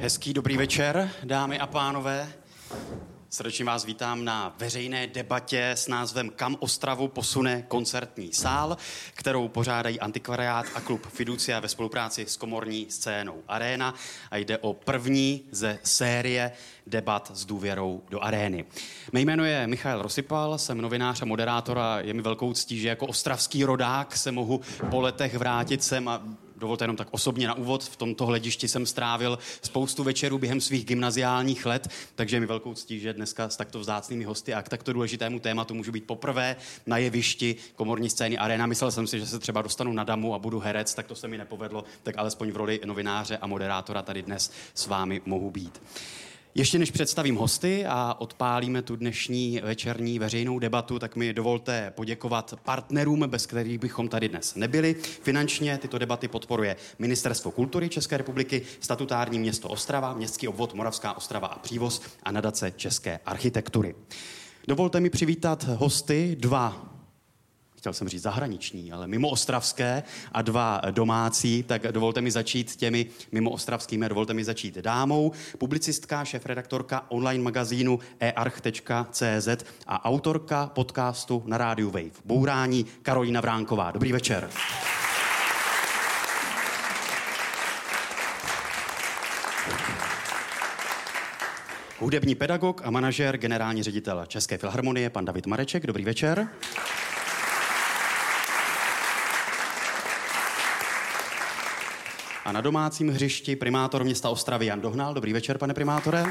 Hezký dobrý večer, dámy a pánové. Srdečně vás vítám na veřejné debatě s názvem Kam Ostravu posune koncertní sál, kterou pořádají Antikvariát a klub Fiducia ve spolupráci s komorní scénou Aréna a jde o první ze série debat s důvěrou do arény. Mé jméno je Michal Rosypal, jsem novinář a moderátor a je mi velkou ctí, že jako ostravský rodák se mohu po letech vrátit sem a dovolte jenom tak osobně na úvod. V tomto hledišti jsem strávil spoustu večerů během svých gymnaziálních let, takže je mi velkou ctí, že dneska s takto vzácnými hosty a k takto důležitému tématu můžu být poprvé na jevišti komorní scény Aréna. Myslel jsem si, že se třeba dostanu na damu a budu herec, tak to se mi nepovedlo, tak alespoň v roli novináře a moderátora tady dnes s vámi mohu být. Ještě než představím hosty a odpálíme tu dnešní večerní veřejnou debatu, tak mi dovolte poděkovat partnerům, bez kterých bychom tady dnes nebyli. Finančně tyto debaty podporuje Ministerstvo kultury České republiky, statutární město Ostrava, městský obvod Moravská Ostrava a Přívoz a nadace české architektury. Dovolte mi přivítat hosty, chtěl jsem říct zahraniční, ale mimoostravské a dva domácí, tak dovolte mi začít těmi mimoostravskými, dovolte mi začít dámou, publicistka, šéfredaktorka online magazínu earch.cz a autorka podcastu na rádiu Wave Bourání Karolína Vránková. Dobrý večer. Hudební pedagog a manažer, generální ředitel České filharmonie, pan David Mareček. Dobrý večer. A na domácím hřišti primátor města Ostravy Jan Dohnal. Dobrý večer, pane primátore.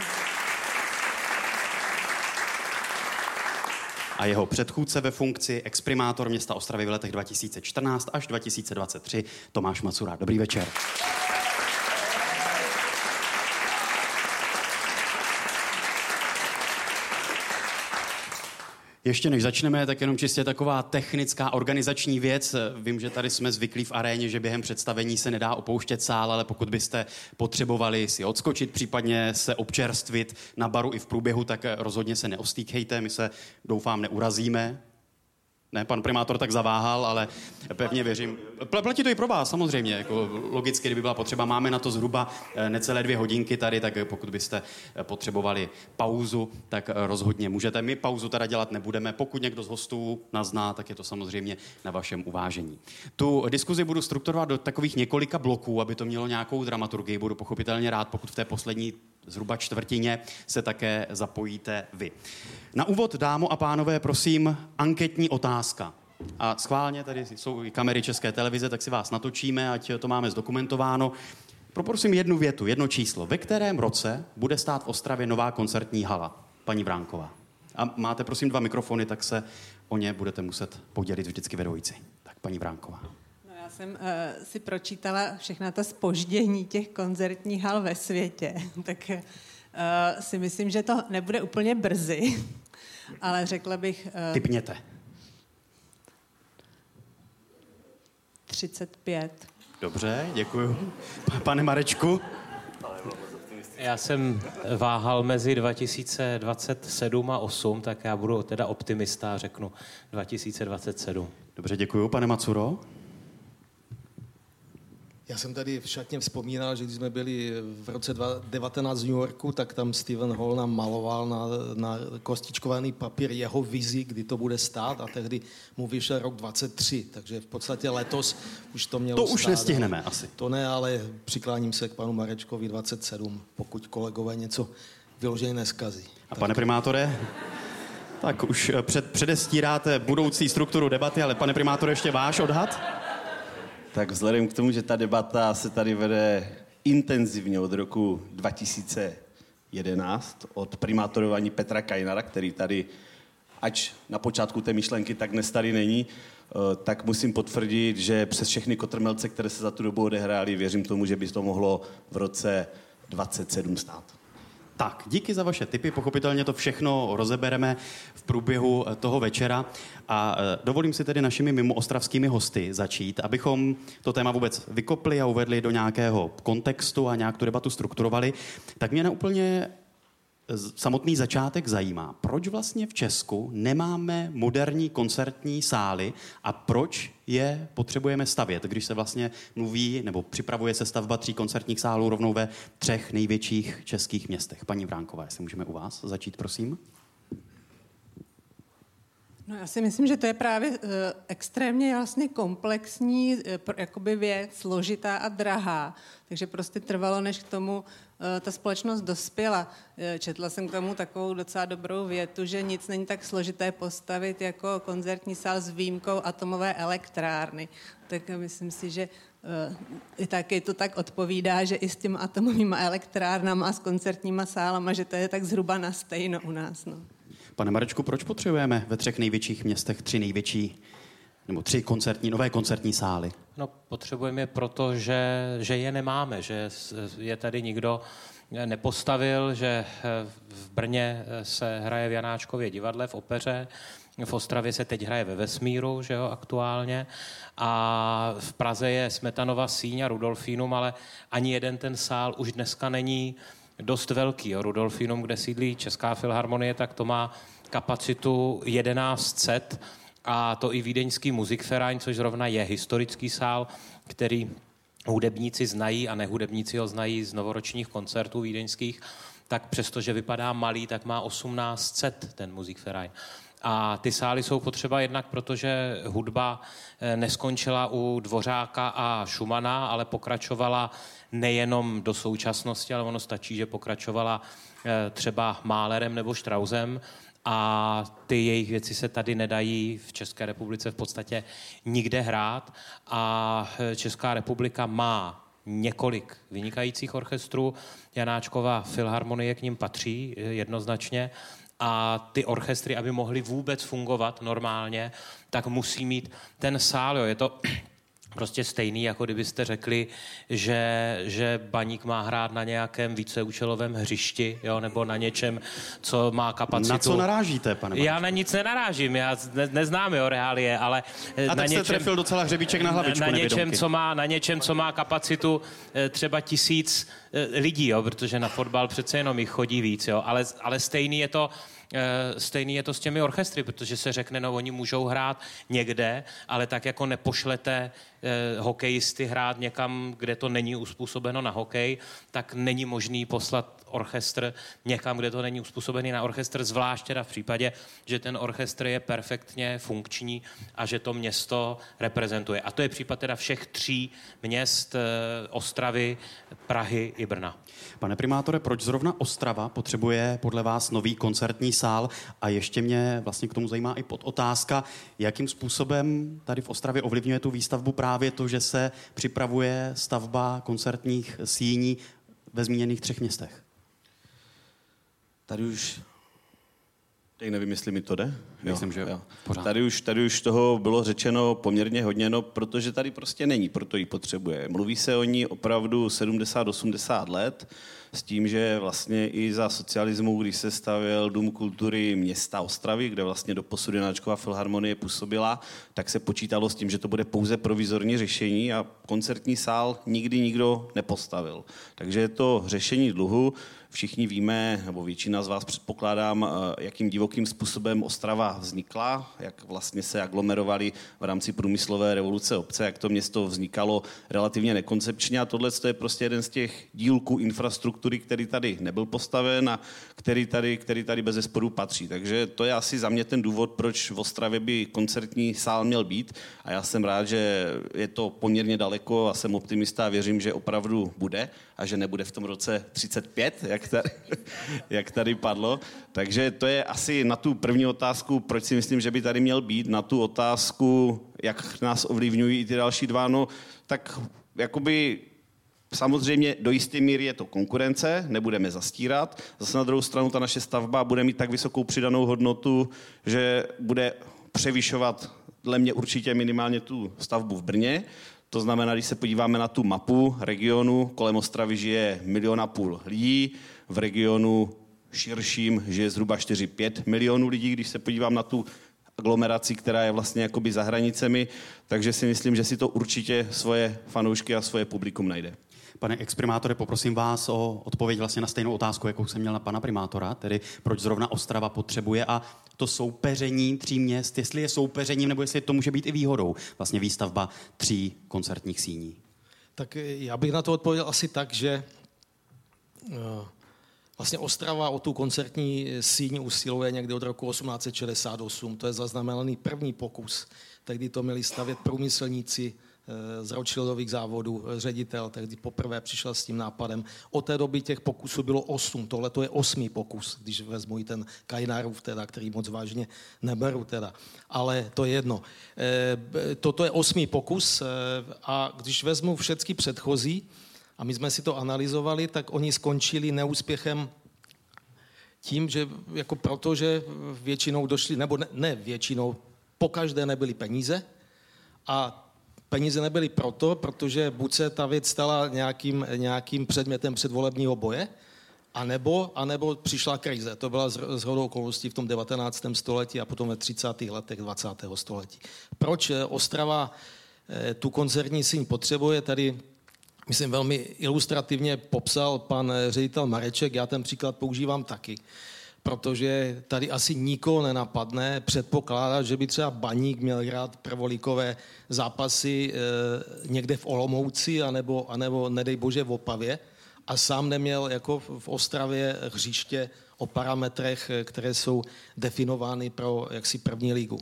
A jeho předchůdce ve funkci exprimátor města Ostravy v letech 2014 až 2023 Tomáš Macura. Dobrý večer. Ještě než začneme, tak jenom čistě taková technická organizační věc. Vím, že tady jsme zvyklí v aréně, že během představení se nedá opouštět sál, ale pokud byste potřebovali si odskočit, případně se občerstvit na baru i v průběhu, tak rozhodně se neostýchejte, my se doufám neurazíme. Ne, pan primátor tak zaváhal, ale pevně věřím. Platí to i pro vás, samozřejmě. Jako logicky, kdyby byla potřeba, máme na to zhruba necelé 2 hodinky tady, tak pokud byste potřebovali pauzu, tak rozhodně můžete. My pauzu teda dělat nebudeme. Pokud někdo z hostů nás zná, tak je to samozřejmě na vašem uvážení. Tu diskuzi budu strukturovat do takových několika bloků, aby to mělo nějakou dramaturgii. Budu pochopitelně rád, pokud v té poslední zhruba čtvrtině se také zapojíte vy. Na úvod, dámo a pánové, prosím, anketní otázka. A schválně, tady jsou i kamery České televize, tak si vás natočíme, ať to máme zdokumentováno. Poprosím jednu větu, jedno číslo. Ve kterém roce bude stát v Ostravě nová koncertní hala? Paní Vránková. A máte, prosím, 2 mikrofony, tak se o ně budete muset podělit vždycky ve dvojici. Tak, paní Vránková. Já jsem si pročítala všechna ta zpoždění těch koncertních hal ve světě, tak si myslím, že to nebude úplně brzy, ale řekla bych... Tipněte. 35. Dobře, děkuju. Pane Marečku? Já jsem váhal mezi 2027 a 8, tak já budu teda optimista a řeknu 2027. Dobře, děkuju. Pane Macuro? Já jsem tady v šatně vzpomínal, že když jsme byli v roce 2019 v New Yorku, tak tam Stephen Hall nám maloval na kostičkovaný papír jeho vizi, kdy to bude stát a tehdy mu vyšel rok 23, takže v podstatě letos už to mělo To stát. už nestihneme asi. To ne, ale přikláním se k panu Marečkovi 27, pokud kolegové něco vyloženě neskazí. A pane primátore? Tak už předestíráte budoucí strukturu debaty, ale pane primátore, ještě váš odhad? Tak vzhledem k tomu, že ta debata se tady vede intenzivně od roku 2011, od primátorování Petra Kajnara, který tady, ač na počátku té myšlenky, tak dnes tady není, tak musím potvrdit, že přes všechny kotrmelce, které se za tu dobu odehrály, věřím tomu, že by to mohlo v roce 27 stát. Tak, díky za vaše tipy, pochopitelně to všechno rozebereme v průběhu toho večera a dovolím si tedy našimi mimoostravskými hosty začít, abychom to téma vůbec vykopli a uvedli do nějakého kontextu a nějak tu debatu strukturovali, tak mě neúplně samotný začátek zajímá. Proč vlastně v Česku nemáme moderní koncertní sály a proč je potřebujeme stavět, když se vlastně mluví nebo připravuje se stavba 3 koncertních sálů rovnou ve 3 největších českých městech? Paní Vránková, jestli můžeme u vás začít, prosím. No, já si myslím, že to je právě extrémně vlastně komplexní jakoby věc, složitá a drahá. Takže prostě trvalo, než k tomu ta společnost dospěla. Četla jsem k tomu takovou docela dobrou větu, že nic není tak složité postavit jako koncertní sál s výjimkou atomové elektrárny. Tak myslím si, že i taky to tak odpovídá, že i s těmi atomovými elektrárnama a s koncertníma sálama, že to je tak zhruba na stejno u nás. No. Pane Marečku, proč potřebujeme ve 3 největších městech 3 největší nebo 3 nové koncertní sály? No, potřebujeme je proto, že je nemáme, že je tady nikdo nepostavil, že v Brně se hraje v Janáčkově divadle, v opeře, v Ostravě se teď hraje ve Vesmíru, že jo, aktuálně, a v Praze je Smetanova síň a Rudolfínum, ale ani jeden ten sál už dneska není dost velký. Jo. Rudolfínum, kde sídlí Česká filharmonie, tak to má kapacitu 1100 a to i vídeňský Musikverein, což zrovna je historický sál, který hudebníci znají a nehudebníci ho znají z novoročních koncertů vídeňských, tak přestože vypadá malý, tak má 1800 ten Musikverein. A ty sály jsou potřeba jednak, protože hudba neskončila u Dvořáka a Schumana, ale pokračovala nejenom do současnosti, ale ono stačí, že pokračovala třeba Mahlerem nebo Straussem a ty jejich věci se tady nedají v České republice v podstatě nikde hrát a Česká republika má několik vynikajících orchestrů. Janáčkova filharmonie k nim patří jednoznačně. A ty orchestry, aby mohly vůbec fungovat normálně, tak musí mít ten sál. Jo. Je to prostě stejný, jako kdybyste řekli, že baník má hrát na nějakém víceúčelovém hřišti, jo, nebo na něčem, co má kapacitu. Na co narážíte, pane Marečku? Já na nic nenarážím, já neznám reálie, ale a tak jste trefil docela hřebíček na hlavičku, na něčem, co má kapacitu třeba 1000 lidí, jo, protože na fotbal přece jenom jich chodí víc, jo, ale stejný je to s těmi orchestry, protože se řekne, no oni můžou hrát někde, ale tak jako nepošlete hokejisty hrát někam, kde to není uspůsobeno na hokej, tak není možný poslat orchestr někam, kde to není uspůsobený na orchestr, zvlášť teda v případě, že ten orchestr je perfektně funkční a že to město reprezentuje. A to je případ teda všech 3 měst Ostravy, Prahy i Brna. Pane primátore, proč zrovna Ostrava potřebuje podle vás nový koncertní sál? A ještě mě vlastně k tomu zajímá i podotázka, jakým způsobem tady v Ostravě ovlivňuje tu výstavbu právě to, že se připravuje stavba koncertních síní ve zmíněných 3 městech? Tady už... Teď nevím, jestli mi to jde. Myslím, že pořád. Tady už toho bylo řečeno poměrně hodně, no, protože tady prostě není, proto ji potřebuje. Mluví se o ní opravdu 70-80 let, s tím, že vlastně i za socialismu, když se stavěl Dům kultury města Ostravy, kde vlastně doposud Janáčkova filharmonie působila, tak se počítalo s tím, že to bude pouze provizorní řešení a koncertní sál nikdy nikdo nepostavil. Takže je to řešení dluhu. Všichni víme, nebo většina z vás předpokládám, jakým divokým způsobem Ostrava vznikla, jak vlastně se aglomerovaly v rámci průmyslové revoluce obce, jak to město vznikalo relativně nekoncepčně a tohle je prostě jeden z těch dílků infrastruktury, který tady nebyl postaven a který tady bezesporu patří. Takže to je asi za mě ten důvod, proč v Ostravě by koncertní sál měl být a já jsem rád, že je to poměrně daleko a jsem optimista a věřím, že opravdu bude a že nebude v tom roce 35, jak tady padlo. Takže to je asi na tu první otázku, proč si myslím, že by tady měl být, na tu otázku, jak nás ovlivňují i ty další 2, no, tak jakoby samozřejmě do jisté míry je to konkurence, nebudeme zastírat. Zase na druhou stranu ta naše stavba bude mít tak vysokou přidanou hodnotu, že bude převyšovat dle mě určitě minimálně tu stavbu v Brně. To znamená, když se podíváme na tu mapu regionu, kolem Ostravy žije 1,5 milionu lidí, v regionu širším žije zhruba 4-5 milionů lidí, když se podívám na tu aglomeraci, která je vlastně jakoby za hranicemi, takže si myslím, že si to určitě svoje fanoušky a svoje publikum najde. Pane exprimátore, poprosím vás o odpověď vlastně na stejnou otázku, jakou jsem měl na pana primátora, tedy proč zrovna Ostrava potřebuje a to soupeření 3 měst, jestli je soupeřením, nebo jestli to může být i výhodou, vlastně výstavba 3 koncertních síní. Tak já bych na to odpověděl asi tak, že vlastně Ostrava o tu koncertní síň usiluje někdy od roku 1868. To je zaznamenaný první pokus. Tehdy to měli stavět průmyslníci z Rothschildových závodů, ředitel, tehdy poprvé přišel s tím nápadem. Od té doby těch pokusů bylo 8. Tohle to je 8. pokus, když vezmu i ten Kajnárův, teda, který moc vážně neberu. Teda. Ale to je jedno. Toto je 8. pokus a když vezmu všechny předchozí, a my jsme si to analyzovali, tak oni skončili neúspěchem tím, že jako protože většinou došli, nebo ne většinou, pokaždé nebyly peníze a peníze nebyly protože buď se ta věc stala nějakým předmětem předvolebního boje, anebo přišla krize. To byla shodou okolností v tom 19. století a potom ve 30. letech 20. století. Proč Ostrava tu koncertní síň potřebuje? Tady myslím, velmi ilustrativně popsal pan ředitel Mareček, já ten příklad používám taky, protože tady asi nikoho nenapadne předpokládat, že by třeba Baník měl hrát prvoligové zápasy někde v Olomouci, anebo nedej bože v Opavě a sám neměl jako v Ostravě hřiště o parametrech, které jsou definovány pro jaksi první ligu.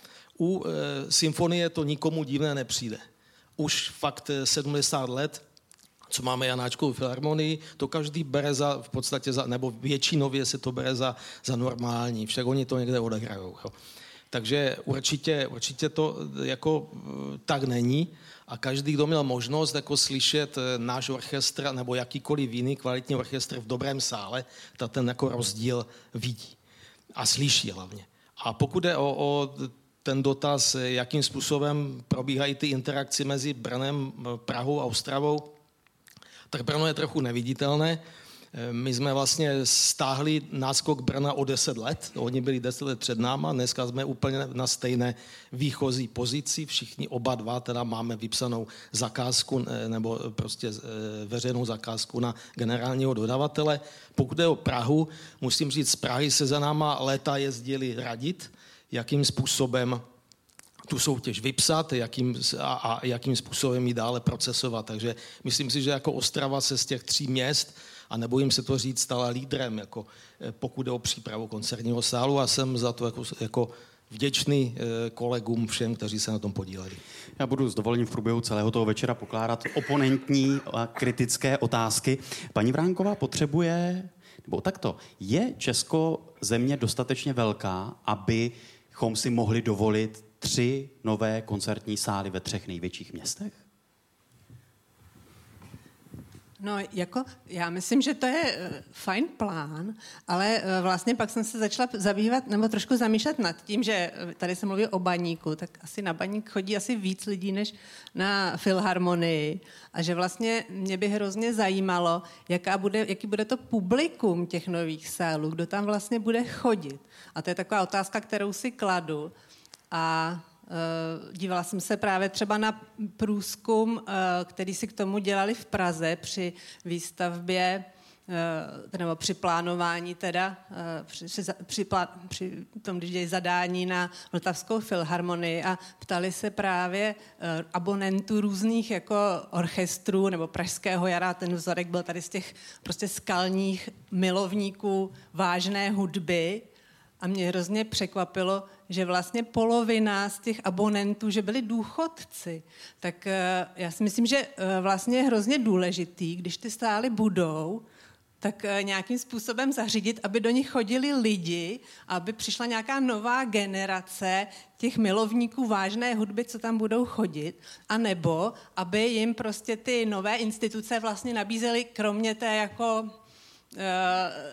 U symfonie to nikomu divné nepřijde. Už fakt 70 let, co máme Janáčkovu filharmonii, to každý bere v podstatě nebo většinově se to bere za normální, však oni to někde odehrajou. Jo. Takže určitě to jako tak není a každý, kdo měl možnost jako slyšet náš orchestr nebo jakýkoliv jiný kvalitní orchestr v dobrém sále, tak ten jako rozdíl vidí a slyší hlavně. A pokud je o ten dotaz, jakým způsobem probíhají ty interakce mezi Brnem, Prahou a Ostravou, tak Brno je trochu neviditelné. My jsme vlastně stáhli náskok Brna o 10 let. Oni byli 10 let před náma, dneska jsme úplně na stejné výchozí pozici. Všichni oba dva teda máme vypsanou zakázku nebo prostě veřejnou zakázku na generálního dodavatele. Pokud je o Prahu, musím říct, z Prahy se za náma léta jezdili radit, jakým způsobem tu soutěž vypsat a jakým způsobem ji dále procesovat. Takže myslím si, že jako Ostrava se z těch 3 měst, a nebojím se to říct, stala lídrem, jako pokud jde o přípravu koncertního sálu a jsem za to jako vděčný kolegům všem, kteří se na tom podíleli. Já budu s dovolením v průběhu celého toho večera pokládat oponentní a kritické otázky. Paní Vránková potřebuje, nebo takto, je Česko země dostatečně velká, abychom si mohli dovolit 3 nové koncertní sály ve 3 největších městech? No, jako, já myslím, že to je fajn plán, ale vlastně pak jsem se začala zabývat, nebo trošku zamýšlet nad tím, že tady se mluví o Baníku, tak asi na Baník chodí asi víc lidí, než na filharmonii a že vlastně mě by hrozně zajímalo, jaký bude to publikum těch nových sálů, kdo tam vlastně bude chodit. A to je taková otázka, kterou si kladu a dívala jsem se právě třeba na průzkum, který si k tomu dělali v Praze při výstavbě, nebo při plánování teda, při tom, když dějí zadání na Vltavskou filharmonii a ptali se právě abonentů různých jako orchestrů nebo Pražského jara, ten vzorek byl tady z těch prostě skalních milovníků vážné hudby. A mě hrozně překvapilo, že vlastně polovina z těch abonentů, že byli důchodci. Tak já si myslím, že vlastně je hrozně důležitý, když ty sály budou, tak nějakým způsobem zařídit, aby do nich chodili lidi, aby přišla nějaká nová generace těch milovníků vážné hudby, co tam budou chodit, anebo aby jim prostě ty nové instituce vlastně nabízely kromě té jako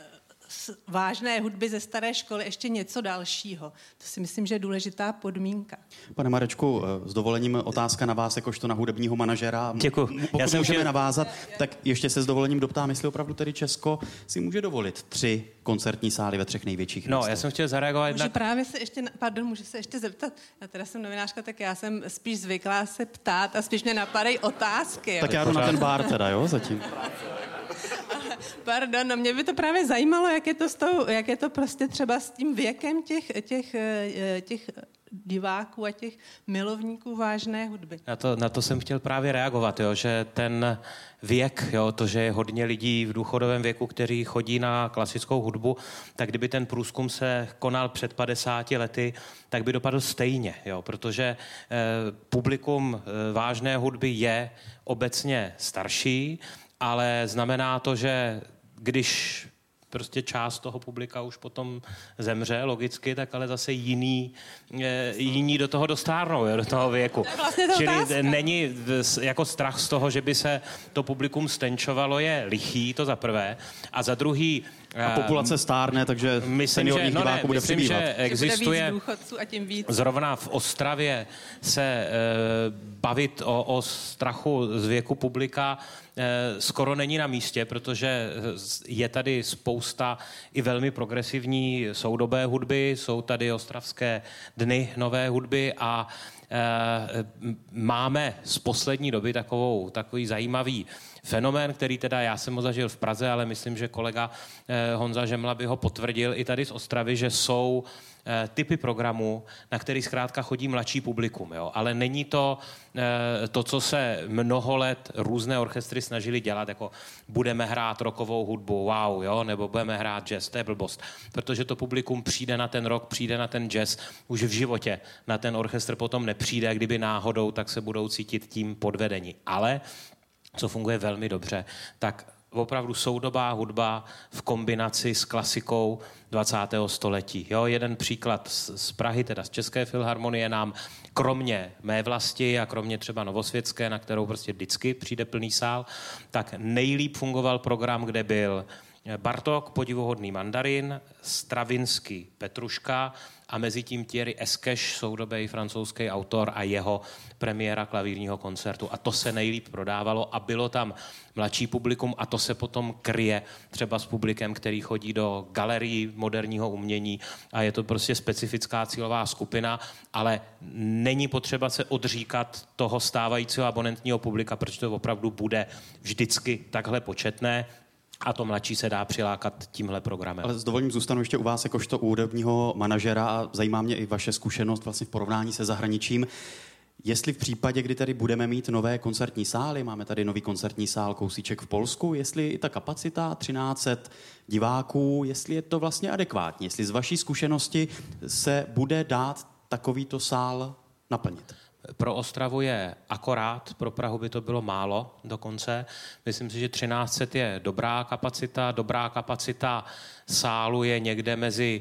z vážné hudby ze staré školy ještě něco dalšího. To si myslím, že je důležitá podmínka. Pane Marečku, s dovolením otázka na vás, jakožto na hudebního manažera. Děkuji. Pokud můžeme navázat, tak ještě se s dovolením doptám, jestli opravdu tedy Česko si může dovolit 3 koncertní sály ve 3 největších městech. No, já jsem chtěl zareagovat. Můžu se ještě zeptat. Já teda jsem novinářka, tak já jsem spíš zvyklá se ptát a spíš mě napadají otázky. Tak já jdu na ten bar teda, jo, zatím. Pardon, no mě by to právě zajímalo, jak je to prostě třeba s tím věkem těch diváků a těch milovníků vážné hudby. Na to jsem chtěl právě reagovat, jo, že ten věk, jo, to, že je hodně lidí v důchodovém věku, kteří chodí na klasickou hudbu, tak kdyby ten průzkum se konal před 50 lety, tak by dopadl stejně, jo, protože publikum vážné hudby je obecně starší, ale znamená to, že když prostě část toho publika už potom zemře, logicky, tak ale zase jiní do toho dostárnou, jo, do toho věku. Vlastně čili není jako strach z toho, že by se to publikum stenčovalo, je lichý, to za prvé. A za druhý... A populace stárne, takže seniorních diváků bude přibývat. Že existuje a tím víc. Zrovna v Ostravě se bavit o strachu z věku publika skoro není na místě, protože je tady spousta i velmi progresivní soudobé hudby, jsou tady ostravské dny nové hudby a máme z poslední doby takový zajímavý fenomén, který teda já jsem ho zažil v Praze, ale myslím, že kolega Honza Žemla by ho potvrdil i tady z Ostravy, že jsou typy programů, na který zkrátka chodí mladší publikum. Jo? Ale není to co se mnoho let různé orchestry snažili dělat, jako budeme hrát rockovou hudbu, wow, jo? Nebo budeme hrát jazz, to je blbost. Protože to publikum přijde na ten rock, přijde na ten jazz, už v životě na ten orchestr potom nepřijde, kdyby náhodou, tak se budou cítit tím podvedení. Ale co funguje velmi dobře, tak opravdu soudobá hudba v kombinaci s klasikou 20. století. Jo, jeden příklad z Prahy, teda z České filharmonie, nám kromě mé vlasti a kromě třeba Novosvětské, na kterou prostě vždycky přijde plný sál, tak nejlíp fungoval program, kde byl Bartók, Podivuhodný mandarin, Stravinsky, Petruška a mezi tím Thierry Esqueš, soudobý francouzský autor a jeho premiéra klavírního koncertu. A to se nejlíp prodávalo a bylo tam mladší publikum a to se potom kryje třeba s publikem, který chodí do galerií moderního umění a je to prostě specifická cílová skupina, ale není potřeba se odříkat toho stávajícího abonentního publika, protože to opravdu bude vždycky takhle početné. A to mladší se dá přilákat tímhle programem. Ale s dovolením zůstanu ještě u vás jakožto hudebního manažera a zajímá mě i vaše zkušenost vlastně v porovnání se zahraničím. Jestli v případě, kdy tady budeme mít nové koncertní sály, máme tady nový koncertní sál Kousíček v Polsku, jestli i ta kapacita 1300 diváků, jestli je to vlastně adekvátní, jestli z vaší zkušenosti se bude dát takovýto sál naplnit. Pro Ostravu je akorát, pro Prahu by to bylo málo dokonce. Myslím si, že 1300 je dobrá kapacita sálu je někde mezi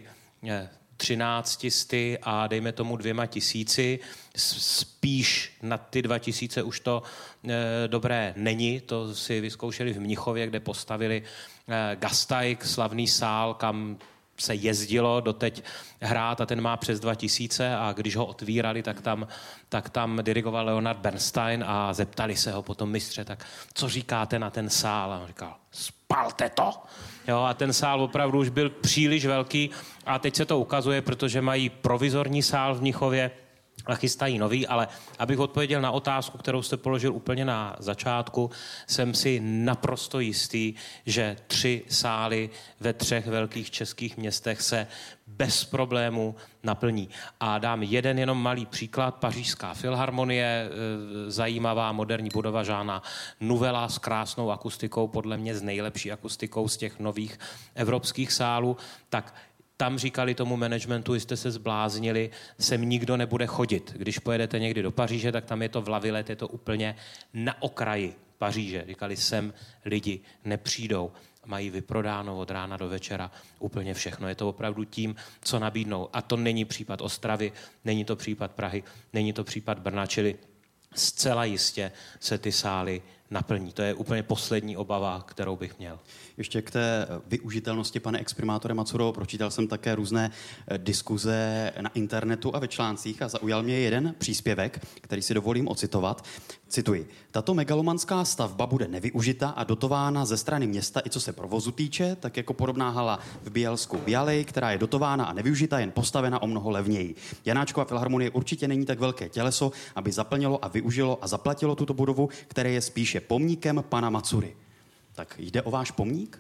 1300 a dejme tomu 2000. Spíš na ty 2000 už to dobré není. To si vyzkoušeli v Mnichově, kde postavili Gasteig, slavný sál, kam se jezdilo doteď hrát a ten má přes 2000 a když ho otvírali, tak tam dirigoval Leonard Bernstein a zeptali se ho potom mistře, tak co říkáte na ten sál? A on říkal, spalte to! Jo, a ten sál opravdu už byl příliš velký a teď se to ukazuje, protože mají provizorní sál v Mnichově a chystají nový, ale abych odpověděl na otázku, kterou jste položil úplně na začátku, jsem si naprosto jistý, že 3 sály ve 3 velkých českých městech se bez problému naplní. A dám jeden jenom malý příklad. Pařížská filharmonie, zajímavá moderní budova Jeana Nouvella s krásnou akustikou, podle mě s nejlepší akustikou z těch nových evropských sálů, tak tam říkali tomu managementu, jste se zbláznili, sem nikdo nebude chodit. Když pojedete někdy do Paříže, tak tam je to v La Villette, je to úplně na okraji Paříže. Říkali, sem lidi nepřijdou. Mají vyprodáno od rána do večera úplně všechno. Je to opravdu tím, co nabídnou. A to není případ Ostravy, není to případ Prahy, není to případ Brna, čili zcela jistě se ty sály naplní. To je úplně poslední obava, kterou bych měl. Ještě k té využitelnosti, pane exprimátore Matsuro, pročítal jsem také různé diskuze na internetu a ve článcích a zaujal mě jeden příspěvek, který si dovolím ocitovat. Cituji. Tato megalomanská stavba bude nevyužita a dotována ze strany města i co se provozu týče, tak jako podobná hala v Bielsku Bialej, která je dotována a nevyužita, jen postavena o mnoho levněji. Janáčkova filharmonie určitě není tak velké těleso, aby zaplnilo a využilo a zaplatilo tuto budovu, které je spíše pomníkem pana Matsury. Tak jde o váš pomník?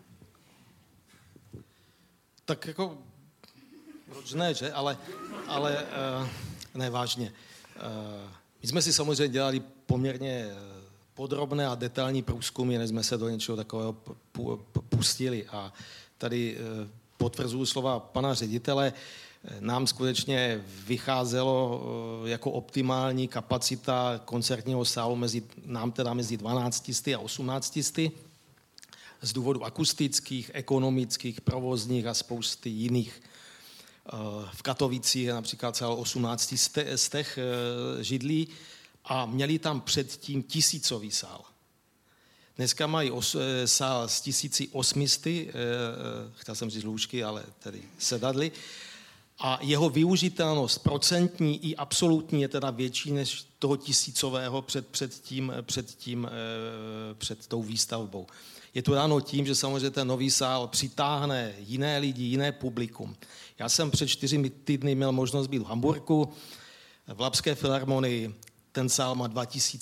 Tak jako, proč ne, že? Ale ne, vážně. My jsme si samozřejmě dělali poměrně podrobné a detailní průzkumy, než jsme se do něčeho takového pustili. A tady potvrzuji slova pana ředitele, nám skutečně vycházelo jako optimální kapacita koncertního sálu mezi 12 a 18 z důvodu akustických, ekonomických, provozních a spousty jiných. V Katovicích je například cel 18 stech židlí a měli tam předtím 1000 sál. Dneska mají sál s 1800, chtěl jsem říct lůžky, ale tedy sedadly, a jeho využitelnost procentní i absolutní je teda větší než toho 1000 před tou výstavbou. Je to dáno tím, že samozřejmě ten nový sál přitáhne jiné lidi, jiné publikum. Já jsem před 4 týdny měl možnost být v Hamburku, v Lapské filharmonii. Ten sál má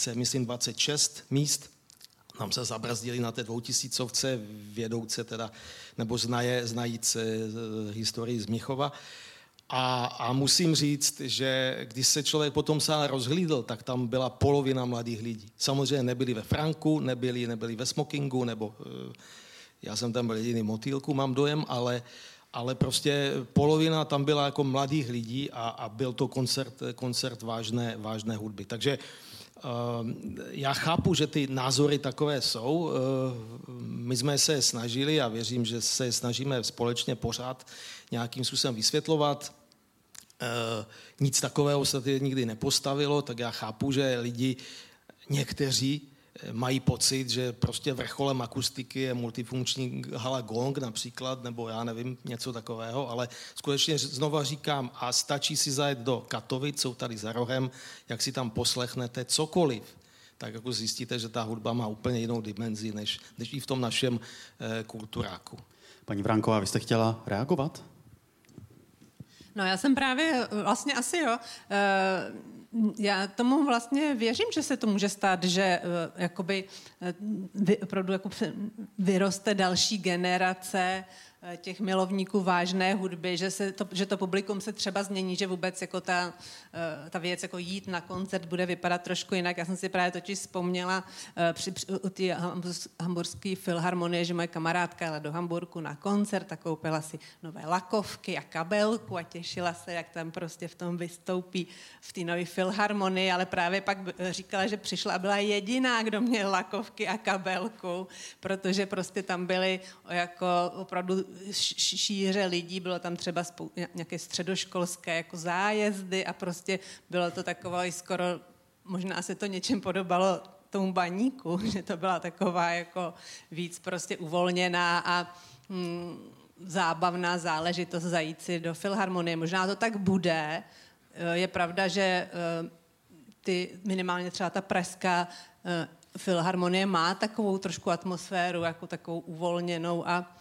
2026 míst. Tam se zabrzdili na té 2000, vědouce teda, nebo znajíce historii z Mnichova. A musím říct, že když se člověk po tom sále rozhlídl, tak tam byla polovina mladých lidí. Samozřejmě nebyli ve franku, nebyli ve smokingu, nebo já jsem tam byl jediný motýlku, mám dojem, ale prostě polovina tam byla jako mladých lidí a byl to koncert vážné hudby. Takže já chápu, že ty názory takové jsou. My jsme se snažili a věřím, že se snažíme společně pořád nějakým způsobem vysvětlovat. Nic takového se tady nikdy nepostavilo, tak já chápu, že lidi někteří mají pocit, že prostě vrcholem akustiky je multifunkční hala Gong například, nebo já nevím, něco takového, ale skutečně znova říkám, a stačí si zajet do Katovic, jsou tady za rohem, jak si tam poslechnete cokoliv, tak jako zjistíte, že ta hudba má úplně jinou dimenzi, než i v tom našem kulturáku. Paní Vránková, vy jste chtěla reagovat? No já jsem právě, vlastně asi jo, já tomu vlastně věřím, že se to může stát, že jakoby opravdu jako vyroste další generace těch milovníků vážné hudby, že to publikum se třeba změní, že vůbec jako ta věc jako jít na koncert bude vypadat trošku jinak. Já jsem si právě totiž vzpomněla u té hamburské filharmonie, že moje kamarádka jela do Hamburku na koncert a koupila si nové lakovky a kabelku a těšila se, jak tam prostě v tom vystoupí v té nové filharmonii, ale právě pak říkala, že přišla a byla jediná, kdo měl lakovky a kabelku, protože prostě tam byly jako opravdu šíře lidí, bylo tam třeba nějaké středoškolské jako zájezdy a prostě bylo to takové skoro, možná se to něčem podobalo tomu Baníku, že to byla taková jako víc prostě uvolněná a zábavná záležitost zajít si do filharmonie. Možná to tak bude. Je pravda, že minimálně třeba ta pražská filharmonie má takovou trošku atmosféru, jako takovou uvolněnou a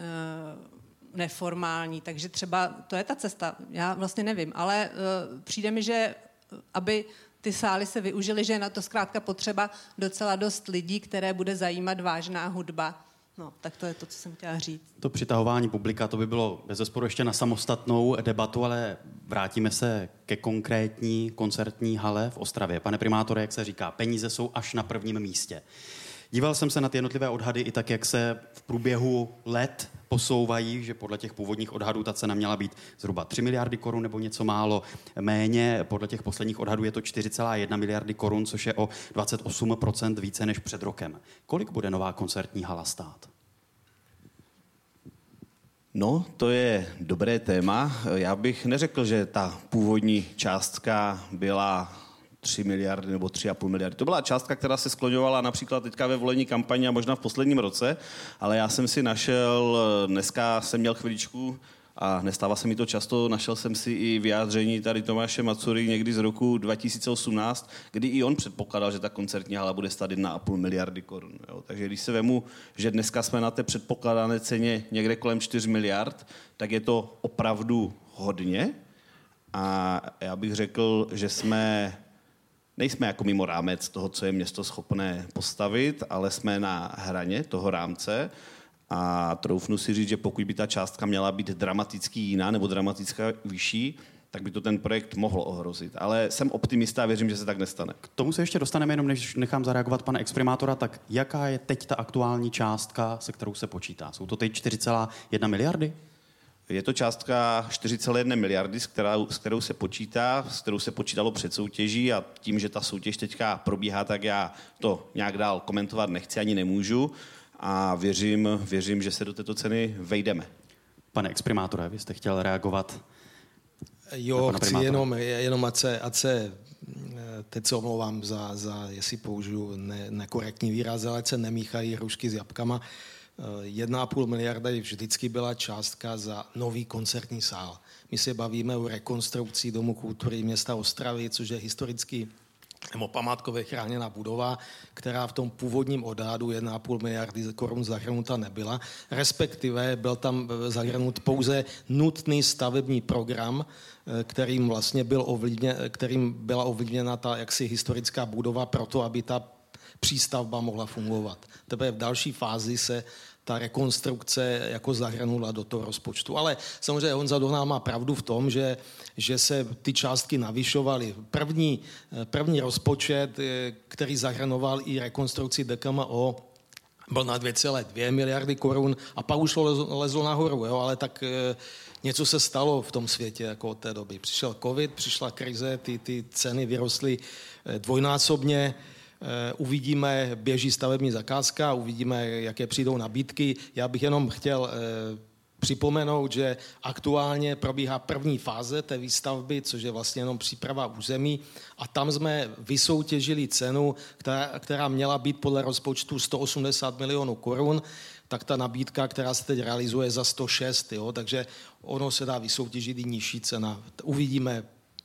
neformální, takže třeba to je ta cesta, já vlastně nevím, ale přijde mi, že aby ty sály se využily, že je na to zkrátka potřeba docela dost lidí, které bude zajímat vážná hudba. No, tak to je to, co jsem chtěla říct. To přitahování publika, to by bylo bezesporu ještě na samostatnou debatu, ale vrátíme se ke konkrétní koncertní hale v Ostravě. Pane primátore, jak se říká, peníze jsou až na prvním místě. Díval jsem se na ty jednotlivé odhady i tak, jak se v průběhu let posouvají, že podle těch původních odhadů ta cena měla být zhruba 3 miliardy korun nebo něco málo méně. Podle těch posledních odhadů je to 4,1 miliardy korun, což je o 28% více než před rokem. Kolik bude nová koncertní hala stát? No, to je dobré téma. Já bych neřekl, že ta původní částka byla 3 miliardy nebo 3,5 miliardy. To byla částka, která se skloňovala například teďka ve volební kampani a možná v posledním roce, ale já jsem si našel, dneska jsem měl chviličku, a nestává se mi to často, našel jsem si i vyjádření tady Tomáše Macury někdy z roku 2018, kdy i on předpokládal, že ta koncertní hala bude stát 1,5 miliardy korun. Jo. Takže když se vemu, že dneska jsme na té předpokládané ceně někde kolem 4 miliard, tak je to opravdu hodně. A já bych řekl, že nejsme jako mimo rámec toho, co je město schopné postavit, ale jsme na hraně toho rámce. A troufnu si říct, že pokud by ta částka měla být dramaticky jiná nebo dramaticky vyšší, tak by to ten projekt mohlo ohrozit. Ale jsem optimista a věřím, že se tak nestane. K tomu se ještě dostaneme, jenom než nechám zareagovat pana exprimátora, tak jaká je teď ta aktuální částka, se kterou se počítá? Jsou to teď 4,1 miliardy? Je to částka 4,1 miliardy, s kterou se počítá, s kterou se počítalo před soutěží a tím, že ta soutěž teďka probíhá, tak já to nějak dál komentovat nechci ani nemůžu. A věřím, že se do této ceny vejdeme. Pane exprimátoré, vy jste chtěl reagovat? Jo, chci jenom ať se teď se omlouvám za jestli použiju nekorektní výraz, ale ať se nemíchají hrušky s jabkama. 1,5 miliardy vždycky byla částka za nový koncertní sál. My se bavíme o rekonstrukci Domu kultury města Ostravy, což je historicky nebo památkově chráněná budova, která v tom původním odhadu 1,5 miliardy korun zahrnuta nebyla. Respektive byl tam zahrnut pouze nutný stavební program, kterým byla ovlivněna ta jaksi historická budova proto, aby ta přístavba mohla fungovat. Teprve v další fázi se ta rekonstrukce jako zahrnula do toho rozpočtu. Ale samozřejmě Honza Dohnal má pravdu v tom, že se ty částky navyšovaly. První rozpočet, který zahrnoval i rekonstrukci DKMO, byl na 2,2 miliardy korun a pak už lezlo nahoru, jo? Ale tak něco se stalo v tom světě jako od té doby. Přišel covid, přišla krize, ty ceny vyrostly dvojnásobně. Uvidíme, běží stavební zakázka, uvidíme, jaké přijdou nabídky. Já bych jenom chtěl připomenout, že aktuálně probíhá první fáze té výstavby, což je vlastně jenom příprava území a tam jsme vysoutěžili cenu, která měla být podle rozpočtu 180 milionů korun, tak ta nabídka, která se teď realizuje za 106, jo, takže ono se dá vysoutěžit i nižší cena. Uvidíme,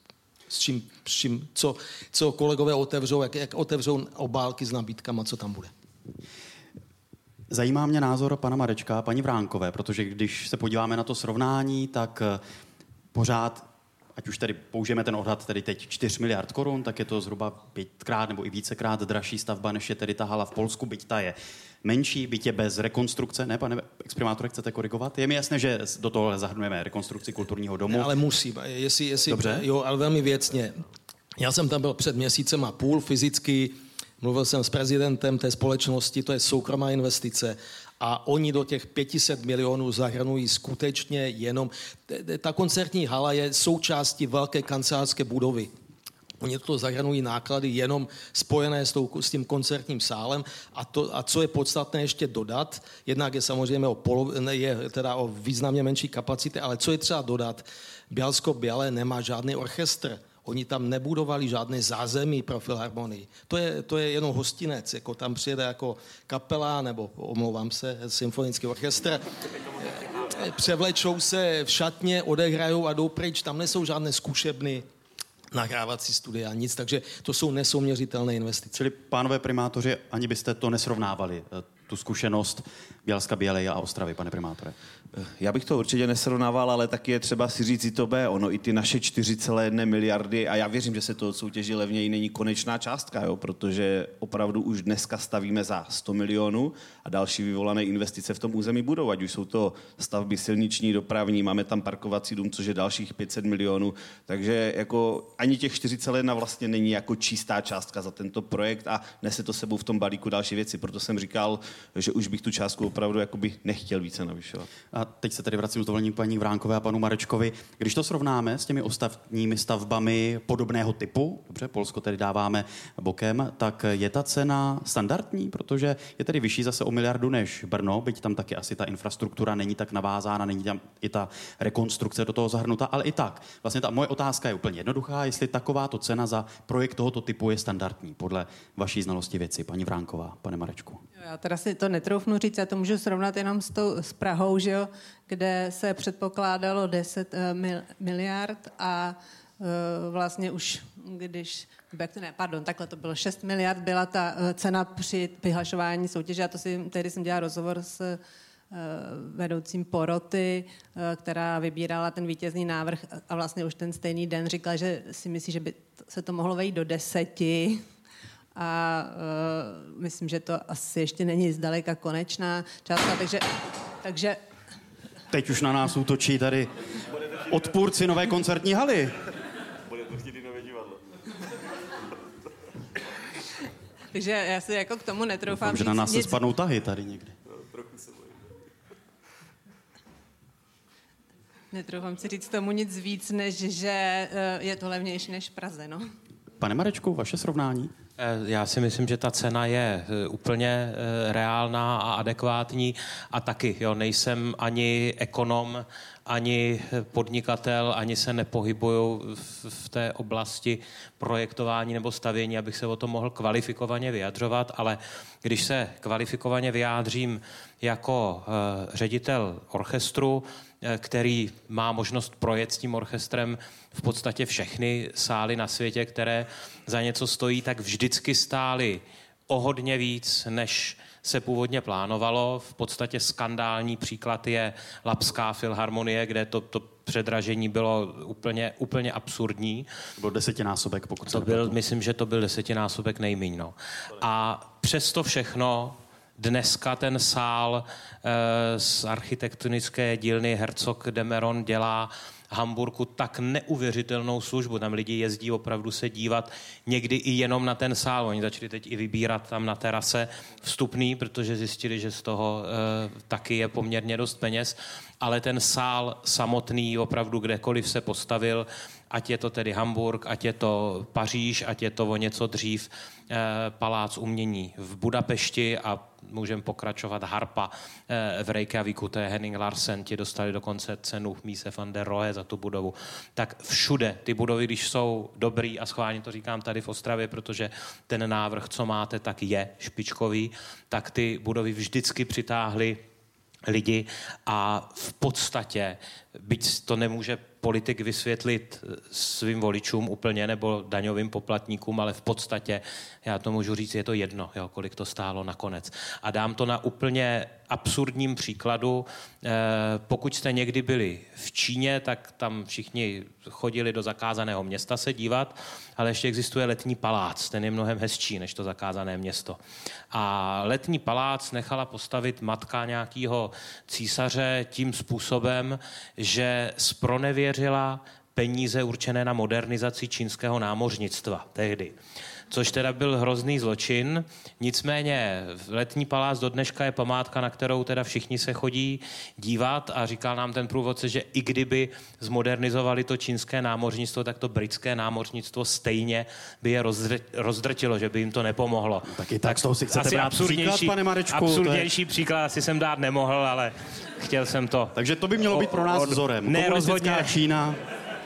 co kolegové otevřou, jak otevřou obálky s nabídkama, co tam bude. Zajímá mě názor pana Marečka a paní Vránkové, protože když se podíváme na to srovnání, tak pořád, ať už tedy použijeme ten odhad tedy teď 4 miliard korun, tak je to zhruba 5krát nebo i vícekrát dražší stavba, než je tedy ta hala v Polsku, byť ta je menší, byť je bez rekonstrukce. Ne, pane exprimátore, chcete korigovat? Je mi jasné, že do toho zahrnujeme rekonstrukci kulturního domu. Ne, ale musím. Jestli, dobře? Jo, ale velmi věcně. Já jsem tam byl před měsícem a půl fyzicky, mluvil jsem s prezidentem té společnosti, to je soukromá investice a oni do těch 500 milionů zahrnují skutečně jenom... Ta koncertní hala je součástí velké kancelářské budovy. Oni to zahrnují náklady jenom spojené s tím koncertním sálem a co je podstatné ještě dodat, jednak je samozřejmě o významně menší kapacity, ale co je třeba dodat, Bialsko-Bialé nemá žádný orchestr. Oni tam nebudovali žádné zázemí pro filharmonii. To je jenom hostinec, jako tam přijede jako kapela, nebo omlouvám se, symfonický orchestr. Převlečou se v šatně, odehrajou a jdou pryč. Tam nejsou žádné zkušebny, nahrávací studia, nic, takže to jsou nesouměřitelné investice. Čili, pánové primátoři, ani byste to nesrovnávali, tu zkušenost Bielska-Bialeje a Ostravy, pane primátore? Já bych to určitě nesrovnával, ale taky je třeba si říct i to B. Ono i ty naše 4,1 miliardy, a já věřím, že se to soutěží levněji, není konečná částka, jo, protože opravdu už dneska stavíme za 100 milionů a další vyvolané investice v tom území budou, ať už jsou to stavby silniční, dopravní, máme tam parkovací dům, což je dalších 500 milionů, takže jako ani těch 4,1 vlastně není jako čistá částka za tento projekt a nese to sebou v tom balíku další věci. Proto jsem říkal, že už bych tu částku opravdu jakoby nechtěl více navyšovat. A teď se tedy vracím s dovolením paní Vránkové a panu Marečkovi. Když to srovnáme s těmi ostatními stavbami podobného typu, dobře, Polsko tedy dáváme bokem, tak je ta cena standardní, protože je tedy vyšší zase o 1 miliardu než Brno, byť tam taky asi ta infrastruktura není tak navázána, není tam i ta rekonstrukce do toho zahrnuta, ale i tak. Vlastně ta moje otázka je úplně jednoduchá, jestli takováto cena za projekt tohoto typu je standardní, podle vaší znalosti věci, paní Vránková, pane Marečku. Já teda si to netroufnu říct, já to můžu srovnat jenom s Prahou, že jo, kde se předpokládalo 10 miliard a vlastně už když, takhle to bylo 6 miliard, byla ta cena při vyhlašování soutěže. Já tehdy jsem dělala rozhovor s vedoucím poroty, která vybírala ten vítězný návrh a vlastně už ten stejný den říkala, že si myslí, že by se to mohlo vejít do 10 a myslím, že to asi ještě není zdaleka konečná částka, takže... Teď už na nás útočí tady odpůrci nové koncertní haly. Bude to chtít nové divadlo. Takže já si jako k tomu netroufám říct, že na nás se spadnou tahy tady někdy. Trochu se bojím. Netroufám si říct tomu nic víc, než že je to levnější než v Praze, no. Pane Marečku, vaše srovnání? Já si myslím, že ta cena je úplně reálná a adekvátní a taky, jo, nejsem ani ekonom, ani podnikatel, ani se nepohybuju v té oblasti projektování nebo stavění, abych se o tom mohl kvalifikovaně vyjadřovat, ale když se kvalifikovaně vyjádřím jako ředitel orchestru, který má možnost projet s tím orchestrem v podstatě všechny sály na světě, které za něco stojí, tak vždycky stály o hodně víc, než se původně plánovalo. V podstatě skandální příklad je Lapská filharmonie, kde to předražení bylo úplně absurdní. To byl 10násobek, pokud to byl, myslím, že to byl 10násobek nejmíň. No. A přesto všechno dneska ten sál z architektonické dílny Herzog de Meuron dělá Hamburku tak neuvěřitelnou službu. Tam lidi jezdí opravdu se dívat někdy i jenom na ten sál. Oni začali teď i vybírat tam na terase vstupný, protože zjistili, že z toho taky je poměrně dost peněz. Ale ten sál samotný opravdu kdekoliv se postavil, ať je to tedy Hamburg, ať je to Paříž, ať je to o něco dřív Palác umění v Budapešti a můžeme pokračovat Harpa v Reykjavíku, to je Henning Larsen, ti dostali dokonce cenu Mise van der Rohe za tu budovu. Tak všude ty budovy, když jsou dobrý, a schválně to říkám tady v Ostravě, protože ten návrh, co máte, tak je špičkový, tak ty budovy vždycky přitáhly lidi a v podstatě, byť to nemůže politik vysvětlit svým voličům úplně nebo daňovým poplatníkům, ale v podstatě, já to můžu říct, je to jedno, jo, kolik to stálo nakonec. A dám to na úplně absurdním příkladu. Pokud jste někdy byli v Číně, tak tam všichni chodili do zakázaného města se dívat, ale ještě existuje letní palác, ten je mnohem hezčí než to zakázané město. A letní palác nechala postavit matka nějakého císaře tím způsobem, že zpronevěřila peníze určené na modernizaci čínského námořnictva tehdy. Což teda byl hrozný zločin. Nicméně letní palác do dneška je památka, na kterou teda všichni se chodí dívat a říkal nám ten průvodce, že i kdyby zmodernizovali to čínské námořnictvo, tak to britské námořnictvo stejně by je rozdrtilo, že by jim to nepomohlo. Taky tak z toho si chcete brát příklad, pane Marečku. Absurdnější příklad asi jsem dát nemohl, ale chtěl jsem to. Takže to by mělo být pro nás vzorem. Ne, komunistická rozhodně. Čína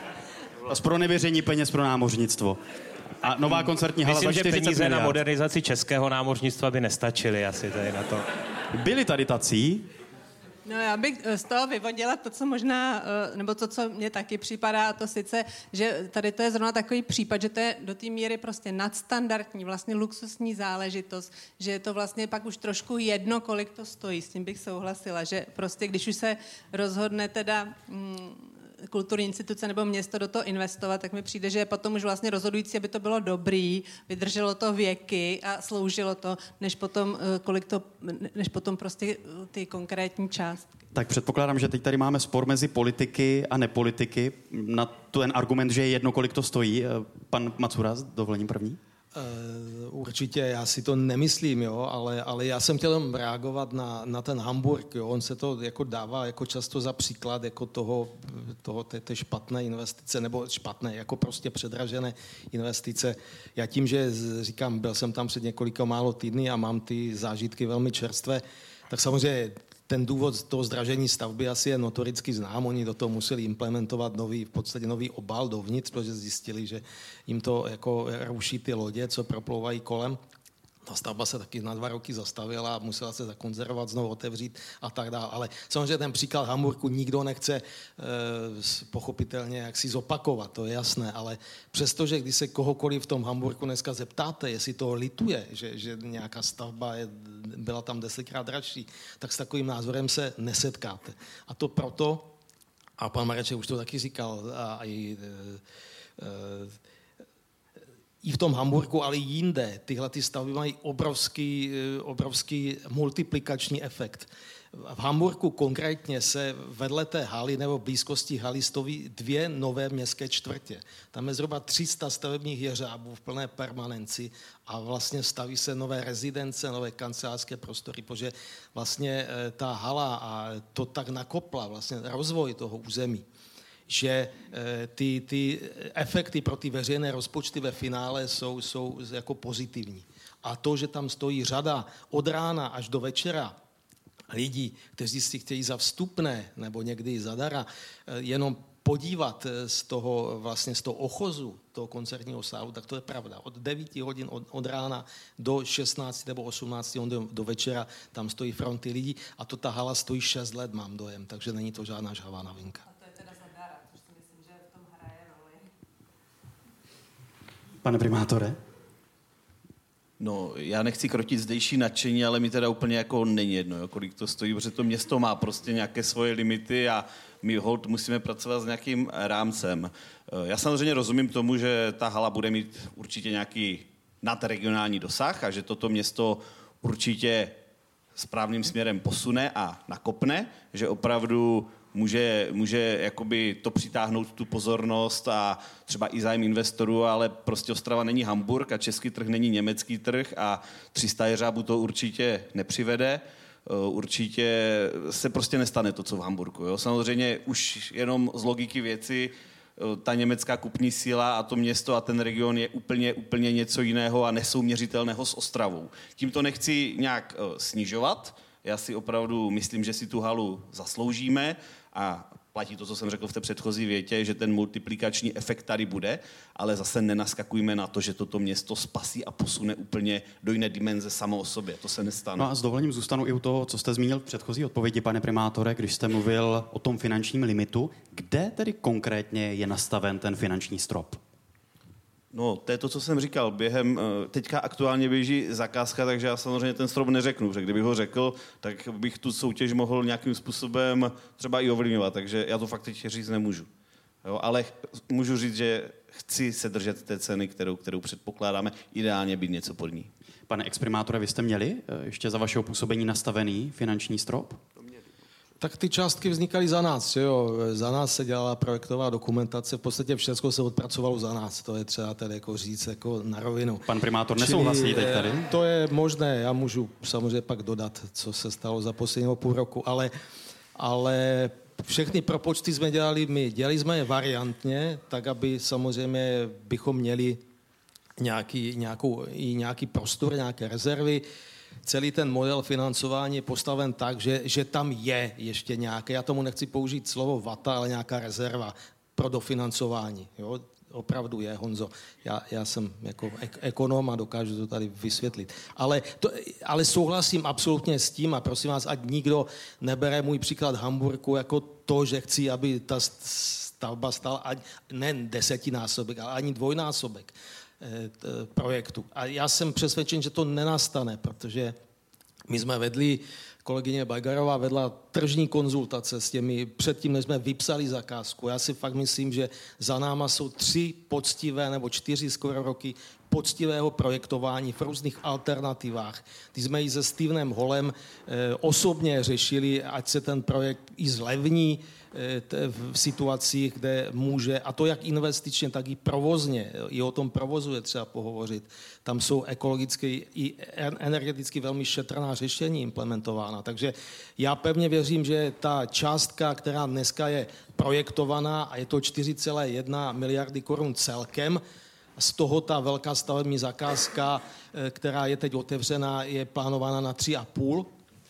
a zpronevěření peněz pro námořnictvo. A nová koncertní hala myslím, za 40 že peníze miliard. na modernizaci českého námořnictva by nestačily asi tady na to. Byli tady tací? No já bych z toho vyvodila to, co možná, nebo to, co mně taky připadá, a to sice, že tady to je zrovna takový případ, že to je do té míry prostě nadstandardní, vlastně luxusní záležitost, že je to vlastně pak už trošku jedno, kolik to stojí, s tím bych souhlasila, že prostě když už se rozhodne teda kulturní instituce nebo město do toho investovat, tak mi přijde, že je potom už vlastně rozhodující, aby to bylo dobrý, vydrželo to věky a sloužilo to, než potom prostě ty konkrétní částky. Tak předpokládám, že teď tady máme spor mezi politiky a nepolitiky na ten argument, že je jedno, kolik to stojí. Pan Macura, s dovolením první. Určitě, já si to nemyslím, jo, ale já jsem chtěl reagovat na ten Hamburg, jo, on se to jako dává jako často za příklad jako té špatné investice, nebo špatné, jako prostě předražené investice. Já tím, že říkám, byl jsem tam před několika málo týdny a mám ty zážitky velmi čerstvé, tak samozřejmě ten důvod toho zdražení stavby asi je notoricky znám. Oni do toho museli implementovat v podstatě nový obal dovnitř, protože zjistili, že jim to jako ruší ty lodě, co proplouvají kolem. Ta stavba se taky na 2 roky zastavila a musela se zakonzervovat, znovu otevřít a tak dále. Ale samozřejmě ten příklad Hamburku nikdo nechce pochopitelně jak si zopakovat, to je jasné, ale přestože když se kohokoliv v tom Hamburku dneska zeptáte, jestli toho lituje, že nějaká stavba byla tam 10krát dražší, tak s takovým názorem se nesetkáte. A to proto, a pan Mareček už to taky říkal, i v tom Hamburgu, ale i jinde. Tyhle ty stavby mají obrovský multiplikační efekt. V Hamburgu konkrétně se vedle té haly nebo v blízkosti haly stojí 2 nové městské čtvrtě. Tam je zhruba 300 stavebních jeřábů v plné permanenci a vlastně staví se nové rezidence, nové kancelářské prostory, protože vlastně ta hala a to tak nakopla vlastně rozvoj toho území, že ty efekty pro ty veřejné rozpočty ve finále jsou jako pozitivní. A to, že tam stojí řada od rána až do večera lidí, kteří si chtějí za vstupné nebo někdy i zadara jenom podívat z toho ochozu toho koncertního sálu, tak to je pravda. Od 9 hodin od rána do 16 nebo 18 hodin do večera tam stojí fronty lidí a to ta hala stojí 6 let, mám dojem, takže není to žádná žhavá novinka. Pane primátore? No, já nechci krotit zdejší nadšení, ale mi teda úplně jako není jedno, jo, kolik to stojí, protože to město má prostě nějaké svoje limity a my holt musíme pracovat s nějakým rámcem. Já samozřejmě rozumím tomu, že ta hala bude mít určitě nějaký nadregionální dosah a že toto město určitě správným směrem posune a nakopne, že opravdu může jakoby to přitáhnout tu pozornost a třeba i zájem investorů, ale prostě Ostrava není Hamburg a český trh není německý trh a 300 jeřábů to určitě nepřivede. Určitě se prostě nestane to, co v Hamburgu. Jo? Samozřejmě už jenom z logiky věci ta německá kupní síla a to město a ten region je úplně něco jiného a nesouměřitelného s Ostravou. Tím to nechci nějak snižovat. Já si opravdu myslím, že si tu halu zasloužíme a platí to, co jsem řekl v té předchozí větě, že ten multiplikační efekt tady bude, ale zase nenaskakujme na to, že toto město spasí a posune úplně do jiné dimenze samo o sobě. To se nestane. No a s dovolením zůstanu i u toho, co jste zmínil v předchozí odpovědi, pane primátore, když jste mluvil o tom finančním limitu. Kde tedy konkrétně je nastaven ten finanční strop? No, to je to, co jsem říkal. Teďka aktuálně běží zakázka, takže já samozřejmě ten strop neřeknu, protože kdybych ho řekl, tak bych tu soutěž mohl nějakým způsobem třeba i ovlivňovat, takže já to fakt teď říct nemůžu. Jo, ale můžu říct, že chci se držet té ceny, kterou předpokládáme, ideálně být něco pod ní. Pane exprimátora, vy jste měli ještě za vašeho působení nastavený finanční strop? Tak ty částky vznikaly za nás, jo. Za nás se dělala projektová dokumentace, v podstatě všechno se odpracovalo za nás, to je třeba tady jako říct jako na rovinu. Pan primátor nesouhlasí teď tady? To je možné, já můžu samozřejmě pak dodat, co se stalo za posledního půl roku, ale všechny propočty jsme dělali my. Dělali jsme je variantně, tak aby samozřejmě bychom měli nějaký prostor, nějaké rezervy. Celý ten model financování je postaven tak, že tam je ještě nějaké, já tomu nechci použít slovo vata, ale nějaká rezerva pro dofinancování. Jo? Opravdu je, Honzo. Já jsem jako ekonom a dokážu to tady vysvětlit. Ale souhlasím absolutně s tím a prosím vás, ať nikdo nebere můj příklad Hamburku jako to, že chci, aby ta stavba stala ne 10násobek, ale ani 2násobek projektu. A já jsem přesvědčen, že to nenastane, protože my jsme kolegyně Bajgarová vedla tržní konzultace s těmi, předtím, než jsme vypsali zakázku. Já si fakt myslím, že za náma jsou 3 poctivé nebo 4 skoro roky poctivého projektování v různých alternativách. Když jsme i se Stevenem Hallem osobně řešili, ať se ten projekt i zlevní v situacích, kde může, a to jak investičně, tak i provozně, i o tom provozu je třeba pohovořit. Tam jsou ekologicky i energeticky velmi šetrná řešení implementována. Takže já pevně věřím, že ta částka, která dneska je projektovaná, a je to 4,1 miliardy korun celkem, z toho ta velká stavební zakázka, která je teď otevřená, je plánována na 3,5,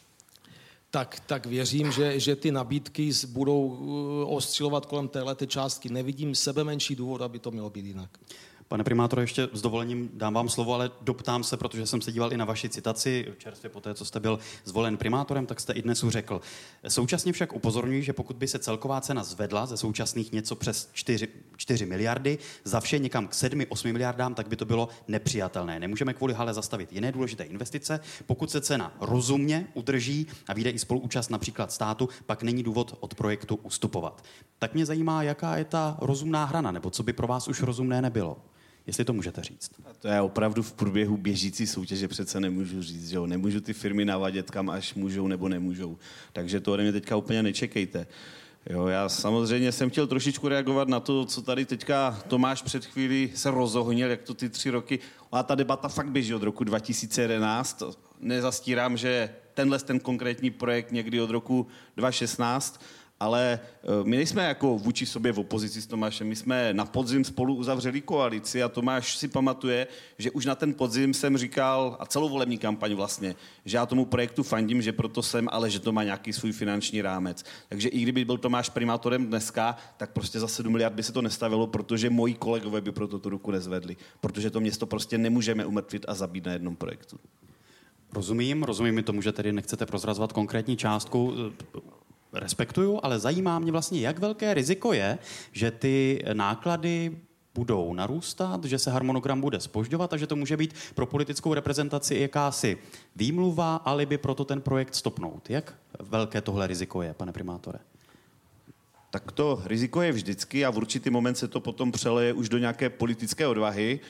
tak věřím, že ty nabídky budou oscilovat kolem téhleté částky. Nevidím sebemenší důvod, aby to mělo být jinak. Pane primátore, ještě s dovolením dám vám slovo, ale doptám se, protože jsem se díval i na vaši citaci čerstvě po té, co jste byl zvolen primátorem, tak jste i dnes řekl. Současně však upozorňuji, že pokud by se celková cena zvedla ze současných něco přes 4 miliardy, za vše někam k 7-8 miliardám, tak by to bylo nepřijatelné. Nemůžeme kvůli hale zastavit jiné důležité investice. Pokud se cena rozumně udrží a vyjde i spoluúčast například státu, pak není důvod od projektu ustupovat. Tak mě zajímá, jaká je ta rozumná hrana, nebo co by pro vás už rozumné nebylo. Jestli to můžete říct. A to je opravdu v průběhu běžící soutěže, přece nemůžu říct, že jo. Nemůžu ty firmy navadět, kam až můžou nebo nemůžou. Takže to ode mě teďka úplně nečekejte. Jo, já samozřejmě jsem chtěl trošičku reagovat na to, co tady teďka Tomáš před chvílí se rozohnil, jak to ty 3 roky. A ta debata fakt běží od roku 2011. Nezastírám, že ten konkrétní projekt někdy od roku 2016, ale my nejsme jako vůči sobě v opozici s Tomášem, my jsme na podzim spolu uzavřeli koalici a Tomáš si pamatuje, že už na ten podzim jsem říkal, a celou volební kampaň vlastně, že já tomu projektu fandím, že proto jsem, ale že to má nějaký svůj finanční rámec. Takže i kdyby byl Tomáš primátorem dneska, tak prostě za 7 miliard by se to nestavilo, protože moji kolegové by pro to tu ruku nezvedli, protože to město prostě nemůžeme umrtvit a zabít na jednom projektu. Rozumím mi tomu, že tedy nechcete prozrazovat konkrétní částku. Respektuju, ale zajímá mě vlastně, jak velké riziko je, že ty náklady budou narůstat, že se harmonogram bude zpožďovat a že to může být pro politickou reprezentaci jakási výmluva, alibi proto ten projekt stopnout. Jak velké tohle riziko je, pane primátore? Tak to riziko je vždycky a v určitý moment se to potom přeleje už do nějaké politické odvahy.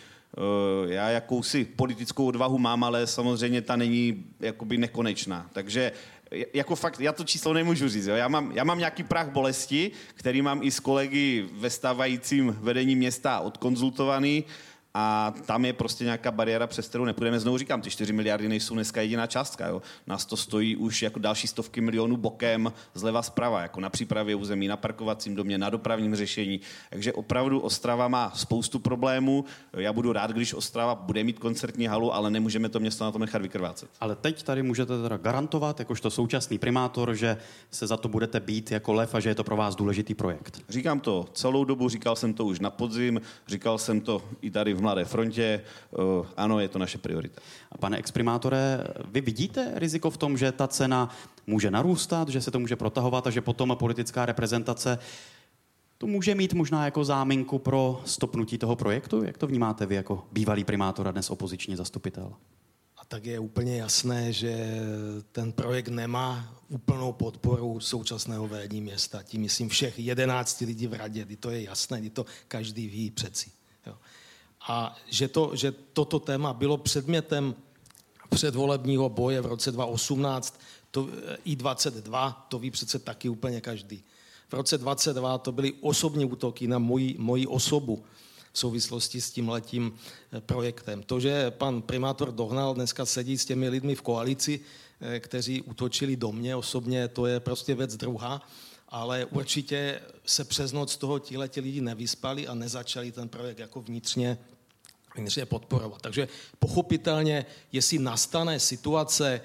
Já jakousi politickou odvahu mám, ale samozřejmě ta není jakoby nekonečná. Takže jako fakt, já to číslo nemůžu říct. Jo? Já mám nějaký prach bolesti, který mám i s kolegy ve stávajícím vedení města odkonzultovaný a tam je prostě nějaká bariéra, přes kterou nepůjdeme. Znovu říkám, ty 4 miliardy nejsou dneska jediná částka. Jo? Nás to stojí už jako další stovky milionů bokem zleva zprava, jako na přípravě území, na parkovacím domě, na dopravním řešení. Takže opravdu Ostrava má spoustu problémů. Já budu rád, když Ostrava bude mít koncertní halu, ale nemůžeme to město na tom nechat vykrvácet. Ale teď tady můžete teda garantovat, jakožto současný primátor, že se za to budete bít jako lev a že je to pro vás důležitý projekt. Říkám to celou dobu, říkal jsem to už na podzim, říkal jsem to i tady v Mladé frontě. Ano, je to naše priorita. A pane exprimátore, vy vidíte riziko v tom, že ta cena může narůstat, že se to může protahovat a že potom politická reprezentace to může mít možná jako záminku pro stopnutí toho projektu? Jak to vnímáte vy jako bývalý primátor a dnes opoziční zastupitel? A tak je úplně jasné, že ten projekt nemá úplnou podporu současného vedení města. Tím myslím všech 11 lidí v radě. To je jasné, to každý ví přeci. Jo. A že toto téma bylo předmětem předvolebního boje v roce 2018, i 22, to ví přece taky úplně každý. V roce 22 to byly osobní útoky na moji osobu v souvislosti s tímhletím projektem. To, že pan primátor Dohnal dneska sedí s těmi lidmi v koalici, kteří útočili do mě osobně, to je prostě věc druhá, ale určitě se přes noc toho tihleti lidi nevyspali a nezačali ten projekt jako vnitřně podporovat. Takže pochopitelně, jestli nastane situace,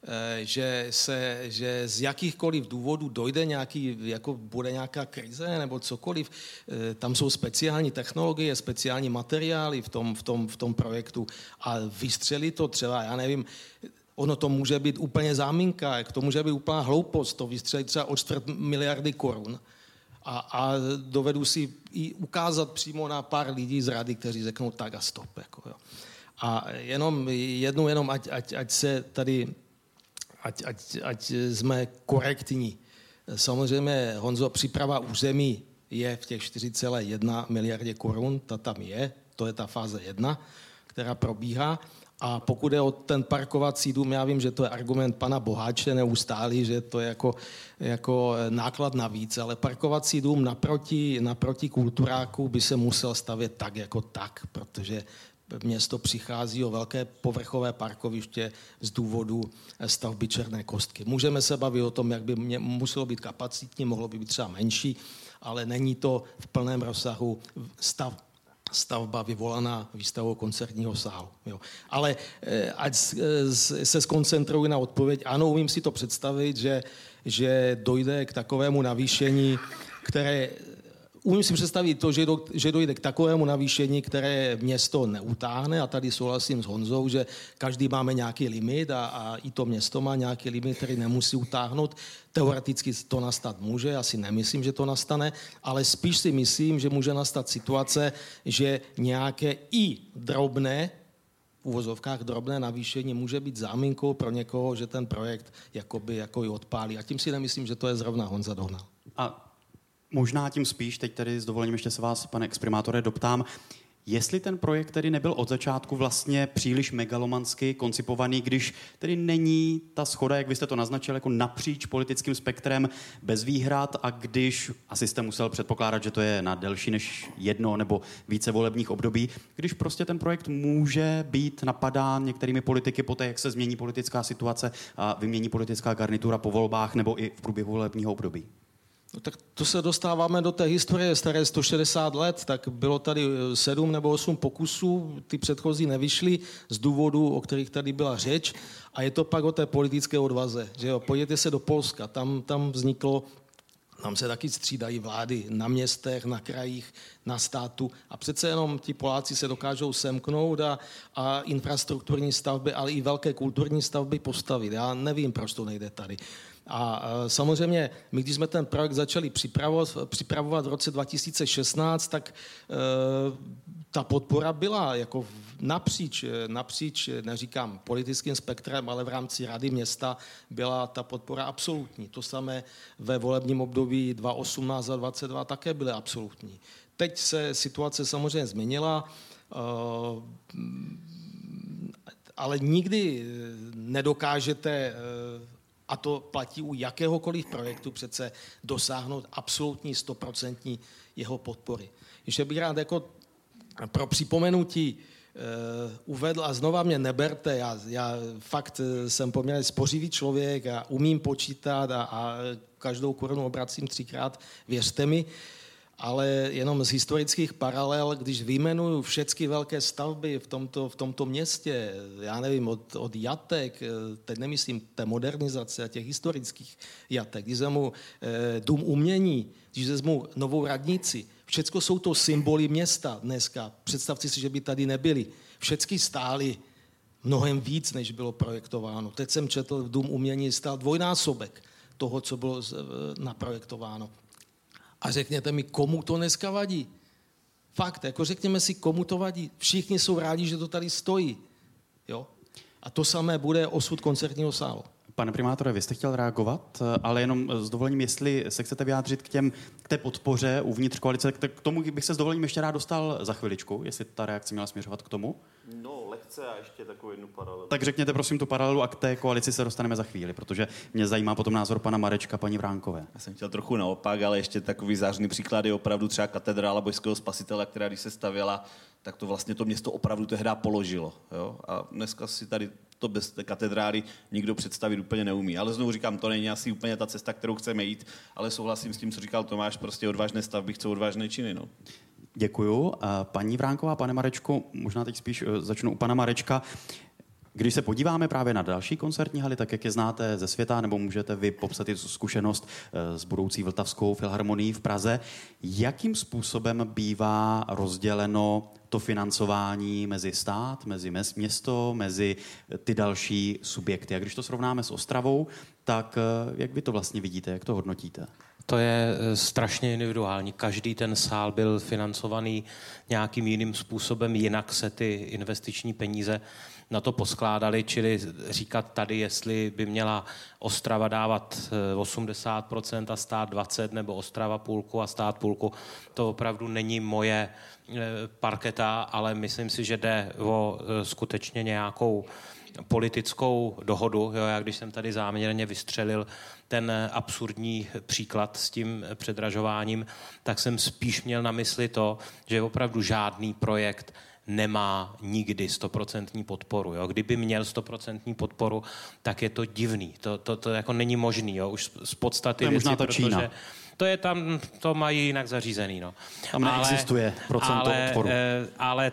že z jakýchkoliv důvodů dojde bude nějaká krize nebo cokoliv, tam jsou speciální technologie, speciální materiály v tom projektu a vystřelí to třeba, já nevím, ono to může být úplně záminka, to může být úplná hloupost, to vystřelit třeba o 4 miliardy korun. A dovedu si i ukázat přímo na pár lidí z rady, kteří řeknou tak a stop. Jako, jo. A jenom ať se tady, ať jsme korektní. Samozřejmě, Honzo, příprava území je v těch 4,1 miliardě korun, ta tam je, to je ta fáze 1, která probíhá. A pokud je o ten parkovací dům, já vím, že to je argument pana Boháče neustálý, že to je jako náklad navíc, ale parkovací dům naproti kulturáku by se musel stavět tak jako tak, protože město přichází o velké povrchové parkoviště z důvodu stavby Černé kostky. Můžeme se bavit o tom, jak by muselo být kapacitní, mohlo by být třeba menší, ale není to v plném rozsahu stavba vyvolaná výstavou koncertního sálu. Jo. Ale ať se zkoncentruji na odpověď. Ano, umím si to představit, že dojde k takovému navýšení, které... Umím si představit to, že dojde k takovému navýšení, které město neutáhne, a tady souhlasím s Honzou, že každý máme nějaký limit a i to město má nějaký limit, který nemusí utáhnout. Teoreticky to nastat může, já si nemyslím, že to nastane, ale spíš si myslím, že může nastat situace, že nějaké i drobné, v uvozovkách drobné navýšení může být záminkou pro někoho, že ten projekt jako i odpálí. A tím si nemyslím, že to je zrovna Honza Dohnal. A možná tím spíš, teď tedy s dovolením ještě se vás, pane exprimátore, doptám, jestli ten projekt tedy nebyl od začátku vlastně příliš megalomansky koncipovaný, když tedy není ta shoda, jak vy jste to naznačil, jako napříč politickým spektrem bez výhrad, a když, asi jste musel předpokládat, že to je na delší než jedno nebo více volebních období, když prostě ten projekt může být napadán některými politiky poté, jak se změní politická situace a vymění politická garnitura po volbách nebo i v průběhu volebního období. No tak to se dostáváme do té historie staré 160 let, tak bylo tady 7 nebo 8 pokusů, ty předchozí nevyšly z důvodů, o kterých tady byla řeč, a je to pak o té politické odvaze. Že jo? Pojďte se do Polska, tam vzniklo, tam se taky střídají vlády na městech, na krajích, na státu, a přece jenom ti Poláci se dokážou semknout a infrastrukturní stavby, ale i velké kulturní stavby postavit. Já nevím, proč to nejde tady. A samozřejmě, my když jsme ten projekt začali připravovat v roce 2016, tak ta podpora byla jako napříč, neříkám politickým spektrem, ale v rámci Rady města byla ta podpora absolutní. To samé ve volebním období 2018 a 2022 také byly absolutní. Teď se situace samozřejmě změnila, ale nikdy nedokážete, a to platí u jakéhokoliv projektu, přece dosáhnout absolutní 100% jeho podpory. Ještě bych rád jako pro připomenutí uvedl, a znova mě neberte, já fakt jsem poměrně spořivý člověk a umím počítat a každou korunu obracím 3krát, věřte mi, ale jenom z historických paralel, když vyjmenuju všechny velké stavby v tomto městě, já nevím, od jatek, teď nemyslím té modernizace a těch historických jatek, když vezmu dům umění, když vezmu novou radnici, všecko jsou to symboly města dneska. Představte si, že by tady nebyly. Všechny stály mnohem víc, než bylo projektováno. Teď jsem četl, v dům umění stál dvojnásobek toho, co bylo naprojektováno. A řekněte mi, komu to dneska vadí? Fakt, jako řekněme si, komu to vadí. Všichni jsou rádi, že to tady stojí. Jo? A to samé bude osud koncertního sálu. Pane primátore, vy jste chtěl reagovat, ale jenom s dovolením, jestli se chcete vyjádřit k té podpoře uvnitř koalice, k tomu bych se s dovolením ještě rád dostal za chviličku, jestli ta reakce měla směřovat k tomu. No, lehce a ještě takovou jednu paralelu. Tak řekněte prosím tu paralelu a k té koalici se dostaneme za chvíli, protože mě zajímá potom názor pana Marečka, paní Vránkové. Já jsem chtěl trochu naopak, ale ještě takový zářný příklad je opravdu třeba katedrála Božského spasitele, která když se stavěla, tak to vlastně to město opravdu tehdy položilo. Jo? A dneska si tady to bez té katedrály nikdo představit úplně neumí. Ale znovu říkám, to není asi úplně ta cesta, kterou chceme jít, ale souhlasím s tím, co říkal Tomáš, prostě odvážné stavby chcou odvážné činy. No. Děkuju. Paní Vránková, pane Marečku, možná teď spíš začnu u pana Marečka. Když se podíváme právě na další koncertní haly, tak jak je znáte ze světa, nebo můžete vy popsat i zkušenost s budoucí Vltavskou filharmonií v Praze, jakým způsobem bývá rozděleno to financování mezi stát, mezi město, mezi ty další subjekty? A když to srovnáme s Ostravou, tak jak vy to vlastně vidíte, jak to hodnotíte? To je strašně individuální. Každý ten sál byl financovaný nějakým jiným způsobem, jinak se ty investiční peníze na to poskládaly, čili říkat tady, jestli by měla Ostrava dávat 80% a stát 20%, nebo Ostrava půlku a stát půlku, to opravdu není moje parketa, ale myslím si, že jde o skutečně nějakou politickou dohodu. Jo, já když jsem tady záměrně vystřelil ten absurdní příklad s tím předražováním, tak jsem spíš měl na mysli to, že opravdu žádný projekt nemá nikdy 100% podporu. Jo. Kdyby měl 100% podporu, tak je to divný. To jako není možný. Jo. Už z podstaty věci, možná ta Čína. protože to je tam, to mají jinak zařízený. No. Tam neexistuje procento odporu. Ale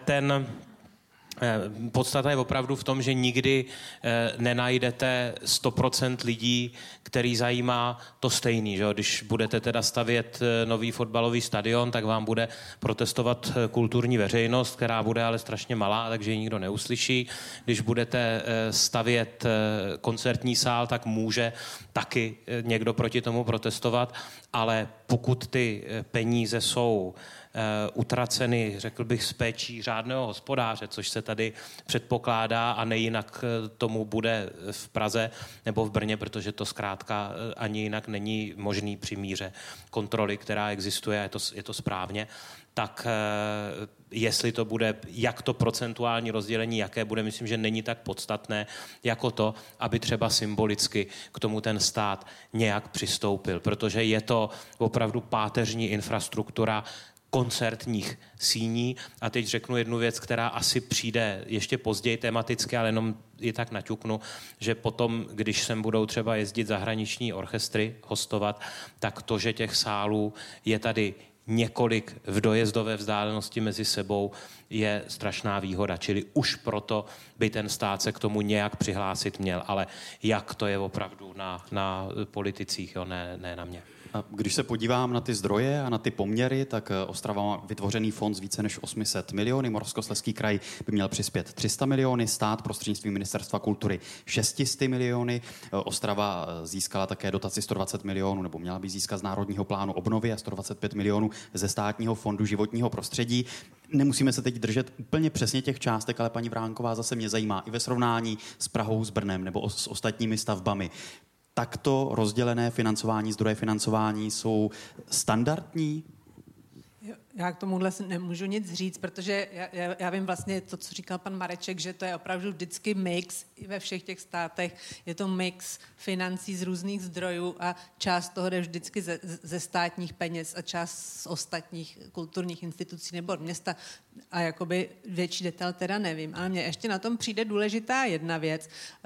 podstata je opravdu v tom, že nikdy nenajdete 100% lidí, který zajímá to stejný. Že? Když budete teda stavět nový fotbalový stadion, tak vám bude protestovat kulturní veřejnost, která bude ale strašně malá, takže ji nikdo neuslyší. Když budete stavět koncertní sál, tak může taky někdo proti tomu protestovat, ale pokud ty peníze jsou utraceny, řekl bych, s péčí řádného hospodáře, což se tady předpokládá a nejinak tomu bude v Praze nebo v Brně, protože to zkrátka ani jinak není možný při míře kontroly, která existuje, je to správně, tak jestli to bude, jak to procentuální rozdělení, jaké bude, myslím, že není tak podstatné, jako to, aby třeba symbolicky k tomu ten stát nějak přistoupil, protože je to opravdu páteřní infrastruktura koncertních síní. A teď řeknu jednu věc, která asi přijde ještě později tematicky, ale jenom je tak naťuknu, že potom, když sem budou třeba jezdit zahraniční orchestry hostovat, tak to, že těch sálů je tady několik v dojezdové vzdálenosti mezi sebou, je strašná výhoda. Čili už proto by ten stát se k tomu nějak přihlásit měl. Ale jak, to je opravdu na politicích, jo, ne na mě. A když se podívám na ty zdroje a na ty poměry, tak Ostrava má vytvořený fond z více než 800 miliony, Moravskoslezský kraj by měl přispět 300 miliony, stát prostřednictvím Ministerstva kultury 600 miliony, Ostrava získala také dotaci 120 milionů, nebo měla by získat z Národního plánu obnovy a 125 milionů ze státního fondu životního prostředí. Nemusíme se teď držet úplně přesně těch částek, ale paní Vránková, zase mě zajímá i ve srovnání s Prahou, s Brnem nebo s ostatními stavbami. Takto rozdělené financování, zdroje financování jsou standardní? Já k tomuhle nemůžu nic říct, protože já vím vlastně to, co říkal pan Mareček, že to je opravdu vždycky mix ve všech těch státech. Je to mix financí z různých zdrojů a část toho jde vždycky ze státních peněz a část z ostatních kulturních institucí nebo města. A jakoby větší detail teda nevím. Ale mně ještě na tom přijde důležitá jedna věc.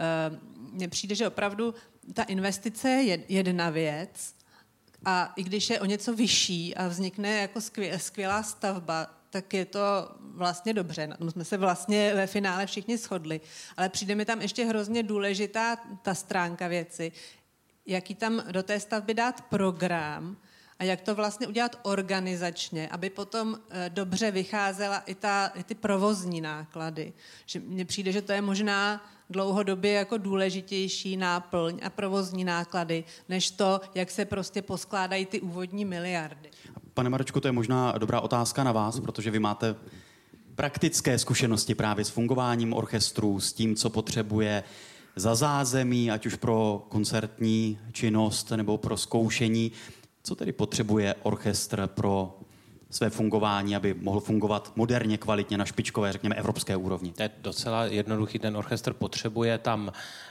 Mně přijde, že opravdu ta investice je jedna věc, a i když je o něco vyšší a vznikne jako skvělá stavba, tak je to vlastně dobře. Na tom jsme se vlastně ve finále všichni shodli. Ale přijde mi tam ještě hrozně důležitá ta stránka věci, jaký tam do té stavby dát program a jak to vlastně udělat organizačně, aby potom dobře vycházela i ty provozní náklady. Že mně přijde, že to je možná dlouhodobě jako důležitější náplň a provozní náklady, než to, jak se prostě poskládají ty úvodní miliardy. Pane Marečku, to je možná dobrá otázka na vás, protože vy máte praktické zkušenosti právě s fungováním orchestru, s tím, co potřebuje za zázemí, ať už pro koncertní činnost nebo pro zkoušení. Co tedy potřebuje orchestr pro své fungování, aby mohl fungovat moderně, kvalitně na špičkové, řekněme, evropské úrovni? To je docela jednoduchý. Ten orchestr potřebuje tam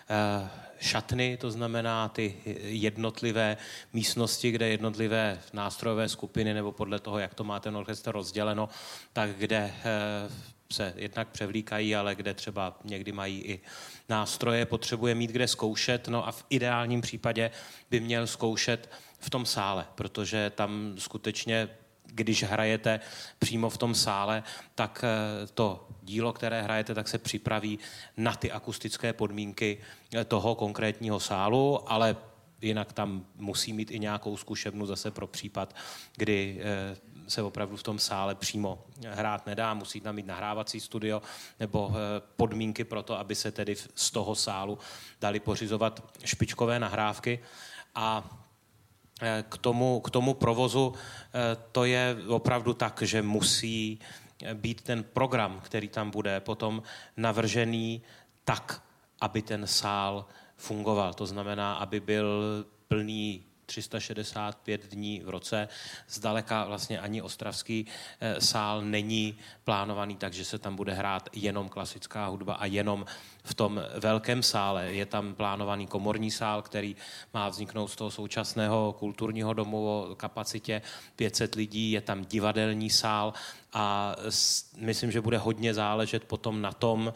šatny, to znamená ty jednotlivé místnosti, kde jednotlivé nástrojové skupiny, nebo podle toho, jak to má ten orchestr rozděleno, tak kde se jednak převlíkají, ale kde třeba někdy mají i nástroje, potřebuje mít kde zkoušet, no a v ideálním případě by měl zkoušet v tom sále, protože tam skutečně, když hrajete přímo v tom sále, tak to dílo, které hrajete, tak se připraví na ty akustické podmínky toho konkrétního sálu, ale jinak tam musí mít i nějakou zkušebnu zase pro případ, kdy se opravdu v tom sále přímo hrát nedá, musí tam mít nahrávací studio nebo podmínky pro to, aby se tedy z toho sálu dali pořizovat špičkové nahrávky. A K tomu provozu to je opravdu tak, že musí být ten program, který tam bude, potom navržený tak, aby ten sál fungoval. To znamená, aby byl plný 365 dní v roce. Zdaleka vlastně ani ostravský sál není plánovaný tak, že se tam bude hrát jenom klasická hudba a jenom v tom velkém sále. Je tam plánovaný komorní sál, který má vzniknout z toho současného kulturního domu o kapacitě 500 lidí. Je tam divadelní sál a myslím, že bude hodně záležet potom na tom,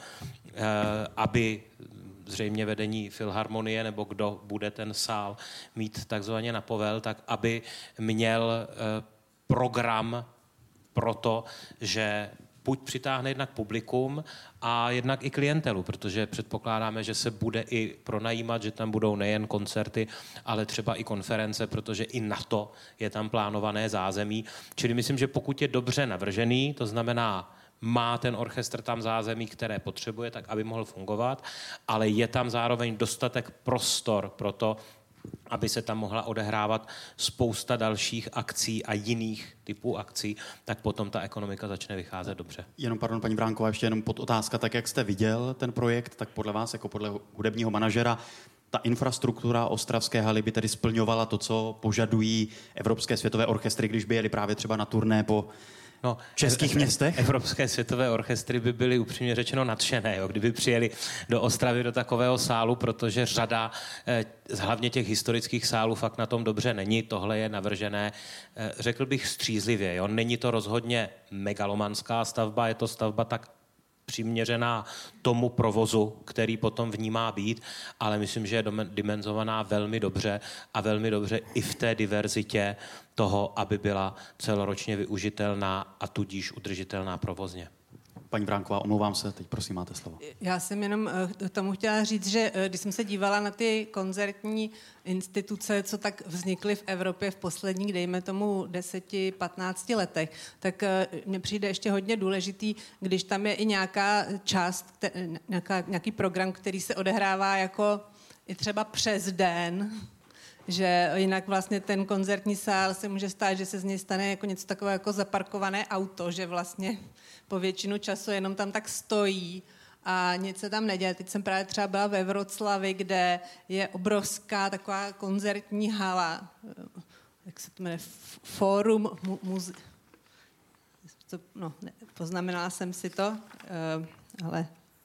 aby zřejmě vedení Filharmonie, nebo kdo bude ten sál mít takzvaně na povel, tak aby měl program pro to, že buď přitáhne jednak publikum a jednak i klientelu, protože předpokládáme, že se bude i pronajímat, že tam budou nejen koncerty, ale třeba i konference, protože i na to je tam plánované zázemí. Čili myslím, že pokud je dobře navržený, to znamená, má ten orchestr tam zázemí, které potřebuje, tak aby mohl fungovat, ale je tam zároveň dostatek prostor pro to, aby se tam mohla odehrávat spousta dalších akcí a jiných typů akcí, tak potom ta ekonomika začne vycházet dobře. Jenom, pardon, paní Bránková, ještě jenom podotázka, tak jak jste viděl ten projekt, tak podle vás, jako podle hudebního manažera, ta infrastruktura ostravské haly by tedy splňovala to, co požadují evropské světové orchestry, když by jeli právě třeba na turné po českých městech? Evropské světové orchestry by byly upřímně řečeno nadšené, kdyby přijeli do Ostravy do takového sálu, protože řada hlavně těch historických sálů fakt na tom dobře není. Tohle je navržené, řekl bych, střízlivě. Jo? Není to rozhodně megalomanská stavba, je to stavba tak přiměřená tomu provozu, který potom v ní má být, ale myslím, že je dimenzovaná velmi dobře a velmi dobře i v té diverzitě toho, aby byla celoročně využitelná a tudíž udržitelná provozně. Paní Bránková, omlouvám se, teď prosím, máte slovo. Já jsem jenom tomu chtěla říct, že když jsem se dívala na ty koncertní instituce, co tak vznikly v Evropě v posledních, dejme tomu 10-15 letech, tak mně přijde ještě hodně důležitý, když tam je i nějaká část, nějaký program, který se odehrává jako i třeba přes den, že jinak vlastně ten koncertní sál se může stát, že se z něj stane jako něco takového jako zaparkované auto, že vlastně po většinu času jenom tam tak stojí a nic se tam neděje. Teď jsem právě třeba byla ve Wroclawi, kde je obrovská taková koncertní hala, jak se to jmenuje, Fórum poznamenala jsem si to, ale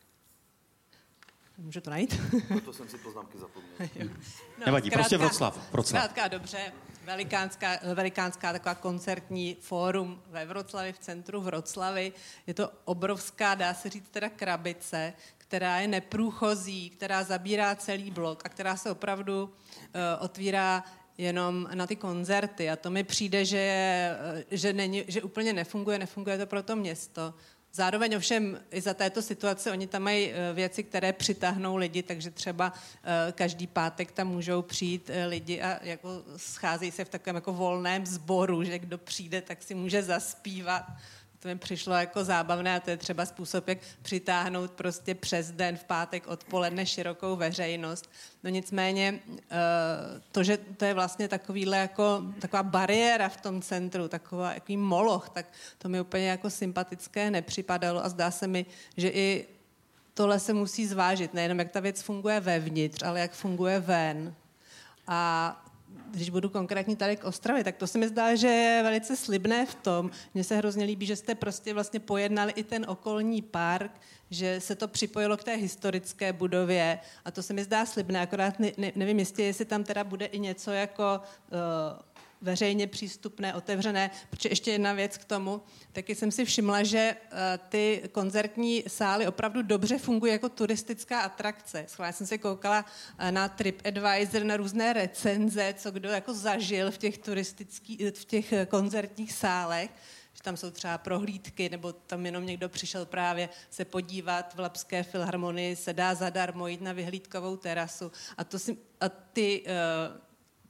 můžu to najít? To jsem si poznámky zapomněl. Nevadí, prostě Wroclaw. Zkrátka dobře, velikánská taková koncertní fórum ve Wroclawi, v centru Wroclawi. Je to obrovská, dá se říct teda krabice, která je neprůchozí, která zabírá celý blok a která se opravdu otvírá jenom na ty koncerty. A to mi přijde, že úplně nefunguje to pro to město. Zároveň ovšem i za této situace oni tam mají věci, které přitáhnou lidi, takže třeba každý pátek tam můžou přijít lidi a jako scházejí se v takovém jako volném sboru, že kdo přijde, tak si může zaspívat. To mi přišlo jako zábavné a to je třeba způsob, jak přitáhnout prostě přes den v pátek odpoledne širokou veřejnost. No nicméně to, že to je vlastně taková bariéra v tom centru, takový moloch, tak to mi úplně jako sympatické nepřipadalo a zdá se mi, že i tohle se musí zvážit, nejenom jak ta věc funguje vevnitř, ale jak funguje ven. A když budu konkrétní tady k Ostravě, tak to se mi zdá, že je velice slibné v tom. Mně se hrozně líbí, že jste prostě vlastně pojednali i ten okolní park, že se to připojilo k té historické budově a to se mi zdá slibné, akorát nevím jistě, jestli tam teda bude i něco jako veřejně přístupné, otevřené, protože ještě jedna věc k tomu, taky jsem si všimla, že ty koncertní sály opravdu dobře fungují jako turistická atrakce. Schválně jsem se koukala na TripAdvisor, na různé recenze, co kdo jako zažil v těch koncertních sálech, že tam jsou třeba prohlídky, nebo tam jenom někdo přišel právě se podívat v Lapské filharmonii, se dá zadarmo jít na vyhlídkovou terasu. A ty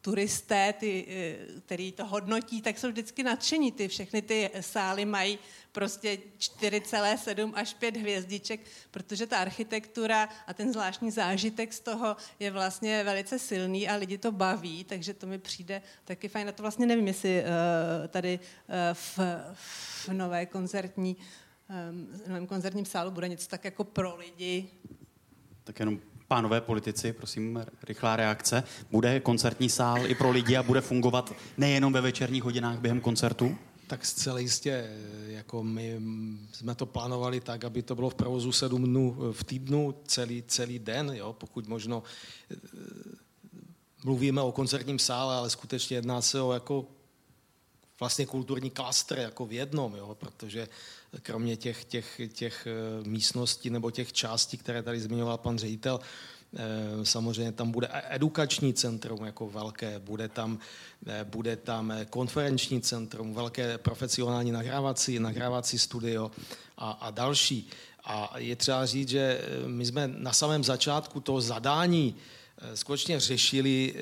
turisté, který to hodnotí, tak jsou vždycky nadšení. Všechny ty sály mají prostě 4,7 až 5 hvězdiček, protože ta architektura a ten zvláštní zážitek z toho je vlastně velice silný a lidi to baví, takže to mi přijde taky fajn. A to vlastně nevím, jestli tady v novém koncertním sálu bude něco tak jako pro lidi. Tak jenom pánové politici, prosím, rychlá reakce. Bude koncertní sál i pro lidi a bude fungovat nejenom ve večerních hodinách během koncertu? Tak zcela jistě, jako my jsme to plánovali tak, aby to bylo v provozu 7 dnů v týdnu, celý den, jo, pokud možno mluvíme o koncertním sále, ale skutečně jedná se o jako vlastně kulturní klastr jako v jednom, jo, protože kromě těch místností nebo těch částí, které tady zmiňoval pan ředitel, samozřejmě tam bude edukační centrum jako velké, bude tam konferenční centrum, velké profesionální nahrávací studio a další. A je třeba říct, že my jsme na samém začátku toho zadání skutečně řešili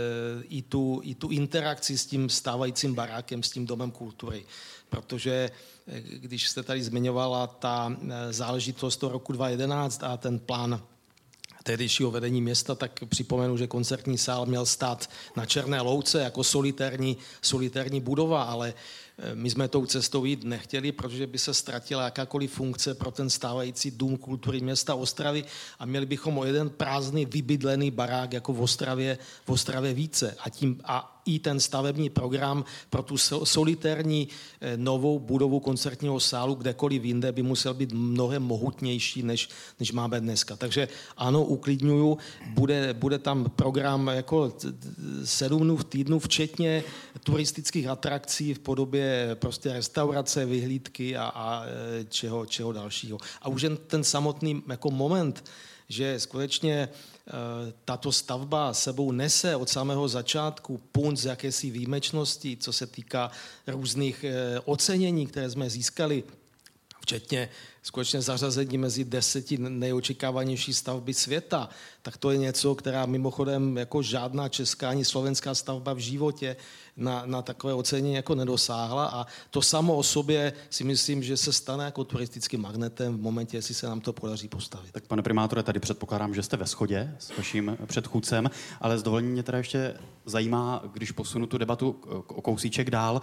i tu interakci s tím stávajícím barákem, s tím domem kultury. Protože když jste tady zmiňovala ta záležitost toho roku 2011 a ten plán tehdejšího vedení města, tak připomenu, že koncertní sál měl stát na Černé louce jako solitérní budova, ale my jsme tou cestou jít nechtěli, protože by se ztratila jakákoliv funkce pro ten stávající dům kultury města Ostravy a měli bychom o jeden prázdný, vybydlený barák jako v Ostravě více. A i ten stavební program pro tu solitérní novou budovu koncertního sálu kdekoliv jinde by musel být mnohem mohutnější, než máme dneska. Takže ano, uklidňuju, bude tam program jako 7 dnů v týdnu, včetně turistických atrakcí v podobě prostě restaurace, vyhlídky a čeho dalšího. A už jen ten samotný jako moment, že skutečně tato stavba sebou nese od samého začátku punc jakési výjimečnosti, co se týká různých ocenění, které jsme získali, včetně skutečně zařazení mezi 10 nejočekávanější stavby světa, tak to je něco, která mimochodem jako žádná česká ani slovenská stavba v životě na takové ocenění jako nedosáhla a to samo o sobě si myslím, že se stane jako turistickým magnetem v momentě, jestli se nám to podaří postavit. Tak pane primátore, tady předpokládám, že jste ve shodě s vaším předchůdcem, ale s dovolením mě teda ještě zajímá, když posunu tu debatu o kousíček dál,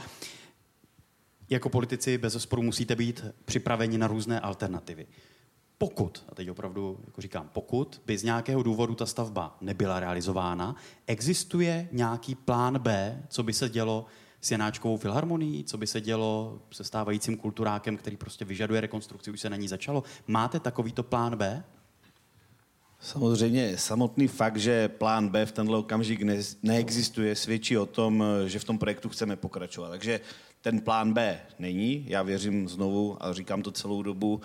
jako politici bezesporu musíte být připraveni na různé alternativy. Pokud, a teď opravdu jako říkám, pokud by z nějakého důvodu ta stavba nebyla realizována, existuje nějaký plán B, co by se dělo s Janáčkovou filharmonií, co by se dělo se stávajícím kulturákem, který prostě vyžaduje rekonstrukci, už se na ní začalo. Máte takovýto plán B? Samozřejmě samotný fakt, že plán B v tenhle okamžik neexistuje, svědčí o tom, že v tom projektu chceme pokračovat. Takže ten plán B není. Já věřím znovu, a říkám to celou dobu,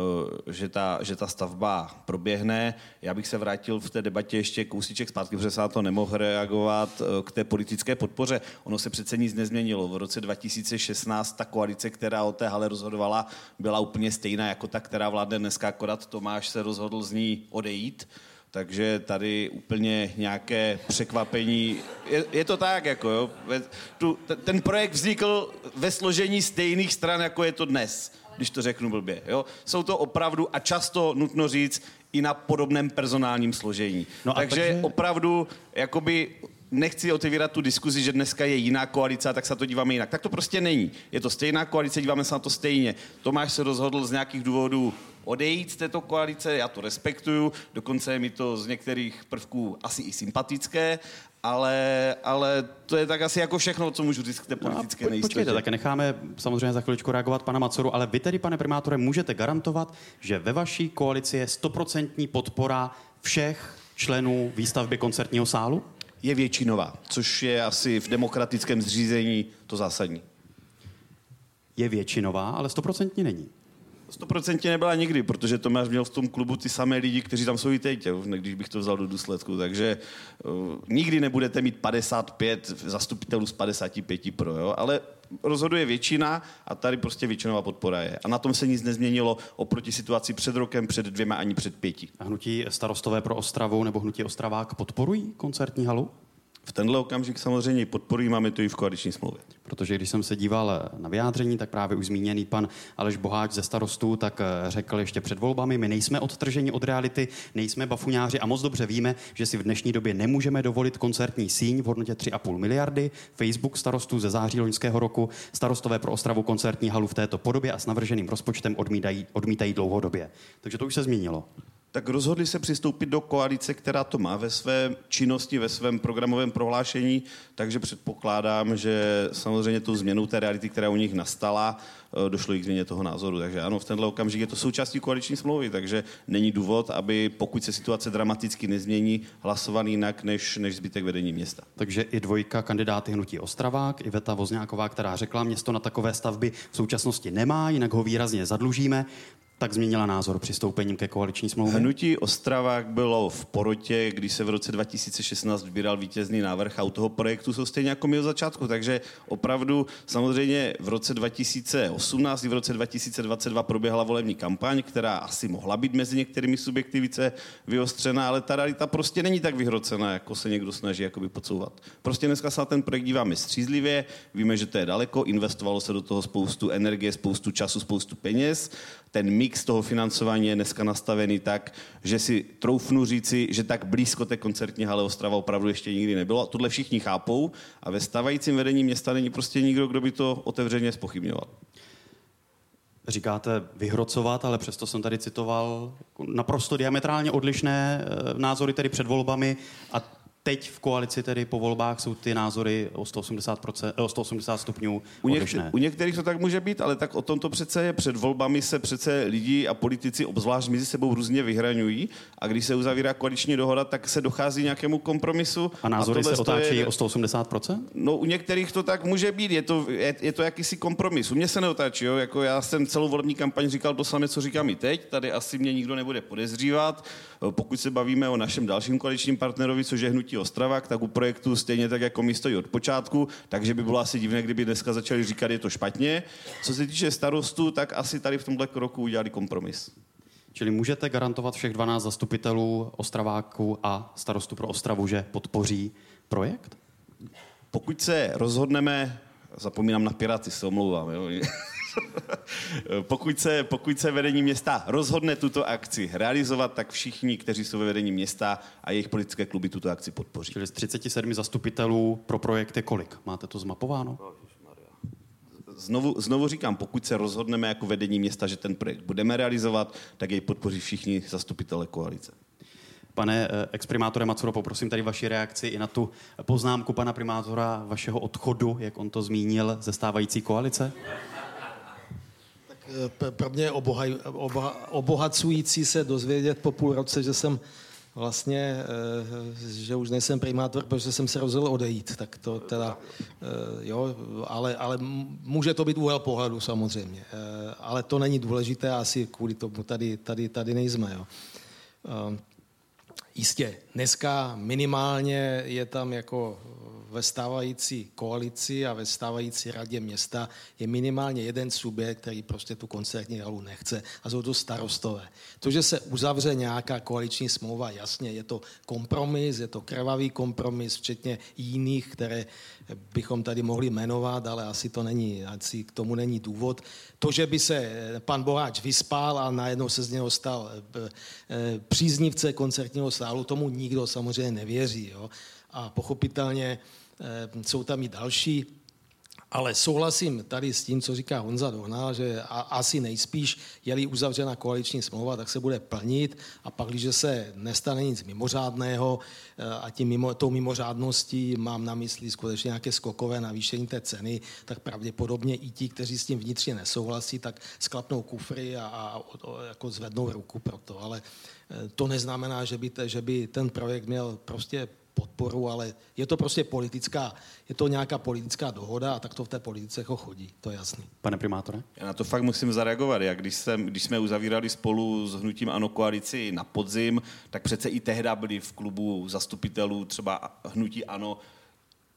že ta stavba proběhne. Já bych se vrátil v té debatě ještě kousíček zpátky, protože se na to nemohl reagovat k té politické podpoře. Ono se přece nic nezměnilo. V roce 2016 ta koalice, která o té hale rozhodovala, byla úplně stejná jako ta, která vládne dneska, akorát Tomáš se rozhodl z ní odejít. Takže tady úplně nějaké překvapení. Je to tak, jako jo. Ten projekt vznikl ve složení stejných stran, jako je to dnes, když to řeknu blbě. Jo. Jsou to opravdu a často, nutno říct, i na podobném personálním složení. No takže opravdu, jakoby nechci otevírat tu diskuzi, že dneska je jiná koalice a tak se to díváme jinak. Tak to prostě není. Je to stejná koalice, díváme se na to stejně. Tomáš se rozhodl z nějakých důvodů odejít z této koalice, já to respektuju, dokonce je mi to z některých prvků asi i sympatické, ale to je tak asi jako všechno, co můžu říct k té politické nejistotě. Počkejte, tak necháme samozřejmě za chviličku reagovat pana Macoru, ale vy tedy, pane primátore, můžete garantovat, že ve vaší koalici je 100% podpora všech členů výstavby koncertního sálu? Je většinová, což je asi v demokratickém zřízení to zásadní. Je většinová, ale 100% není. 100% nebyla nikdy, protože Tomáš měl v tom klubu ty samé lidi, kteří tam jsou i teď, když bych to vzal do důsledku. Takže nikdy nebudete mít 55 zastupitelů z 55 pro, jo? Ale rozhoduje většina a tady prostě většinová podpora je. A na tom se nic nezměnilo oproti situaci před rokem, před 2 ani před 5. A hnutí Starostové pro Ostravu nebo hnutí Ostravák podporují koncertní halu? v tenhle okamžik samozřejmě podporují, máme to i v koaliční smlouvě. Protože když jsem se díval na vyjádření, tak právě už zmíněný pan Aleš Boháč ze Starostů tak řekl ještě před volbami, my nejsme odtrženi od reality, nejsme bafuňáři a moc dobře víme, že si v dnešní době nemůžeme dovolit koncertní síň v hodnotě 3,5 miliardy. Facebook Starostů ze září loňského roku, Starostové pro Ostravu koncertní halu v této podobě a s navrženým rozpočtem odmítají dlouhodobě. Takže to už se změnilo. Tak rozhodli se přistoupit do koalice, která to má ve své činnosti, ve svém programovém prohlášení, takže předpokládám, že samozřejmě tou změnou té reality, která u nich nastala, došlo i k změně toho názoru. Takže ano, v tenhle okamžik je to součástí koaliční smlouvy, takže není důvod, aby pokud se situace dramaticky nezmění, hlasoval jinak než zbytek vedení města. Takže i dvojka kandidáty hnutí Ostravák, Iveta Vozňáková, která řekla, město na takové stavby v současnosti nemá, jinak ho výrazně zadlužíme, tak změnila názor přistoupením ke koaliční smlouvě. Hnutí Ostravák bylo v porotě, když se v roce 2016 vybíral vítězný návrh a u toho projektu jsou stejně jako my od začátku, takže opravdu samozřejmě v roce 2018 i v roce 2022 proběhla volební kampaň, která asi mohla být mezi některými subjekty více vyostřená, ale ta realita prostě není tak vyhrocená, jako se někdo snaží jakoby podsouvat. Prostě dneska se na ten projekt díváme střízlivě, víme, že to je daleko, investovalo se do toho spoustu energie, spoustu času, spoustu peněz. Ten mix toho financování je dneska nastavený tak, že si troufnu říci, že tak blízko té koncertní hale Ostrava opravdu ještě nikdy nebylo. Tohle všichni chápou a ve stávajícím vedení města není prostě nikdo, kdo by to otevřeně zpochybňoval. Říkáte vyhrocovat, ale přesto jsem tady citoval naprosto diametrálně odlišné názory tedy před volbami a teď v koalici tedy po volbách jsou ty názory o 180 stupňů odlišné. U některých to tak může být, ale tak o tom to přece je. Před volbami se přece lidi a politici obzvlášť mezi sebou různě vyhraňují a když se uzavírá koaliční dohoda, tak se dochází nějakému kompromisu. A názory se otáčí o 180%? No u některých to tak může být, je to jakýsi kompromis. U mě se neotáčí, jo? Jako já jsem celou volební kampaň říkal to samé, co říkám i teď. Tady asi mě nikdo nebude podezřívat. Pokud se bavíme o našem dalším koaličním partnerovi, což je hnutí Ostravák, tak u projektu stejně tak jako my stojí od počátku, takže by bylo asi divné, kdyby dneska začali říkat, je to špatně. Co se týče Starostů, tak asi tady v tomhle kroku udělali kompromis. Čili můžete garantovat všech 12 zastupitelů Ostraváků a Starostů pro Ostravu, že podpoří projekt? Pokud se rozhodneme, zapomínám na Piráty, se omlouvám, jo? Pokud se vedení města rozhodne tuto akci realizovat, tak všichni, kteří jsou ve vedení města a jejich politické kluby tuto akci podpoří. Čili z 37 zastupitelů pro projekt je kolik? Máte to zmapováno? Znovu říkám, pokud se rozhodneme jako vedení města, že ten projekt budeme realizovat, tak jej podpoří všichni zastupitelé koalice. Pane exprimátorem Macuro, poprosím tady vaši reakci i na tu poznámku pana primátora vašeho odchodu, jak on to zmínil, ze stávající koalice. Pro mě je obohacující se dozvědět po půl roce, že jsem vlastně, že už nejsem primátor, protože jsem se rozhodl odejít. Tak to teda, jo, ale může to být úhel pohledu samozřejmě. Ale to není důležité, asi kvůli tomu tady nejsme. Jo. Jistě, dneska minimálně je tam jako ve stávající koalici a ve stávající radě města je minimálně jeden subjekt, který prostě tu koncertní halu nechce a jsou to Starostové. To, že se uzavře nějaká koaliční smlouva, jasně, je to kompromis, je to krvavý kompromis, včetně jiných, které bychom tady mohli jmenovat, ale asi k tomu není důvod. To, že by se pan Boháč vyspál a najednou se z něho stal příznivce koncertního sálu, tomu nikdo samozřejmě nevěří. Jo? A pochopitelně jsou tam i další, ale souhlasím tady s tím, co říká Honza Dohnal, že asi nejspíš, je-li uzavřena koaliční smlouva, tak se bude plnit a pak, když se nestane nic mimořádného a tou mimořádností mám na mysli skutečně nějaké skokové navýšení té ceny, tak pravděpodobně i ti, kteří s tím vnitřně nesouhlasí, tak sklapnou kufry a jako zvednou ruku pro to. Ale to neznamená, že by ten projekt měl prostě podporu, ale je to prostě nějaká politická dohoda a tak to v té politice jako chodí, to je jasný. Pane primátore? Já na to fakt musím zareagovat. Když jsme uzavírali spolu s hnutím ANO koalici na podzim, tak přece i tehda byli v klubu zastupitelů třeba hnutí ANO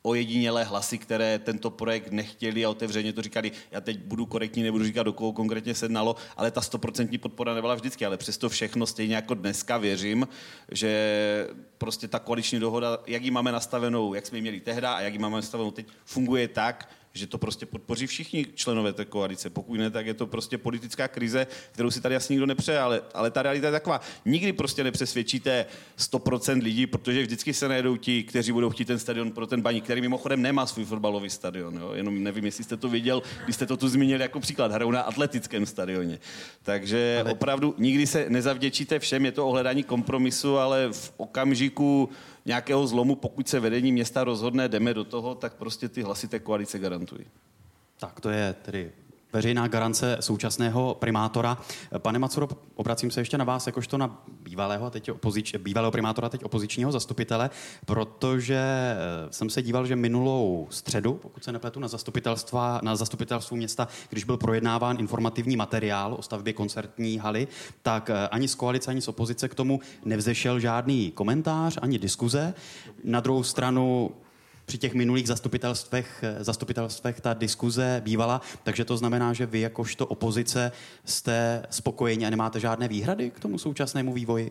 ojedinělé hlasy, které tento projekt nechtěli a otevřeně to říkali. Já teď budu korektní, nebudu říkat, do koho konkrétně se jednalo, ale ta 100% podpora nebyla vždycky, ale přesto všechno stejně jako dneska věřím, že prostě ta koaliční dohoda, jak ji máme nastavenou, jak jsme ji měli tehda a jak ji máme nastavenou teď, funguje tak, že to prostě podpoří všichni členové té koalice. Pokud ne, tak je to prostě politická krize, kterou si tady asi nikdo nepřeje, ale ta realita je taková. Nikdy prostě nepřesvědčíte 100% lidí, protože vždycky se najedou ti, kteří budou chtít ten stadion pro ten Baník, který mimochodem nemá svůj fotbalový stadion. Jo? Jenom nevím, jestli jste to viděl, když jste to tu zmínili jako příklad, hrajou na atletickém stadioně. Takže opravdu nikdy se nezavděčíte všem, je to o hledání kompromisu, ale v okamžiku nějakého zlomu, pokud se vedení města rozhodne, jdeme do toho, tak prostě ty hlasy té koalice garantují. Tak to je tedy veřejná garance současného primátora. Pane Macuro, obracím se ještě na vás, jakožto na bývalého primátora, teď opozičního zastupitele, protože jsem se díval, že minulou středu, pokud se nepletu, na zastupitelstvu města, když byl projednáván informativní materiál o stavbě koncertní haly, tak ani z koalice, ani z opozice k tomu nevzešel žádný komentář, ani diskuze. Na druhou stranu při těch minulých zastupitelstvech ta diskuze bývala, takže to znamená, že vy jakožto opozice jste spokojeni a nemáte žádné výhrady k tomu současnému vývoji?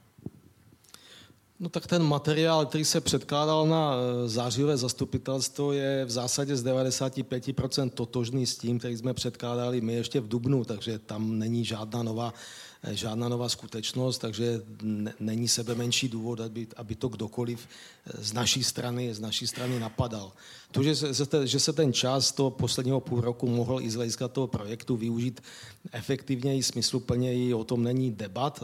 No tak ten materiál, který se předkládal na zářijové zastupitelstvo, je v zásadě z 95% totožný s tím, který jsme předkládali my ještě v dubnu, takže tam není žádná nová skutečnost, takže není sebe menší důvod, aby to kdokoliv z naší strany napadal. To, že se ten čas toho posledního půl roku mohl i z hlediska toho projektu využít efektivněji, smysluplněji, o tom není debat,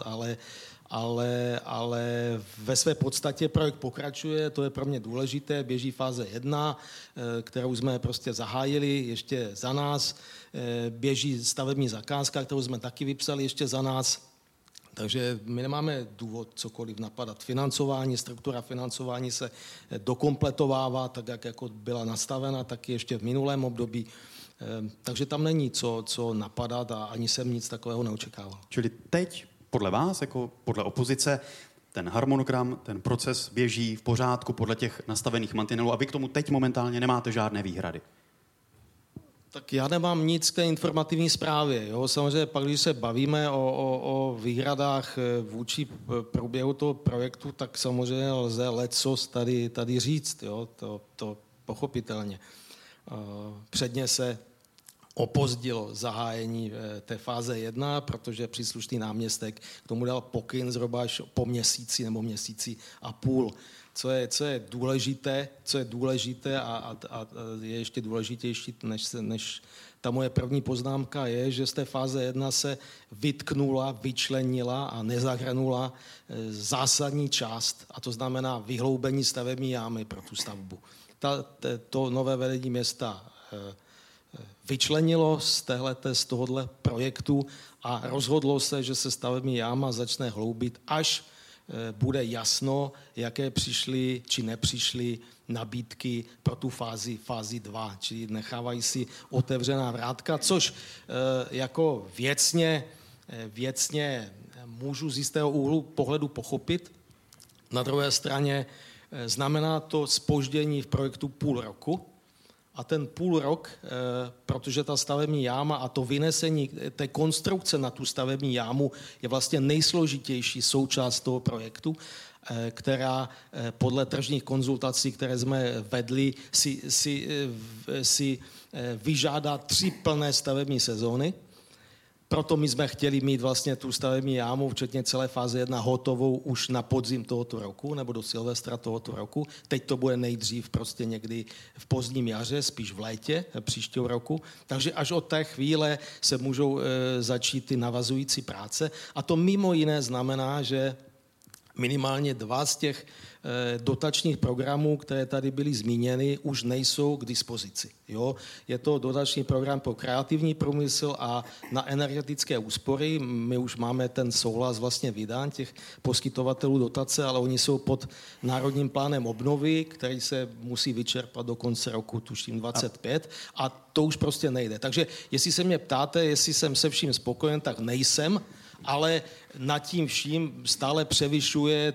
ale ve své podstatě projekt pokračuje, to je pro mě důležité, běží fáze 1, kterou jsme prostě zahájili ještě za nás, běží stavební zakázka, kterou jsme taky vypsali ještě za nás, takže my nemáme důvod cokoliv napadat. Struktura financování se dokompletovává, tak jak jako byla nastavena, tak ještě v minulém období, takže tam není co napadat a ani jsem nic takového neočekával. Čili teď podle vás, jako podle opozice, ten harmonogram, ten proces běží v pořádku podle těch nastavených mantinelů a vy k tomu teď momentálně nemáte žádné výhrady? Tak já nemám nic k té informativní zprávě. Jo? Samozřejmě pak, když se bavíme o výhradách vůči průběhu toho projektu, tak samozřejmě lze lecos tady říct. Jo? To pochopitelně. Předně se opozdilo zahájení té fáze 1, protože příslušný náměstek k tomu dal pokyn zhruba až po měsíci nebo měsíci a půl. Co je důležité a je ještě důležitější než ta moje první poznámka je, že z té fáze 1 se vytknula, vyčlenila a nezahrnula zásadní část, a to znamená vyhloubení stavební jámy pro tu stavbu. To nové vedení města vyčlenilo z tohohle projektu a rozhodlo se, že se stavební jáma začne hloubit, až bude jasno, jaké přišly či nepřišly nabídky pro tu fázi 2, čili nechávají si otevřená vrátka, což jako věcně můžu z jistého úhlu pohledu pochopit. Na druhé straně znamená to zpoždění v projektu půl roku, a ten půl rok, protože ta stavební jáma a to vynesení té konstrukce na tu stavební jámu je vlastně nejsložitější součást toho projektu, která podle tržních konzultací, které jsme vedli, si vyžádá 3 plné stavební sezóny. Proto my jsme chtěli mít vlastně tu stavební jámu, včetně celé fáze 1, hotovou už na podzim tohoto roku, nebo do Silvestra tohoto roku. Teď to bude nejdřív prostě někdy v pozdním jaře, spíš v létě příštího roku. Takže až od té chvíle se můžou začít ty navazující práce. A to mimo jiné znamená, že minimálně 2 z těch dotačních programů, které tady byly zmíněny, už nejsou k dispozici. Jo? Je to dotační program pro kreativní průmysl a na energetické úspory. My už máme ten souhlas vlastně vydán těch poskytovatelů dotace, ale oni jsou pod Národním plánem obnovy, který se musí vyčerpat do konce roku, tuším 25, a to už prostě nejde. Takže jestli se mě ptáte, jestli jsem se vším spokojen, tak nejsem, ale nad tím vším stále převyšuje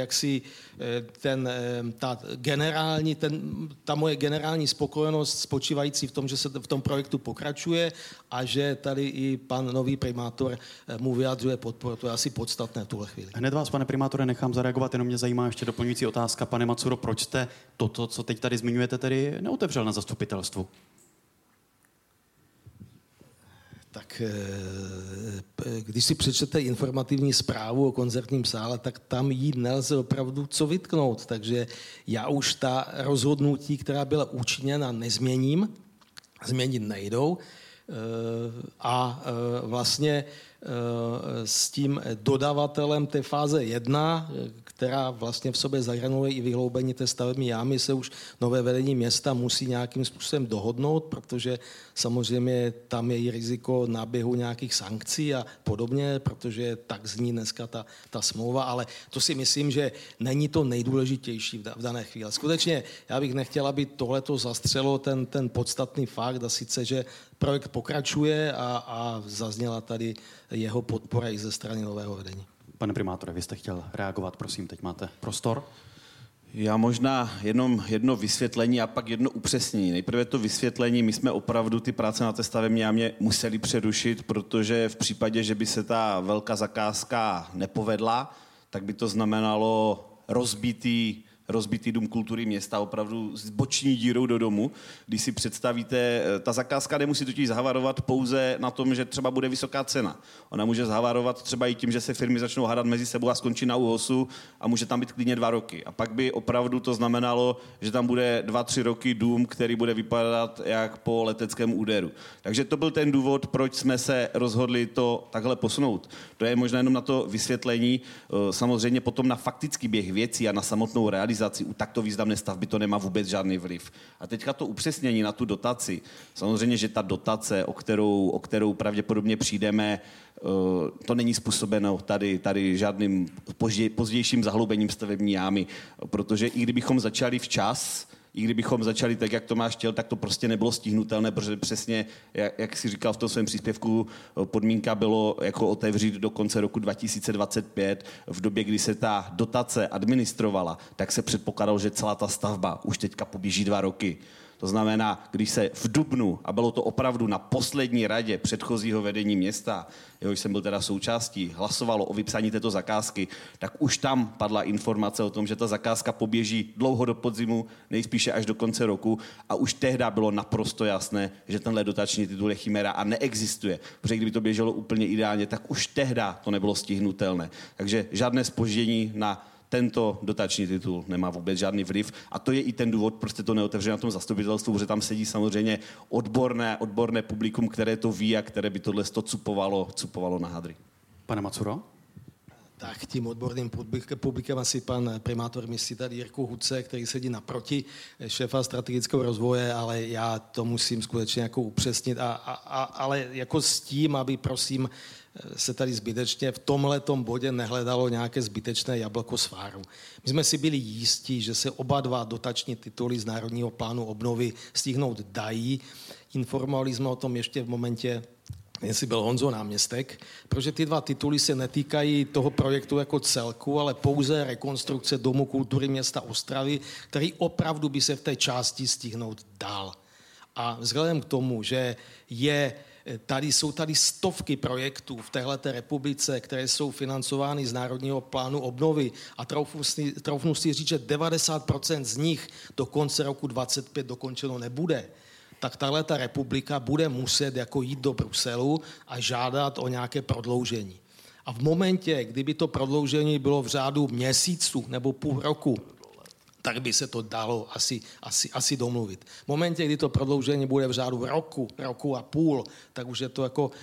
ta moje generální spokojenost spočívající v tom, že se v tom projektu pokračuje a že tady i pan nový primátor mu vyjadřuje podporu. To je asi podstatné v tuhle chvíli. Hned vás, pane primátore, nechám zareagovat, jenom mě zajímá ještě doplňující otázka. Pane Macuro, proč jste toto, co teď tady zmiňujete, tedy neotevřel na zastupitelstvu? Tak když si přečtete informativní zprávu o koncertním sále, tak tam jí nelze opravdu co vytknout. Takže já už ta rozhodnutí, která byla učiněna, nezměním, změnit nejdou a vlastně s tím dodavatelem té fáze 1, která vlastně v sobě zahrnuje i vyhloubení té stavební jámy, se už nové vedení města musí nějakým způsobem dohodnout, protože samozřejmě tam je i riziko náběhu nějakých sankcí a podobně, protože tak zní dneska ta smlouva, ale to si myslím, že není to nejdůležitější v dané chvíli. Skutečně já bych nechtěl, aby tohleto zastřelo ten podstatný fakt, a sice, že projekt pokračuje a zazněla tady jeho podpora i ze strany nového vedení. Pane primátore, vy jste chtěl reagovat, prosím, teď máte prostor. Já možná jenom jedno vysvětlení a pak jedno upřesnění. Nejprve to vysvětlení, my jsme opravdu ty práce na té stavební jámě museli přerušit, protože v případě, že by se ta velká zakázka nepovedla, tak by to znamenalo rozbitý Dům kultury města, opravdu s boční dírou do domu. Když si představíte, ta zakázka nemusí totiž zahavarovat pouze na tom, že třeba bude vysoká cena. Ona může zahavarovat třeba i tím, že se firmy začnou hádat mezi sebou a skončí na ÚOHSu a může tam být klidně 2 roky. A pak by opravdu to znamenalo, že tam bude 2-3 roky dům, který bude vypadat jak po leteckém úderu. Takže to byl ten důvod, proč jsme se rozhodli to takhle posunout. To je možná jenom na to vysvětlení. Samozřejmě potom na faktický běh věcí a na samotnou realizaci u takto významné stavby to nemá vůbec žádný vliv. A teďka to upřesnění na tu dotaci. Samozřejmě, že ta dotace, o kterou pravděpodobně přijdeme, to není způsobeno tady žádným pozdějším zahloubením stavební jámy, protože i kdybychom začali včas, i kdybychom začali tak, jak Tomáš chtěl, tak to prostě nebylo stihnutelné, protože přesně, jak si říkal v tom svém příspěvku, podmínka bylo jako otevřít do konce roku 2025. V době, kdy se ta dotace administrovala, tak se předpokládalo, že celá ta stavba už teďka poběží 2 roky. To znamená, když se v dubnu, a bylo to opravdu na poslední radě předchozího vedení města, jehož jsem byl teda součástí, hlasovalo o vypsání této zakázky, tak už tam padla informace o tom, že ta zakázka poběží dlouho do podzimu, nejspíše až do konce roku, a už tehdy bylo naprosto jasné, že tenhle dotační titul je chimera a neexistuje. Protože kdyby to běželo úplně ideálně, tak už tehdy to nebylo stihnutelné. Takže žádné zpoždění na tento dotační titul nemá vůbec žádný vliv a to je i ten důvod, proč to neotevře na tom zastupitelstvu, protože tam sedí samozřejmě odborné publikum, které to ví a které by tohle cupovalo na hadry. Pane Macuro? Tak tím odborným publikem asi pan primátor myslí tady Jirku Huce, který sedí naproti, šéfa strategického rozvoje, ale já to musím skutečně jako upřesnit, ale jako s tím, aby prosím se tady zbytečně v tomhletom bodě nehledalo nějaké zbytečné jablko sváru. My jsme si byli jistí, že se oba 2 dotační tituly z Národního plánu obnovy stihnout dají. Informovali jsme o tom ještě v momentě, jestli byl Honzo náměstek, protože ty 2 tituly se netýkají toho projektu jako celku, ale pouze rekonstrukce Domu kultury města Ostravy, který opravdu by se v té části stihnout dal. A vzhledem k tomu, že jsou tady stovky projektů v téhleté republice, které jsou financovány z Národního plánu obnovy a troufnu si říct, že 90% z nich do konce roku 2025 dokončeno nebude, tak tahleta republika bude muset jako jít do Bruselu a žádat o nějaké prodloužení. A v momentě, kdyby to prodloužení bylo v řádu měsíců nebo půl roku, tak by se to dalo asi domluvit. V momentě, kdy to prodloužení bude v řádu roku a půl, tak už je to jako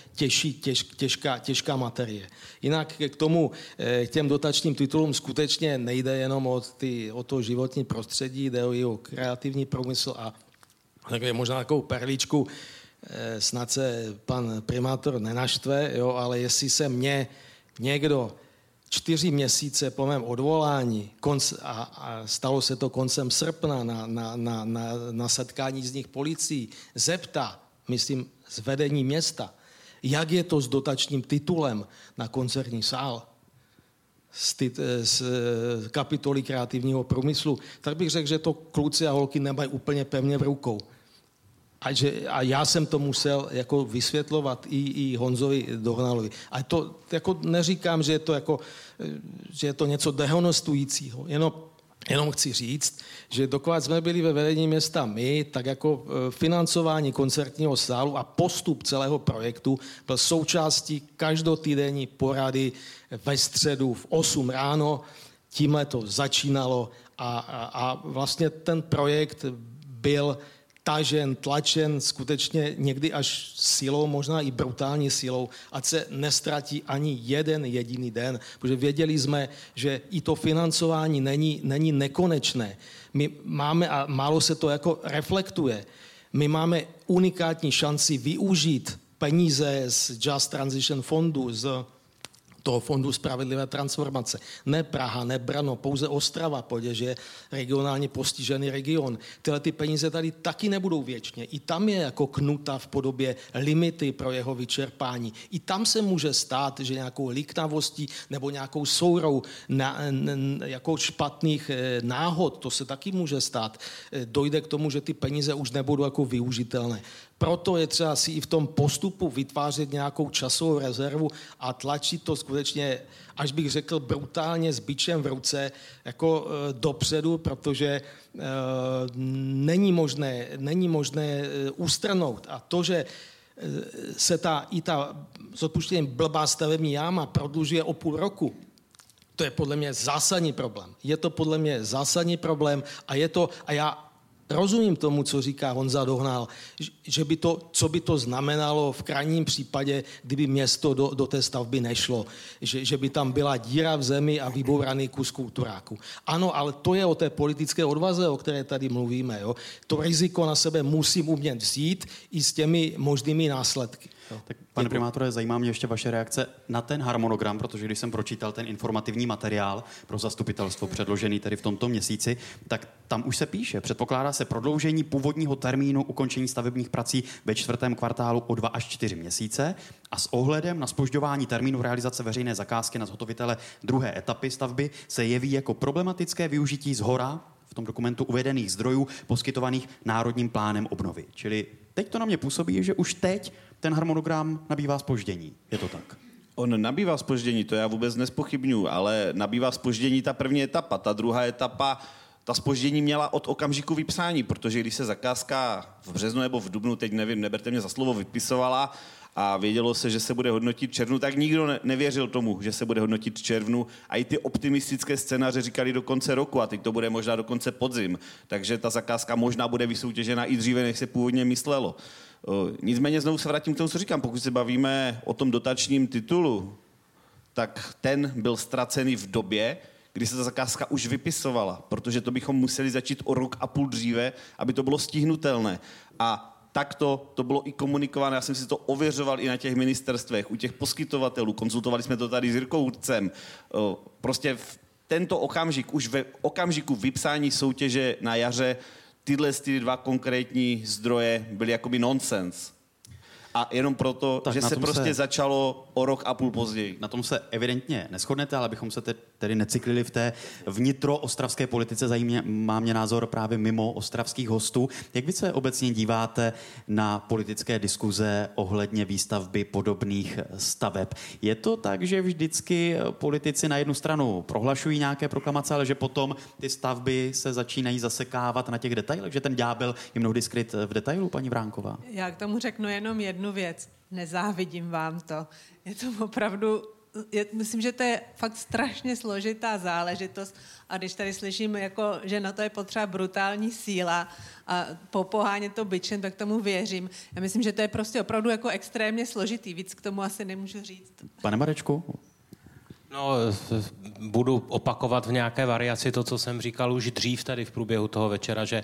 těžká materie. Jinak k těm dotačním titulům skutečně nejde jenom o to životní prostředí, jde i o kreativní průmysl a možná takovou perličku, snad se pan primátor nenaštve, jo, ale jestli se mě někdo 4 měsíce po mém odvolání a stalo se to koncem srpna na setkání z nich policií, zeptá, myslím, z vedení města, Jak je to s dotačním titulem na koncertní sál z kapitoly kreativního průmyslu, tak bych řekl, že to kluci a holky nemají úplně pevně v rukou. A já jsem to musel jako vysvětlovat i Honzovi Dohnalovi. A to jako neříkám, že je to něco dehonestujícího. Jenom chci říct, že dokud jsme byli ve vedení města my, tak jako financování koncertního sálu a postup celého projektu byl součástí každotýdenní porady ve středu v 8 ráno. Tímhle to začínalo a vlastně ten projekt byl tažen, tlačen skutečně někdy až silou, možná i brutální silou, ať se nestratí ani jeden jediný den, protože věděli jsme, že i to financování není nekonečné. My máme, a málo se to jako reflektuje, my máme unikátní šanci využít peníze z Just Transition fondu, z toho fondu spravedlivé transformace. Ne Praha, ne Brno, pouze Ostrava, že je regionálně postižený region. Tyhle ty peníze tady taky nebudou věčně. I tam je jako knuta v podobě limity pro jeho vyčerpání. I tam se může stát, že nějakou liknavostí nebo nějakou sourou jako špatných náhod, to se taky může stát, dojde k tomu, že ty peníze už nebudou jako využitelné. Proto je třeba si i v tom postupu vytvářet nějakou časovou rezervu a tlačit to skutečně, až bych řekl, brutálně s bičem v ruce jako dopředu, protože není možné ustrnout. A to, že se ta s odpuštěním blbá stavební jáma prodlužuje o půl roku, to je podle mě zásadní problém. Je to podle mě zásadní problém a já rozumím tomu, co říká Honza Dohnal, co by to znamenalo v krajním případě, kdyby město do té stavby nešlo. Že by tam byla díra v zemi a vybouraný kus kulturáku. Ano, ale to je o té politické odvaze, o které tady mluvíme. Jo? To riziko na sebe musím umět vzít i s těmi možnými následky. Tak, pane primátore, zajímá mě ještě vaše reakce na ten harmonogram, protože když jsem pročítal ten informativní materiál pro zastupitelstvo předložený tedy v tomto měsíci, tak tam už se píše, předpokládá se prodloužení původního termínu ukončení stavebních prací ve 4. kvartálu o 2 až 4 měsíce a s ohledem na zpožďování termínu realizace veřejné zakázky na zhotovitele druhé etapy stavby se jeví jako problematické využití shora v tom dokumentu uvedených zdrojů poskytovaných Národním plánem obnovy. Čili teď to na mě působí, že už teď ten harmonogram nabývá zpoždění. Je to tak? On nabývá zpoždění, to já vůbec nespochybnuju, ale nabývá zpoždění ta první etapa. Ta druhá etapa, ta zpoždění měla od okamžiku vypsání, protože když se zakázka v březnu nebo v dubnu, teď nevím, neberte mě za slovo, vypisovala a vědělo se, že se bude hodnotit v červnu, tak nikdo nevěřil tomu, že se bude hodnotit v červnu a i ty optimistické scénáře říkali do konce roku a teď to bude možná do konce podzim. Takže ta zakázka možná bude vysoutěžena i dříve, než se původně myslelo. Nicméně znovu se vrátím k tomu, co říkám. Pokud se bavíme o tom dotačním titulu, tak ten byl ztracený v době, kdy se ta zakázka už vypisovala, protože to bychom museli začít o 1,5 roku dříve, aby to bylo stihnutelné. A takto to bylo i komunikované, já jsem si to ověřoval i na těch ministerstvech, u těch poskytovatelů, konzultovali jsme to tady s Jirkou Hudcem. Prostě v tento okamžik, už ve okamžiku vypsání soutěže na jaře, tyhle dva konkrétní zdroje byly jakoby nonsens. A jenom proto, tak že se prostě začalo o 1,5 roku později. Na tom se evidentně neshodnete, ale bychom se tedy necyklili v té vnitroostravské politice. Zajímá mě názor právě mimo ostravských hostů. Jak vy se obecně díváte na politické diskuze ohledně výstavby podobných staveb? Je to tak, že vždycky politici na jednu stranu prohlašují nějaké proklamace, ale že potom ty stavby se začínají zasekávat na těch detailech, že ten ďábel je mnohdy skryt v detailu, paní Vránková? Já k tomu řeknu jenom jednu věc. Nezávidím vám to. Je to opravdu, myslím, že to je fakt strašně složitá záležitost a když tady slyším, jako, že na to je potřeba brutální síla a popohánět to bičem, tak tomu věřím. Já myslím, že to je prostě opravdu jako extrémně složitý. Víc k tomu asi nemůžu říct. Pane Marečku? No, budu opakovat v nějaké variaci to, co jsem říkal už dřív tady v průběhu toho večera, že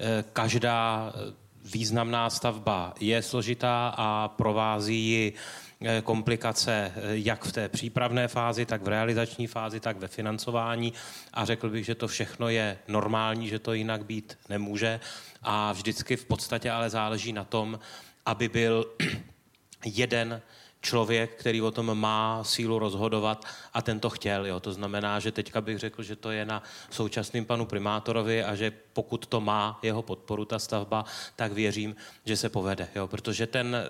každá významná stavba je složitá a provází ji komplikace jak v té přípravné fázi, tak v realizační fázi, tak ve financování a řekl bych, že to všechno je normální, že to jinak být nemůže a vždycky v podstatě ale záleží na tom, aby byl jeden člověk, který o tom má sílu rozhodovat a ten to chtěl. Jo. To znamená, že teďka bych řekl, že to je na současným panu primátorovi a že pokud to má jeho podporu, ta stavba, tak věřím, že se povede. Jo. Protože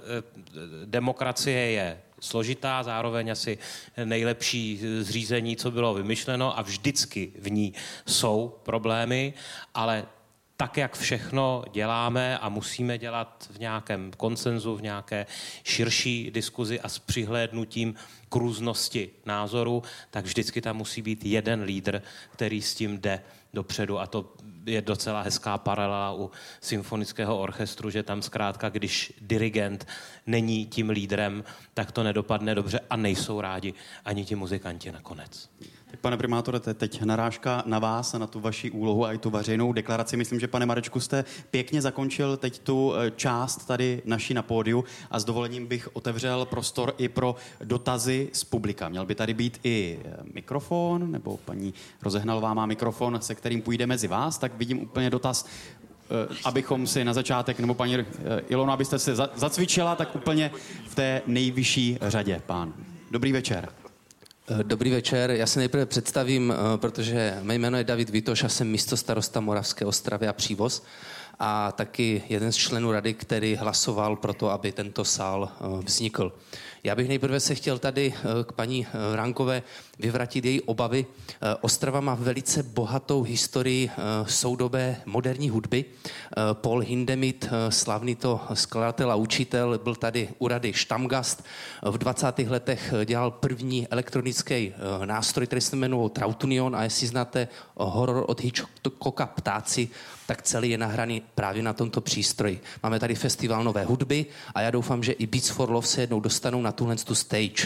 demokracie je složitá, zároveň asi nejlepší zřízení, co bylo vymyšleno a vždycky v ní jsou problémy, ale tak, jak všechno děláme a musíme dělat v nějakém konsenzu, v nějaké širší diskuzi a s přihlédnutím k různosti názoru, tak vždycky tam musí být jeden lídr, který s tím jde dopředu. A to je docela hezká paralela u symfonického orchestru, že tam zkrátka, když dirigent není tím lídrem, tak to nedopadne dobře a nejsou rádi ani ti muzikanti nakonec. Tak pane primátore, teď narážka na vás a na tu vaši úlohu a i tu veřejnou deklaraci. Myslím, že pane Marečku jste pěkně zakončil teď tu část tady naší na pódiu a s dovolením bych otevřel prostor i pro dotazy z publika. Měl by tady být i mikrofon, nebo paní Rozehnalová má mikrofon, se kterým půjde mezi vás, tak vidím úplně dotaz, abychom si na začátek, nebo paní Ilona, abyste se zacvičila, tak úplně v té nejvyšší řadě, pán. Dobrý večer. Dobrý večer, já se nejprve představím, protože mé jméno je David Vitoš a jsem místostarosta Moravské Ostravy a Přívoz a taky jeden z členů rady, který hlasoval pro to, aby tento sál vznikl. Já bych nejprve se chtěl tady k paní Vránkové vyvratit její obavy. Ostrava má velice bohatou historii soudobé moderní hudby. Paul Hindemith, slavný to skladatel a učitel, byl tady u rady Stammgast. V 20. letech dělal první elektronický nástroj, který se jmenuje Trautunion, a jestli znáte horor od Hitchcocka Ptáci, tak celý je nahraný právě na tomto přístroji. Máme tady festival nové hudby a já doufám, že i Beats for Love se jednou dostanou na tuhle stage.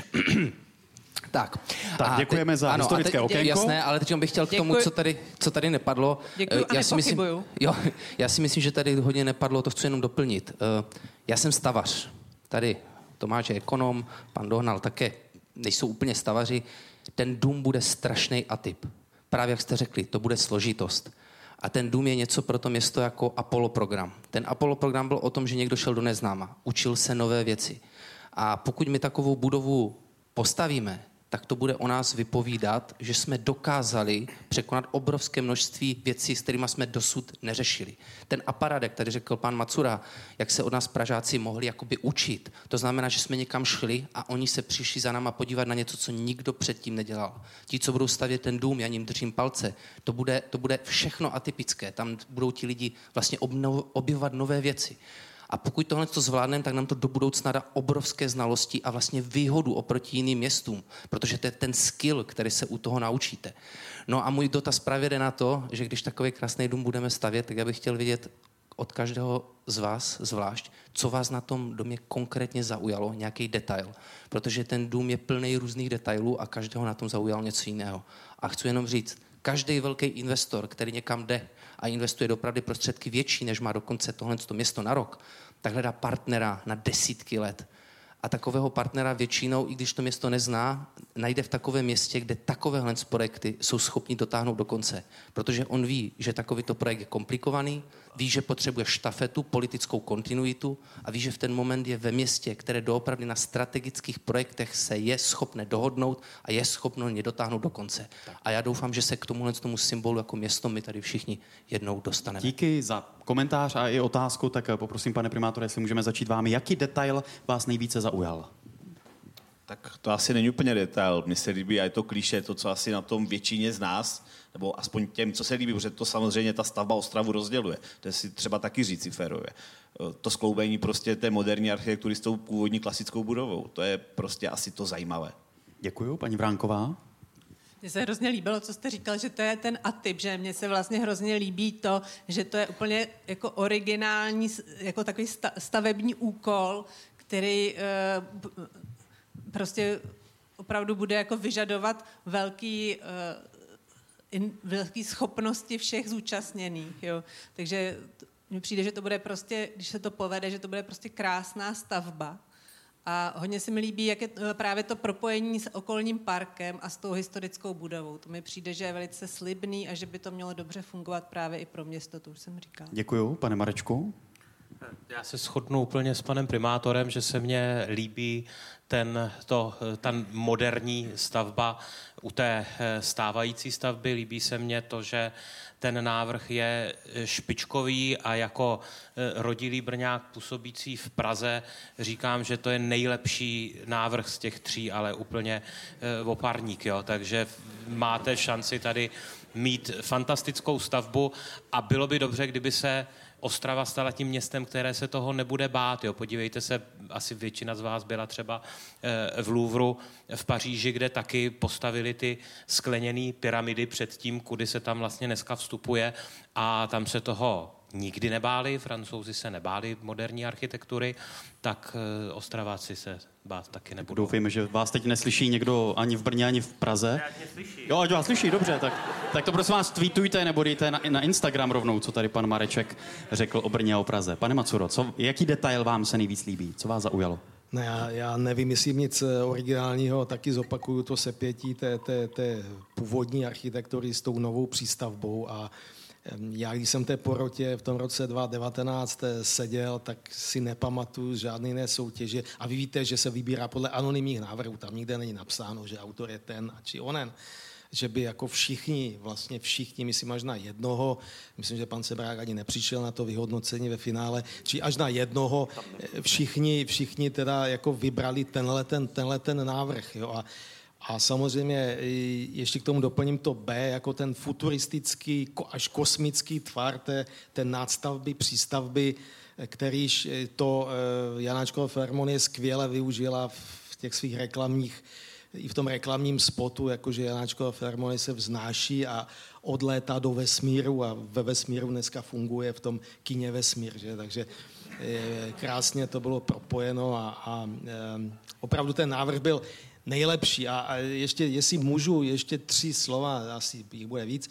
Tak děkujeme za historické okénko. Jasné, ale teď bych chtěl k tomu, co tady nepadlo. Děkuju a nepochybuju. Já si myslím, že tady hodně nepadlo, to chci jenom doplnit. Já jsem stavař. Tady Tomáš je ekonom, pan Dohnal také nejsou úplně stavaři. Ten dům bude strašný atyp. Právě jak jste řekli, to bude složitost. A ten dům je něco pro to město jako Apollo program. Ten Apollo program byl o tom, že někdo šel do neznáma, učil se nové věci. A pokud my takovou budovu postavíme, tak to bude o nás vypovídat, že jsme dokázali překonat obrovské množství věcí, s kterými jsme dosud neřešili. Ten aparát, jak tady řekl pan Macura, jak se od nás Pražáci mohli jakoby učit. To znamená, že jsme někam šli a oni se přišli za náma podívat na něco, co nikdo předtím nedělal. Ti, co budou stavět ten dům, já jim držím palce, to bude všechno atypické. Tam budou ti lidi vlastně objevovat nové věci. A pokud tohle to zvládneme, tak nám to do budoucna dá obrovské znalosti a vlastně výhodu oproti jiným městům, protože to je ten skill, který se u toho naučíte. No a můj dotaz právě jde na to, že když takový krásný dům budeme stavět, tak já bych chtěl vědět od každého z vás zvlášť, co vás na tom domě konkrétně zaujalo, nějaký detail. Protože ten dům je plný různých detailů a každého na tom zaujalo něco jiného. A chci jenom říct, každý velký investor, který někam jde a investuje dopravdy prostředky větší, než má dokonce tohle město na rok, tak hledá partnera na desítky let. A takového partnera většinou, i když to město nezná, najde v takovém městě, kde takovéhle projekty jsou schopni dotáhnout do konce. Protože on ví, že takovýto projekt je komplikovaný, ví, že potřebuje štafetu, politickou kontinuitu a ví, že v ten moment je ve městě, které doopravdy na strategických projektech se je schopné dohodnout a je schopno je dotáhnout do konce. A já doufám, že se k tomu symbolu jako město my tady všichni jednou dostaneme. Díky za komentář a i otázku, tak poprosím, pane primátore, jestli můžeme začít vámi. Jaký detail vás nejvíce zaujal? Tak to asi není úplně detail. Mně se líbí, a je to klíše, to, co asi na tom většině z nás, nebo aspoň těm, co se líbí, protože to samozřejmě ta stavba Ostravu rozděluje. To je si třeba taky říci férově. To skloubení prostě té moderní architektury s tou původní klasickou budovou. To je prostě asi to zajímavé. Děkuju, paní Vránková. Mně se hrozně líbilo, co jste říkal, že to je ten atyp, že mně se vlastně hrozně líbí to, že to je úplně jako originální, jako takový stavební úkol, který prostě opravdu bude jako vyžadovat velký schopnosti všech zúčastněných. Jo. Takže mně přijde, že to bude prostě, když se to povede, že to bude prostě krásná stavba. A hodně se mi líbí, jak je právě to propojení s okolním parkem a s tou historickou budovou. To mi přijde, že je velice slibný a že by to mělo dobře fungovat právě i pro město, to už jsem říkala. Děkuju, pane Marečku. Já se shodnu úplně s panem primátorem, že se mně líbí ta moderní stavba u té stávající stavby. Líbí se mně to, že ten návrh je špičkový a jako rodilý Brňák působící v Praze říkám, že to je nejlepší návrh z těch tří, ale úplně opárník. Jo? Takže máte šanci tady mít fantastickou stavbu a bylo by dobře, kdyby se Ostrava stala tím městem, které se toho nebude bát. Jo. Podívejte se, asi většina z vás byla třeba v Louvru v Paříži, kde taky postavili ty skleněné pyramidy před tím, kudy se tam vlastně dneska vstupuje a tam se toho nikdy nebáli, Francouzi se nebáli moderní architektury, tak Ostraváci se bát taky nebudou. Doufejme, že vás teď neslyší někdo ani v Brně, ani v Praze. Jo, ať vás slyší, dobře, tak to prosím vás tweetujte nebo dejte na Instagram rovnou, co tady pan Mareček řekl o Brně a o Praze. Pane Macuro, jaký detail vám se nejvíc líbí? Co vás zaujalo? No já nevymyslím nic originálního, taky zopakuju to sepětí té původní architektury s tou novou přístavbou a já, když jsem té porotě v tom roce 2019 seděl, tak si nepamatuju žádné jiné soutěže. A vy víte, že se vybírá podle anonymních návrhů. Tam nikde není napsáno, že autor je ten či onen. Že by jako všichni, myslím až na jednoho, myslím, že pan Sebrák ani nepřišel na to vyhodnocení ve finále, či až na jednoho všichni teda jako vybrali tenhle ten návrh. Jo. A samozřejmě ještě k tomu doplním to B, jako ten futuristický až kosmický tvar té nadstavby, přístavby, kterýž to Janáčkova filharmonie skvěle využila v těch svých reklamních, i v tom reklamním spotu, jakože Janáčkova filharmonie se vznáší a odlétá do vesmíru a ve vesmíru dneska funguje v tom kině Vesmír, že? Takže krásně to bylo propojeno a opravdu ten návrh byl nejlepší. A ještě, jestli můžu, ještě 3 slova, asi jich bude víc.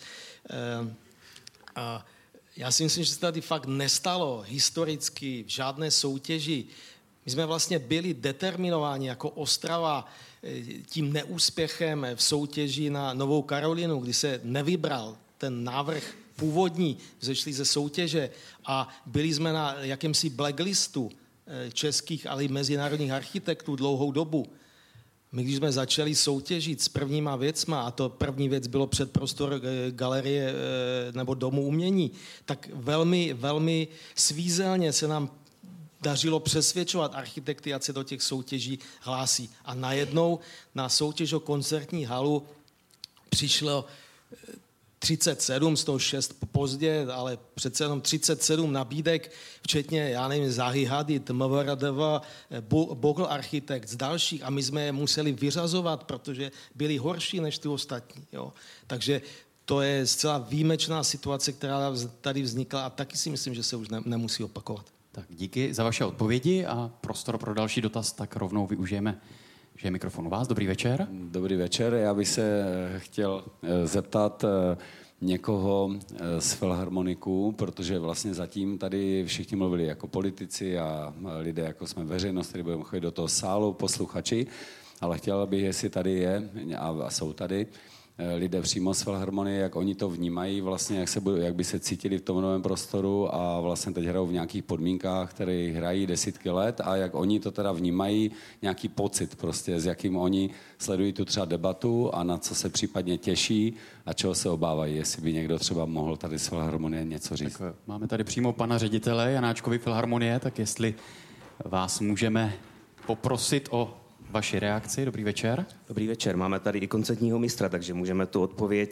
Já si myslím, že se tady fakt nestalo historicky v žádné soutěži. My jsme vlastně byli determinováni jako Ostrava tím neúspěchem v soutěži na Novou Karolinu, kdy se nevybral ten návrh původní, vzešli ze soutěže a byli jsme na jakémsi blacklistu českých, ale i mezinárodních architektů dlouhou dobu. My, když jsme začali soutěžit s prvníma věcma, a to první věc bylo předprostor galerie nebo domu umění, tak velmi, velmi svízelně se nám dařilo přesvědčovat architekty, ať se do těch soutěží hlásí. A najednou na soutěž o koncertní halu přišlo 37, z toho 6 pozdě, ale přece jenom 37 nabídek, včetně, já nevím, Zahy Hadid, MVRDV, Bogle Architekt z dalších a my jsme je museli vyřazovat, protože byli horší než ty ostatní. Jo. Takže to je zcela výjimečná situace, která tady vznikla a taky si myslím, že se už nemusí opakovat. Tak díky za vaše odpovědi a prostor pro další dotaz, tak rovnou využijeme, že je mikrofon u vás. Dobrý večer. Dobrý večer. Já bych se chtěl zeptat někoho z filharmoniků, protože vlastně zatím tady všichni mluvili jako politici a lidé, jako jsme veřejnost, který budeme chodit do toho sálu, posluchači, ale chtěl bych, jestli tady je a jsou tady lidé přímo z filharmonie, jak oni to vnímají, vlastně jak by se cítili v tom novém prostoru a vlastně teď hrajou v nějakých podmínkách, které hrají desítky let a jak oni to teda vnímají, nějaký pocit prostě, s jakým oni sledují tu třeba debatu a na co se případně těší a čeho se obávají, jestli by někdo třeba mohl tady z filharmonie něco říct. Tak máme tady přímo pana ředitele Janáčkovy filharmonie, tak jestli vás můžeme poprosit o vaši reakci. Dobrý večer. Dobrý večer. Máme tady i koncertního mistra, takže můžeme tu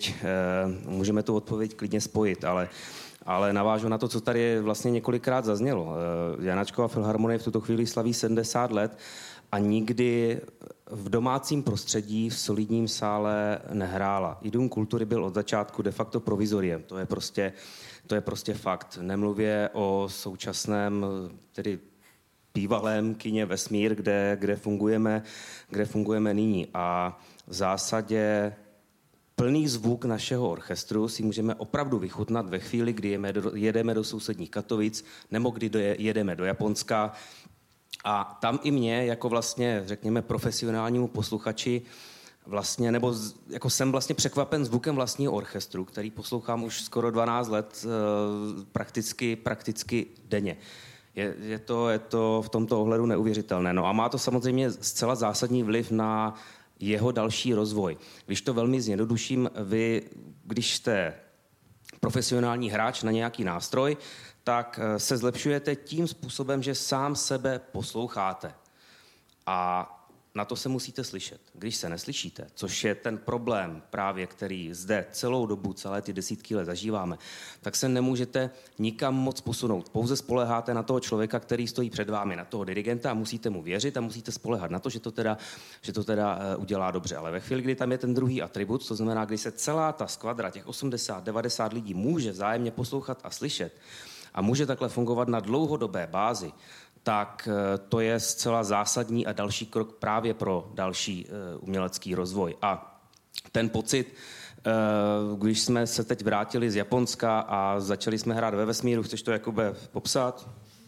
odpověď klidně spojit, ale navážu na to, co tady vlastně několikrát zaznělo. Janáčkova filharmonie v tuto chvíli slaví 70 let a nikdy v domácím prostředí v solidním sále nehrála. I Dům kultury byl od začátku de facto provizoriem. To je prostě fakt. Nemluvě o současném, tedy bývalém kině Vesmír, kde fungujeme nyní. A v zásadě plný zvuk našeho orchestru si můžeme opravdu vychutnat ve chvíli, kdy jedeme do sousedních Katovic nebo kdy jedeme do Japonska. A tam i mě, jako vlastně, řekněme, profesionálnímu posluchači, vlastně, nebo jako jsem vlastně překvapen zvukem vlastního orchestru, který poslouchám už skoro 12 let prakticky denně. Je to v tomto ohledu neuvěřitelné. No a má to samozřejmě zcela zásadní vliv na jeho další rozvoj. Když to velmi zjednoduším, vy, když jste profesionální hráč na nějaký nástroj, tak se zlepšujete tím způsobem, že sám sebe posloucháte. A na to se musíte slyšet. Když se neslyšíte, což je ten problém právě, který zde celou dobu, celé ty desítky let zažíváme, tak se nemůžete nikam moc posunout. Pouze spoléháte na toho člověka, který stojí před vámi, na toho dirigenta a musíte mu věřit a musíte spoléhat na to, že to teda udělá dobře. Ale ve chvíli, kdy tam je ten druhý atribut, to znamená, když se celá ta skvadra, těch 80-90 lidí může vzájemně poslouchat a slyšet a může takhle fungovat na dlouhodobé bázi, tak to je zcela zásadní a další krok právě pro další umělecký rozvoj. A ten pocit, když jsme se teď vrátili z Japonska a začali jsme hrát ve vesmíru, chceš to Jakube popsat?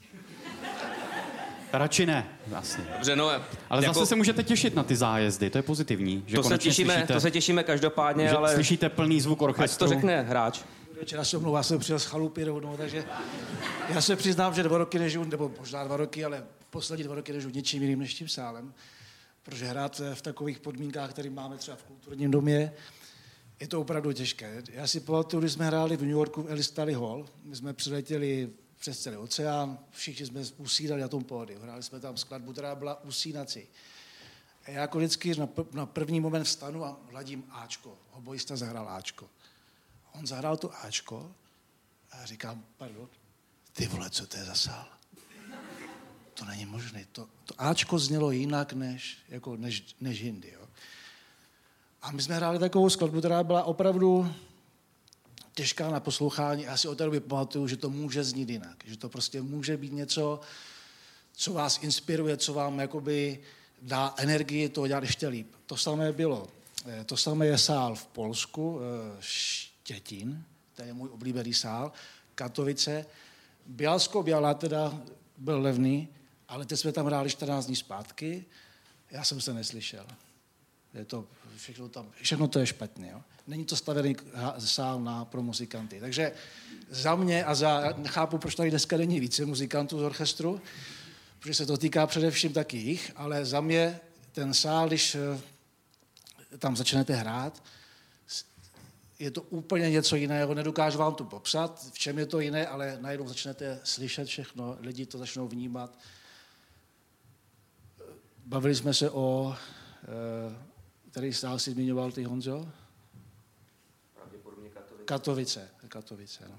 Radši ne, vlastně. Dobře, no, ale zase se můžete těšit na ty zájezdy, to je pozitivní. Že to se těšíme každopádně, že ale... Slyšíte plný zvuk orchestru. Ať to řekne hráč. Já se omlouvám, jsem přijel z chalupy rovnou, takže já se přiznám, že 2 roky nežiju, nebo možná 2 roky, ale poslední 2 roky nežiju ničím jiným než tím sálem, protože hrát v takových podmínkách, které máme třeba v kulturním domě, je to opravdu těžké. Já si pamatuju, když jsme hráli v New Yorku v Ellis Valley Hall, my jsme přiletěli přes celý oceán, všichni jsme usínali na tom pódiu, hráli jsme tam skladbu, která byla usínací. A já jako vždycky na první moment vstanu a hladím Ačko, hoboista zahrál Ačko. On zahrál to Ačko a já říkám, pardon, ty vole, co to je za sál? To není možné. To Ačko znělo jinak než jindy. Jo? A my jsme hráli takovou skladbu, která byla opravdu těžká na poslouchání. Já si od té doby pamatuju, že to může znít jinak. Že to prostě může být něco, co vás inspiruje, co vám jakoby dá energii to dělat ještě líp. To samé bylo. To samé je sál v Polsku, Štětín, to je můj oblíbený sál, Katovice. Bialsko-Biała teda byl levný, ale teď jsme tam hráli 14 dní zpátky, já jsem se neslyšel. Je to, všechno to je špatně. Jo? Není to stavěný sál pro muzikanty. Takže za mě nechápu, proč tady dneska není více muzikantů z orchestru, protože se to týká především taky jich, ale za mě ten sál, když tam začnete hrát, je to úplně něco jiného, nedokážu vám to popsat, v čem je to jiné, ale najednou začnete slyšet všechno, lidi to začnou vnímat. Bavili jsme se o, který sál si zmiňoval ty, Honzo? Pravděpodobně Katovice, no.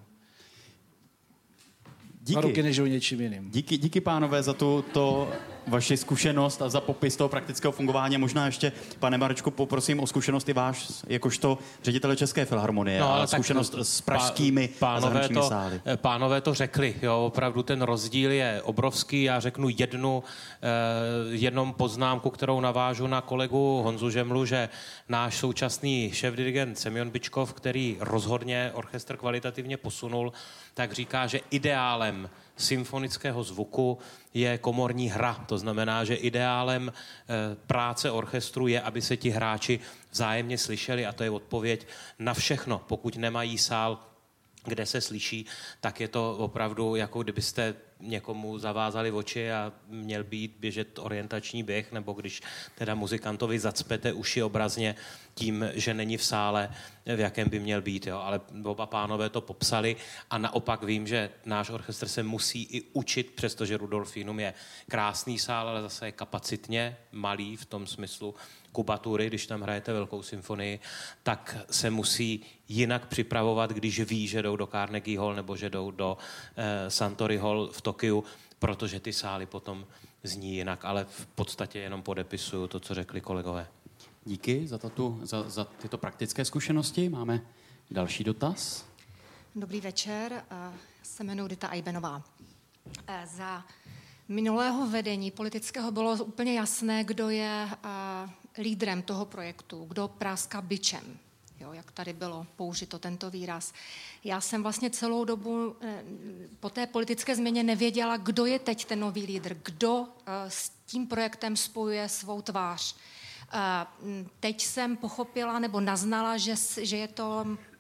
Díky. 2 roky nežiju něčím jiným. Díky pánové za to vaši zkušenost a za popis toho praktického fungování. Možná ještě, pane Marečku, poprosím o zkušenost i váš, jakožto ředitele České filharmonie, no, a zkušenost s pražskými a zahraničními sály. Pánové to řekli, jo, opravdu ten rozdíl je obrovský. Já řeknu jednom poznámku, kterou navážu na kolegu Honzu Žemlu, že náš současný šéfdirigent Semyon Byčkov, který rozhodně orchestr kvalitativně posunul, tak říká, že ideálem symfonického zvuku je komorní hra. To znamená, že ideálem práce orchestru je, aby se ti hráči vzájemně slyšeli, a to je odpověď na všechno. Pokud nemají sál, kde se slyší, tak je to opravdu, jako kdybyste někomu zavázali oči a měl běžet orientační běh, nebo když teda muzikantovi zacpete uši obrazně tím, že není v sále, v jakém by měl být. Jo. Ale oba pánové to popsali a naopak vím, že náš orchestr se musí i učit, přestože Rudolfinum je krásný sál, ale zase je kapacitně malý v tom smyslu kubatury, když tam hrajete velkou symfonii, tak se musí jinak připravovat, když ví, že jdou do Carnegie Hall nebo že jdou do Suntory Hall v Tokiu, protože ty sály potom zní jinak, ale v podstatě jenom podepisuju to, co řekli kolegové. Díky za tyto praktické zkušenosti. Máme další dotaz. Dobrý večer, se jmenuji Dita Ajbenová. Za minulého vedení politického bylo úplně jasné, kdo je lídrem toho projektu, kdo práská bičem, jo, jak tady bylo použito tento výraz. Já jsem vlastně celou dobu po té politické změně nevěděla, kdo je teď ten nový lídr, kdo s tím projektem spojuje svou tvář. Teď jsem pochopila nebo naznala, že je to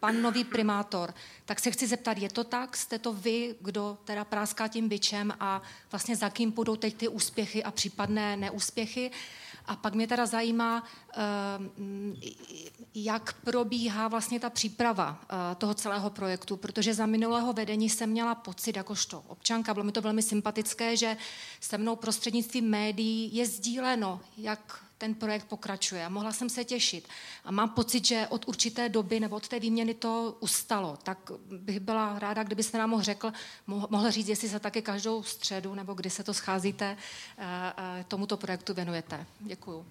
pan nový primátor. Tak se chci zeptat, je to tak? Jste to vy, kdo teda práská tím bičem a vlastně za kým budou teď ty úspěchy a případné neúspěchy? A pak mě teda zajímá, jak probíhá vlastně ta příprava toho celého projektu, protože za minulého vedení jsem měla pocit, jakožto občanka, bylo mi to velmi sympatické, že se mnou prostřednictvím médií je sdíleno, jak ten projekt pokračuje a mohla jsem se těšit. A mám pocit, že od určité doby nebo od té výměny to ustalo. Tak bych byla ráda, kdybyste nám mohl říct, jestli se taky každou středu nebo kdy se to scházíte, tomuto projektu věnujete. Děkuju.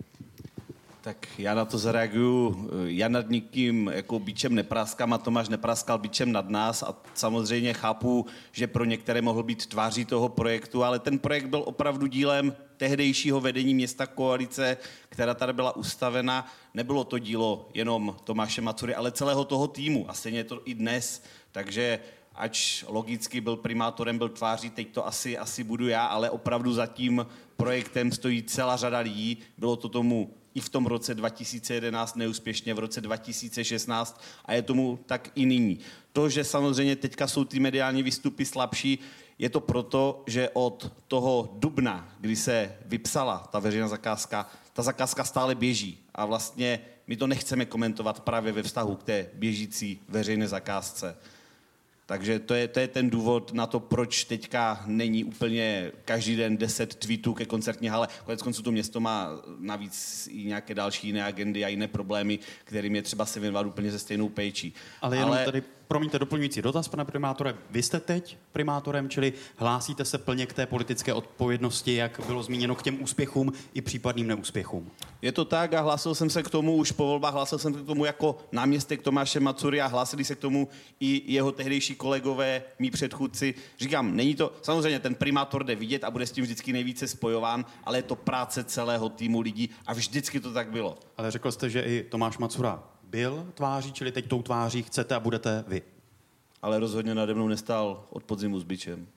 Tak já na to zareaguju. Já nad nikým jako bičem nepráskám a Tomáš nepráskal bičem nad nás a samozřejmě chápu, že pro některé mohl být tváří toho projektu, ale ten projekt byl opravdu dílem tehdejšího vedení města koalice, která tady byla ustavena. Nebylo to dílo jenom Tomáše Macury, ale celého toho týmu a stejně je to i dnes. Takže ač logicky byl primátorem, byl tváří, teď to asi budu já, ale opravdu za tím projektem stojí celá řada lidí. Bylo to tomu i v tom roce 2011 neúspěšně, v roce 2016 a je tomu tak i nyní. To, že samozřejmě teďka jsou ty mediální výstupy slabší, je to proto, že od toho dubna, kdy se vypsala ta veřejná zakázka, ta zakázka stále běží a vlastně my to nechceme komentovat právě ve vztahu k té běžící veřejné zakázce. Takže to je ten důvod na to, proč teďka není úplně každý den 10 tweetů ke koncertní hale. Koneckonců to město má navíc i nějaké další jiné agendy a jiné problémy, kterým je třeba se věnovat úplně se stejnou péčí. Ale jenom tady, promiňte, doplňující dotaz, pane primátore. Vy jste teď primátorem, čili hlásíte se plně k té politické odpovědnosti, jak bylo zmíněno, k těm úspěchům i případným neúspěchům? Je to tak a hlásil jsem se k tomu už po volbách, hlásil jsem se k tomu jako náměstek Tomáše Macury a hlásili se k tomu i jeho tehdejší kolegové, mí předchůdci. Říkám, není to, samozřejmě ten primátor jde vidět a bude s tím vždycky nejvíce spojován, ale je to práce celého týmu lidí a vždycky to tak bylo. Ale řekl jste, že i Tomáš Macura byl tváří, čili teď tou tváří chcete a budete vy. Ale rozhodně nade mnou nestál od podzimu s bičem.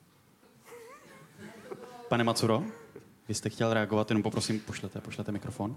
Pane Macuro, vy jste chtěl reagovat, jenom poprosím, pošlete mikrofon.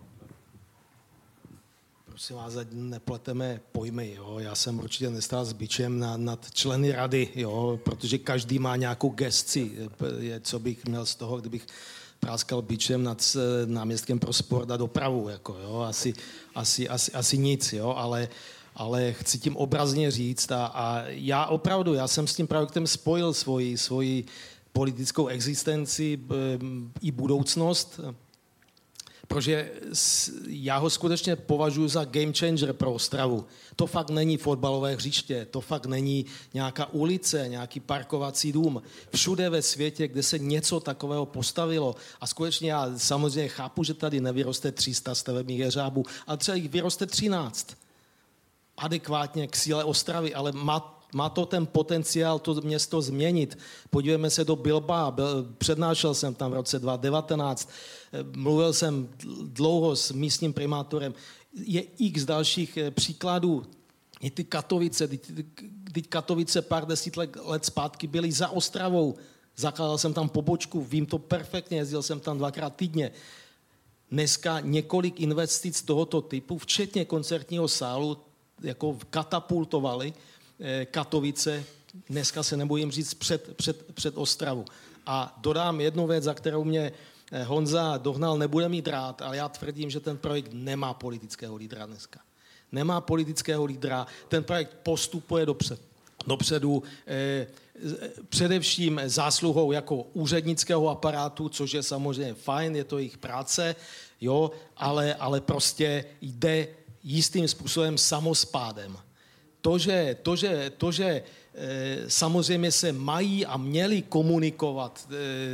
Prosím vás, nepleteme pojmy, jo. Já jsem určitě nestál s bičem nad členy rady, jo, protože každý má nějakou gesci. Co bych měl z toho, kdybych práskal bičem nad náměstkem pro sport a dopravu, jako, jo. Asi nic, jo, ale chci tím obrazně říct a já opravdu, já jsem s tím projektem spojil svoji politickou existenci i budoucnost, protože já ho skutečně považuji za game changer pro Ostravu. To fakt není fotbalové hřiště, to fakt není nějaká ulice, nějaký parkovací dům. Všude ve světě, kde se něco takového postavilo a skutečně já samozřejmě chápu, že tady nevyroste 300 stavebních jeřábů, ale třeba jich vyroste 13. Adekvátně k síle Ostravy, ale má to ten potenciál to město změnit. Podívejme se do Bilbao, přednášel jsem tam v roce 2019, mluvil jsem dlouho s místním primátorem. Je x dalších příkladů. I ty Katovice pár desít let zpátky byly za Ostravou. Zakládal jsem tam pobočku, vím to perfektně, jezdil jsem tam 2krát týdně. Dneska několik investic tohoto typu, včetně koncertního sálu, jako katapultovali Katovice, dneska se nebojím říct před Ostravu. A dodám jednu věc, za kterou mě Honza Dohnal nebude mít rád, ale já tvrdím, že ten projekt nemá politického lídra dneska. Nemá politického lídra, ten projekt postupuje dopředu především zásluhou jako úřednického aparátu, což je samozřejmě fajn, je to jejich práce, jo, ale prostě jde jistým způsobem samospádem. To, že samozřejmě se mají a měli komunikovat,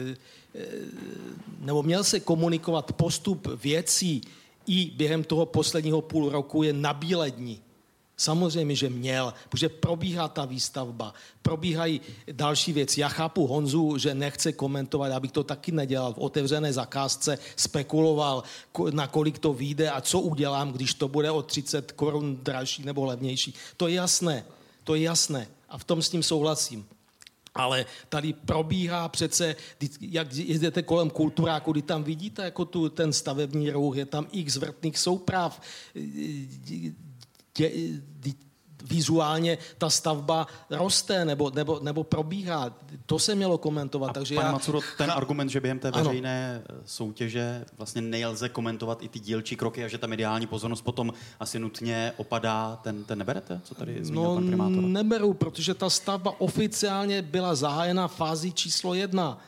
nebo měl se komunikovat postup věcí i během toho posledního půl roku je nabílední. Samozřejmě, že měl, protože probíhá ta výstavba, probíhají další věci. Já chápu Honzu, že nechce komentovat, abych to taky nedělal. V otevřené zakázce spekuloval, na kolik to vyjde a co udělám, když to bude o 30 korun dražší nebo levnější. To je jasné a v tom s tím souhlasím. Ale tady probíhá přece, jak jezdete kolem kulturáku, kdy tam vidíte jako ten stavební ruch, je tam x vrtných souprav, vizuálně ta stavba roste nebo probíhá. To se mělo komentovat. Takže pane Macuro, ten argument, že během té veřejné soutěže vlastně nelze komentovat i ty dílčí kroky a že ta mediální pozornost potom asi nutně opadá, ten neberete? Co tady zmínil pan primátor? Neberu, protože ta stavba oficiálně byla zahájena fází číslo 1.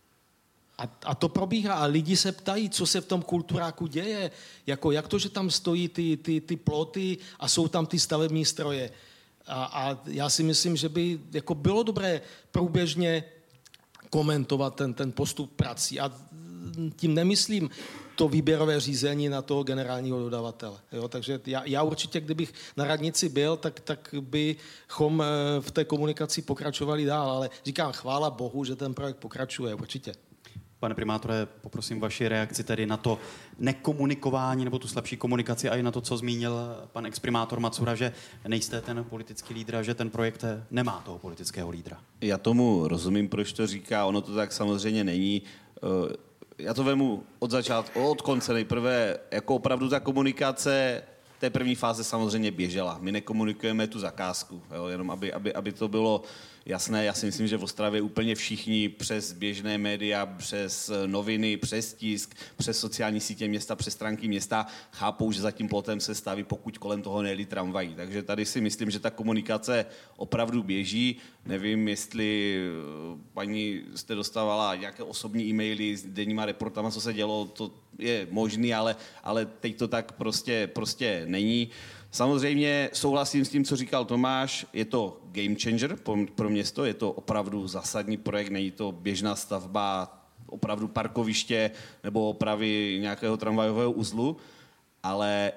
A to probíhá a lidi se ptají, co se v tom kulturáku děje. Jako, jak to, že tam stojí ty ploty a jsou tam ty stavební stroje. A já si myslím, že by jako bylo dobré průběžně komentovat ten postup prací. A tím nemyslím to výběrové řízení na toho generálního dodavatele. Jo? Takže já určitě, kdybych na radnici byl, tak bychom v té komunikaci pokračovali dál. Ale říkám, chvála Bohu, že ten projekt pokračuje, určitě. Pane primátore, poprosím vaši reakci tedy na to nekomunikování nebo tu slabší komunikaci a i na to, co zmínil pan exprimátor Macura, že nejste ten politický lídr a že ten projekt nemá toho politického lídra. Já tomu rozumím, proč to říká, ono to tak samozřejmě není. Já to vemu od konce nejprve, jako opravdu ta komunikace té první fáze samozřejmě běžela. My nekomunikujeme tu zakázku, jo, jenom aby to bylo jasné. Já si myslím, že v Ostravě úplně všichni přes běžné média, přes noviny, přes tisk, přes sociální sítě města, přes stránky města chápou, že za tím plotem se staví, pokud kolem toho nejeli tramvají. Takže tady si myslím, že ta komunikace opravdu běží. Nevím, jestli paní jste dostávala nějaké osobní e-maily s denníma reportama, co se dělo, to je možný, ale teď to tak prostě není. Samozřejmě souhlasím s tím, co říkal Tomáš, je to game changer pro město, je to opravdu zásadní projekt, není to běžná stavba, opravdu parkoviště nebo opravy nějakého tramvajového uzlu, ale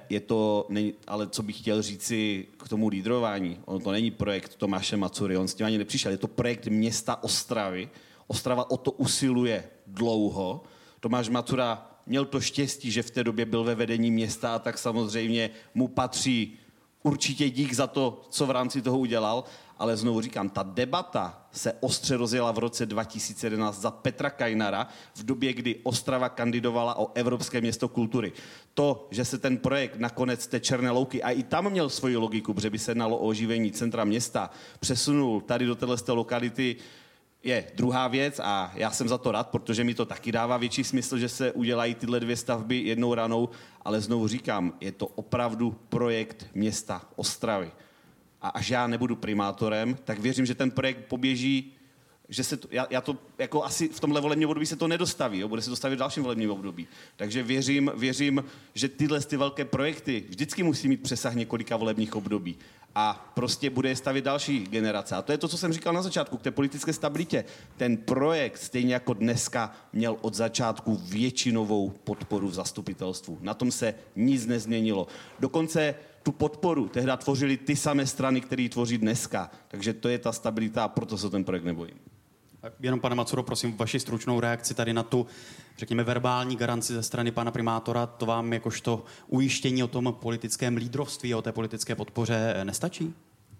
ale co bych chtěl říci k tomu lídrování, ono to není projekt Tomáše Macury, on s tím ani nepřišel, je to projekt města Ostravy, Ostrava o to usiluje dlouho, Tomáš Macura měl to štěstí, že v té době byl ve vedení města a tak samozřejmě mu patří určitě dík za to, co v rámci toho udělal, ale znovu říkám, ta debata se ostře rozjela v roce 2011 za Petra Kajnara v době, kdy Ostrava kandidovala o Evropské město kultury. To, že se ten projekt nakonec té Černé Louky, a i tam měl svoji logiku, protože by se jednalo o oživení centra města, přesunul tady do této lokality, je druhá věc a já jsem za to rád, protože mi to taky dává větší smysl, že se udělají tyhle dvě stavby jednou ranou, ale znovu říkám, je to opravdu projekt města Ostravy. A až já nebudu primátorem, tak věřím, že ten projekt poběží, že se to, já to jako asi v tomhle volebním období se to nedostaví, jo, bude se dostavit v dalším volebním období. Takže věřím, že tyhle velké projekty vždycky musí mít přesah několika volebních období. A prostě bude je stavět další generace. A to je to, co jsem říkal na začátku, k té politické stabilitě. Ten projekt, stejně jako dneska, měl od začátku většinovou podporu v zastupitelstvu. Na tom se nic nezměnilo. Dokonce tu podporu tehdy tvořily ty samé strany, které ji tvoří dneska. Takže to je ta stabilita a proto se ten projekt nebojím. Jenom, pane Macuro, prosím vaši stručnou reakci tady na tu, řekněme, verbální garanci ze strany pana primátora. To vám jakožto ujištění o tom politickém lídrovství, o té politické podpoře nestačí?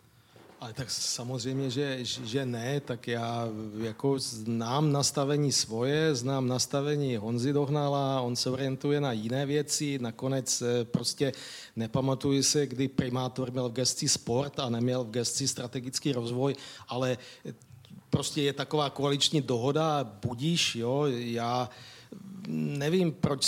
Ale tak samozřejmě, že ne, tak já jako znám nastavení svoje, znám nastavení Honzy Dohnala, on se orientuje na jiné věci, nakonec prostě nepamatuji se, kdy primátor měl v gesci sport a neměl v gesci strategický rozvoj, ale prostě je taková koaliční dohoda, budíš, jo, já nevím, proč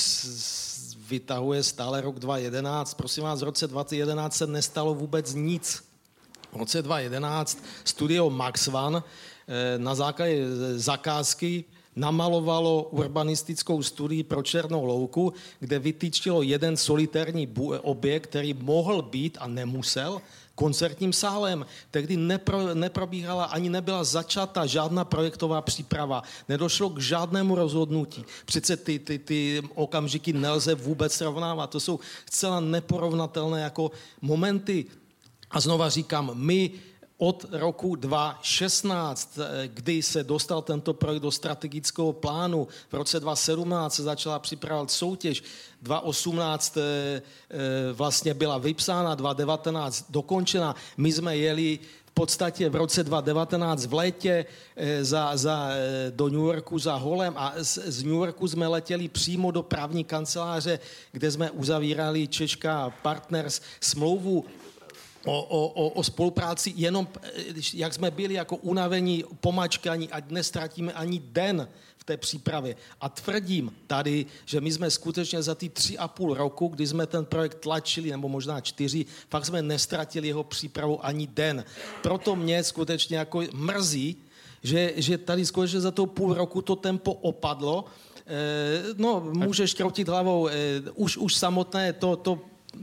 vytahuje stále rok 2011, prosím vás, v roce 2011 se nestalo vůbec nic. V roce 2011 studio Max One na základě zakázky namalovalo urbanistickou studii pro Černou louku, kde vytýčilo jeden solitérní objekt, který mohl být a nemusel koncertním sálem. Tehdy neprobíhala ani nebyla začata žádná projektová příprava. Nedošlo k žádnému rozhodnutí. Přece ty okamžiky nelze vůbec srovnávat. To jsou zcela neporovnatelné jako momenty. A znova říkám, my od roku 2016, kdy se dostal tento projekt do strategického plánu, v roce 2017 se začala připravovat soutěž, 2018 vlastně byla vypsána, 2019 dokončena. My jsme jeli v podstatě v roce 2019 v létě do New Yorku za holem a z New Yorku jsme letěli přímo do právní kanceláře, kde jsme uzavírali Češka Partners smlouvu o spolupráci, jenom jak jsme byli jako unavení, pomačkaní, ať nestratíme ani den v té přípravě. A tvrdím tady, že my jsme skutečně za ty 3,5 roku, kdy jsme ten projekt tlačili, nebo možná 4, fakt jsme nestratili jeho přípravu ani den. Proto mě skutečně jako mrzí, že tady skutečně za to půl roku to tempo opadlo. No, můžeš kroutit hlavou, už samotné to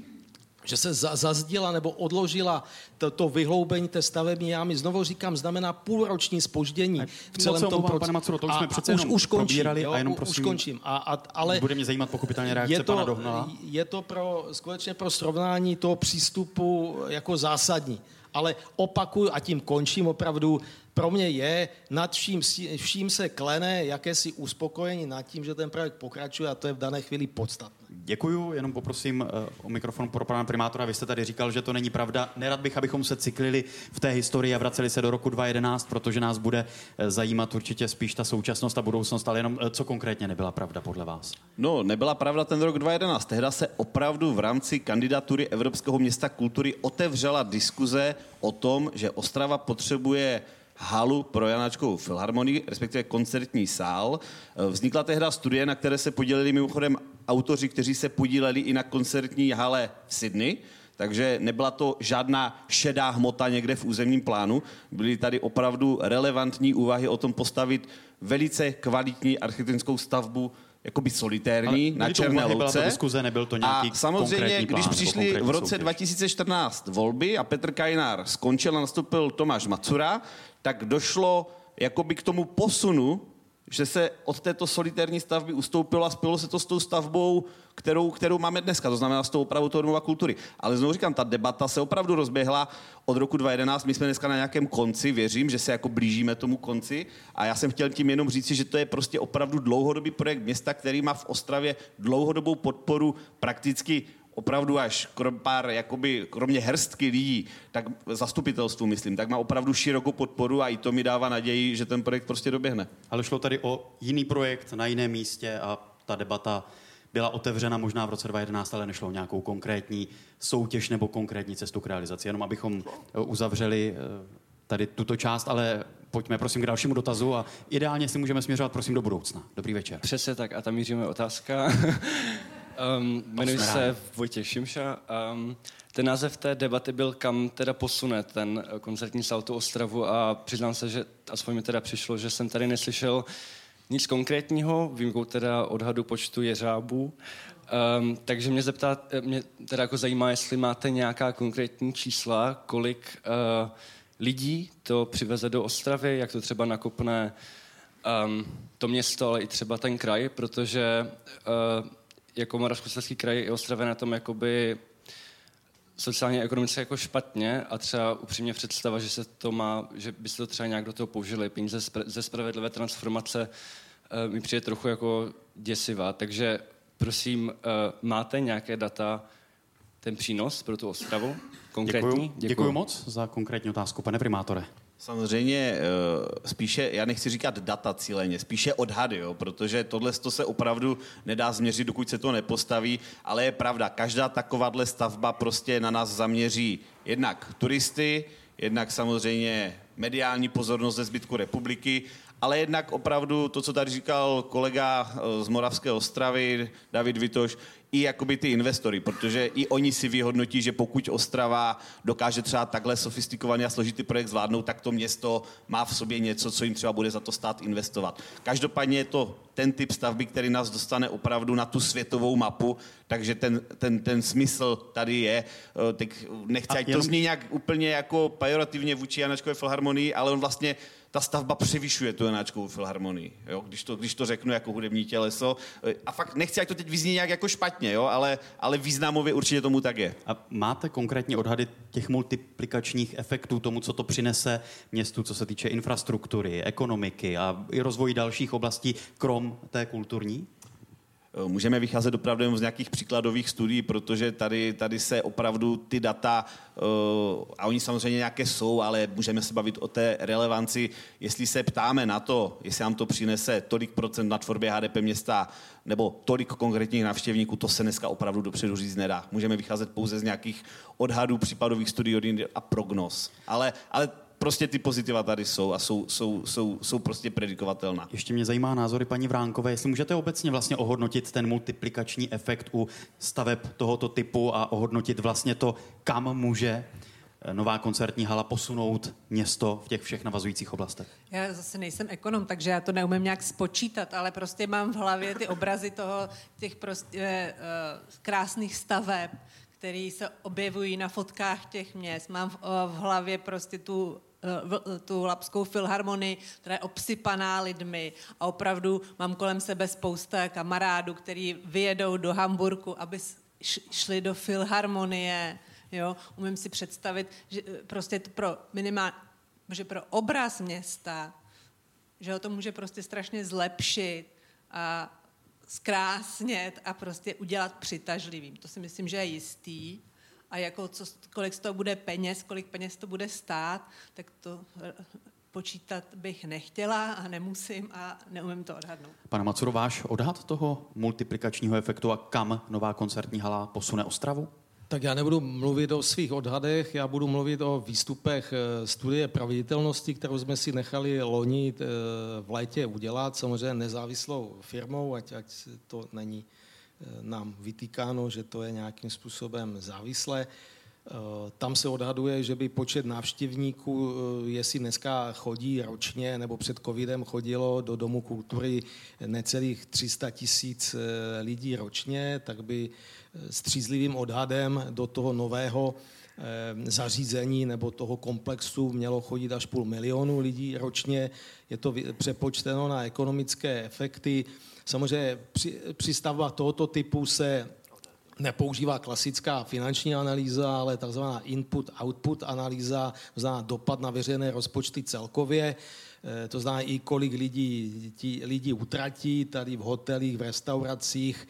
že se zazděla nebo odložila to vyhloubení té stavební jámy, znovu říkám, znamená půlroční zpoždění v celém tom procesu. Pane Macuro, to už jsme přece jenom probírali a jenom prosím, už končím. Ale bude mě zajímat pochopitelně reakce pana Dohnala. Je to skutečně pro srovnání toho přístupu jako zásadní. Ale opakuju a tím končím opravdu, pro mě je nad vším se klene jakési uspokojení nad tím, že ten projekt pokračuje a to je v dané chvíli podstatné. Děkuju, jenom poprosím o mikrofon pro pana primátora. Vy jste tady říkal, že to není pravda. Nerad bych, abychom se cyklili v té historii a vraceli se do roku 2011, protože nás bude zajímat určitě spíš ta současnost a budoucnost, ale jenom co konkrétně nebyla pravda podle vás? No, nebyla pravda ten rok 2011. Tehda se opravdu v rámci kandidatury Evropského města kultury otevřela diskuze o tom, že Ostrava potřebuje halu pro Janáčkovou filharmonii, respektive koncertní sál. Vznikla tehda studie, na které se podíleli mimochodem autoři, kteří se podíleli i na koncertní hale v Sydney, takže nebyla to žádná šedá hmota někde v územním plánu. Byly tady opravdu relevantní úvahy o tom postavit velice kvalitní architektonickou stavbu, jakoby solitérní, na Černé Louce. Byla to diskuze, nebyl to nějaký a samozřejmě, konkrétní plán, když přišli v roce soutěž. 2014 volby a Petr Kajnár skončil a nastoupil Tomáš Macura, tak došlo jakoby k tomu posunu, že se od této solitérní stavby ustoupilo a spojilo se to s tou stavbou, kterou máme dneska, to znamená s tou opravou toho domova kultury. Ale znovu říkám, ta debata se opravdu rozběhla od roku 2011, my jsme dneska na nějakém konci, věřím, že se jako blížíme tomu konci a já jsem chtěl tím jenom říci, že to je prostě opravdu dlouhodobý projekt města, který má v Ostravě dlouhodobou podporu prakticky opravdu až kromě hrstky lidí, tak zastupitelstvu myslím, tak má opravdu širokou podporu a i to mi dává naději, že ten projekt prostě doběhne. Ale šlo tady o jiný projekt na jiném místě a ta debata byla otevřena možná v roce 2011, ale nešlo o nějakou konkrétní soutěž nebo konkrétní cestu k realizaci. Jenom abychom uzavřeli tady tuto část, ale pojďme prosím k dalšímu dotazu a ideálně si můžeme směřovat prosím do budoucna. Dobrý večer. Přesně tak a tam míříme otázka. Jmenuji se Vojtěch Šimša. Ten název té debaty byl, kam teda posune ten koncertní sál tu Ostravu a přiznám se, že aspoň mi teda přišlo, že jsem tady neslyšel nic konkrétního, výjimkou teda odhadu počtu jeřábů. Takže mě teda jako zajímá, jestli máte nějaká konkrétní čísla, kolik lidí to přiveze do Ostravy, jak to třeba nakopne to město, ale i třeba ten kraj, protože jako Moravskoslezský kraj i Ostrava na tom jakoby sociálně ekonomicky jako špatně a třeba upřímně představa, že byste to třeba nějak do toho použili. Peníze ze spravedlivé transformace mi přijde trochu jako děsivá. Takže prosím, máte nějaké data, ten přínos pro tu Ostravu? Konkrétní? Děkuju moc za konkrétní otázku, pane primátore. Samozřejmě spíše, já nechci říkat data cíleně, spíše odhady, jo, protože tohle se opravdu nedá změřit, dokud se to nepostaví, ale je pravda, každá takováhle stavba prostě na nás zaměří jednak turisty, jednak samozřejmě mediální pozornost ze zbytku republiky, ale jednak opravdu to, co tady říkal kolega z Moravské Ostravy, David Vitoš, i jakoby ty investory, protože i oni si vyhodnotí, že pokud Ostrava dokáže třeba takhle sofistikovaný a složitý projekt zvládnout, tak to město má v sobě něco, co jim třeba bude za to stát investovat. Každopádně je to ten typ stavby, který nás dostane opravdu na tu světovou mapu, takže ten smysl tady je. Teď nechci, ať to zní nějak úplně jako pejorativně vůči Janáčkové filharmonii, ale on vlastně ta stavba převyšuje tu Janáčkovou filharmonii, jo? Když to řeknu jako hudební těleso. A fakt nechci, ať to teď vyzní nějak jako špatně, jo? Ale významově určitě tomu tak je. A máte konkrétní odhady těch multiplikačních efektů tomu, co to přinese městu, co se týče infrastruktury, ekonomiky a i rozvoji dalších oblastí, krom té kulturní? Můžeme vycházet opravdu z nějakých příkladových studií, protože tady se opravdu ty data, a oni samozřejmě nějaké jsou, ale můžeme se bavit o té relevanci. Jestli se ptáme na to, jestli nám to přinese tolik procent na tvorbě HDP města nebo tolik konkrétních návštěvníků, to se dneska opravdu dopředu říct nedá. Můžeme vycházet pouze z nějakých odhadů, případových studií a prognóz. Ale prostě ty pozitiva tady jsou a jsou prostě predikovatelná. Ještě mě zajímá názory paní Vránkové, jestli můžete obecně vlastně ohodnotit ten multiplikační efekt u staveb tohoto typu a ohodnotit vlastně to, kam může nová koncertní hala posunout město v těch všech navazujících oblastech. Já zase nejsem ekonom, takže já to neumím nějak spočítat, ale prostě mám v hlavě ty obrazy těch prostě krásných staveb, které se objevují na fotkách těch měst. Mám v hlavě prostě tu Labskou filharmonii, která je obsypaná lidmi a opravdu mám kolem sebe spousta kamarádů, kteří vyjedou do Hamburku, aby šli do filharmonie. Jo? Umím si představit, že prostě že pro obraz města, že ho to může prostě strašně zlepšit a zkrásnět a prostě udělat přitažlivým. To si myslím, že je jistý. A jako kolik z toho bude peněz, kolik peněz to bude stát, tak to počítat bych nechtěla a nemusím a neumím to odhadnout. Pane Macuro, váš odhad toho multiplikačního efektu a kam nová koncertní hala posune Ostravu? Tak já nebudu mluvit o svých odhadech, já budu mluvit o výstupech studie proveditelnosti, kterou jsme si nechali loni v létě udělat, samozřejmě nezávislou firmou, ať to není nám vytýkáno, že to je nějakým způsobem závislé. Tam se odhaduje, že by počet návštěvníků, jestli dneska chodí ročně, nebo před covidem chodilo do Domu kultury necelých 300 000 lidí ročně, tak by střízlivým odhadem do toho nového zařízení nebo toho komplexu mělo chodit až 500 000 lidí ročně. Je to přepočteno na ekonomické efekty. Samozřejmě při stavbách tohoto typu se nepoužívá klasická finanční analýza, ale takzvaná input-output analýza, to znamená dopad na veřejné rozpočty celkově. To znamená i kolik lidí utratí tady v hotelích, v restauracích,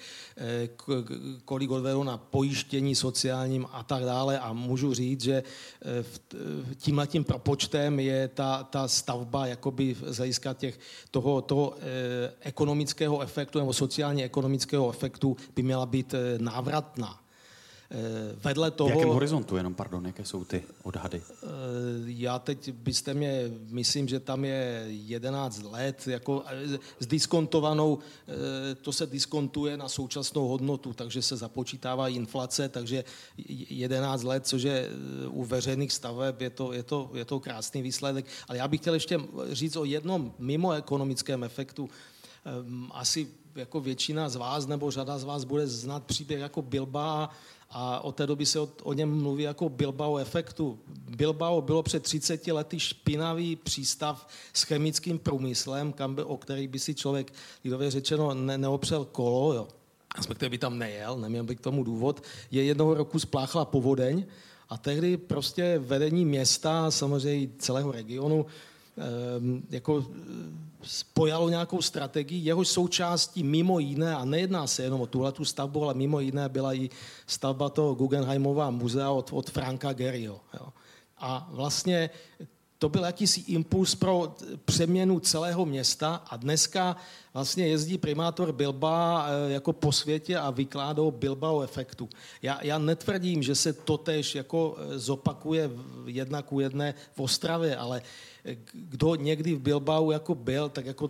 kolik odvedou na pojištění sociálním a tak dále. A můžu říct, že tímhletím propočtem je ta stavba jakoby z hlediska toho ekonomického efektu nebo sociálně-ekonomického efektu by měla být návratná. Vedle toho, v jakém horizontu, jaké jsou ty odhady? Já teď myslím, že tam je 11 let, jako s diskontovanou, to se diskontuje na současnou hodnotu, takže se započítává inflace, takže 11 let, což je u veřejných staveb, je to krásný výsledek. Ale já bych chtěl ještě říct o jednom mimoekonomickém efektu. Asi jako většina z vás nebo řada z vás bude znát příběh jako Bilbao, a od té doby se o něm mluví jako Bilbao efektu. Bilbao bylo před 30 lety špinavý přístav s chemickým průmyslem, o který by si člověk, lidově řečeno, neopřel kolo, jo. Respektive by tam nejel, neměl by k tomu důvod. Jednoho roku spláchla povodeň a tehdy prostě vedení města, samozřejmě celého regionu, jako spojalo nějakou strategii, jehož součástí mimo jiné, a nejedná se jenom o tuhletu stavbu, ale mimo jiné byla i stavba toho Guggenheimova muzea od Franka Gehryho. A vlastně to byl jakýsi impuls pro přeměnu celého města a dneska vlastně jezdí primátor Bilbao jako po světě a vykládá o Bilbao efektu. Já netvrdím, že se totéž jako zopakuje 1:1 v Ostravě, ale kdo někdy v Bilbao jako byl, tak jako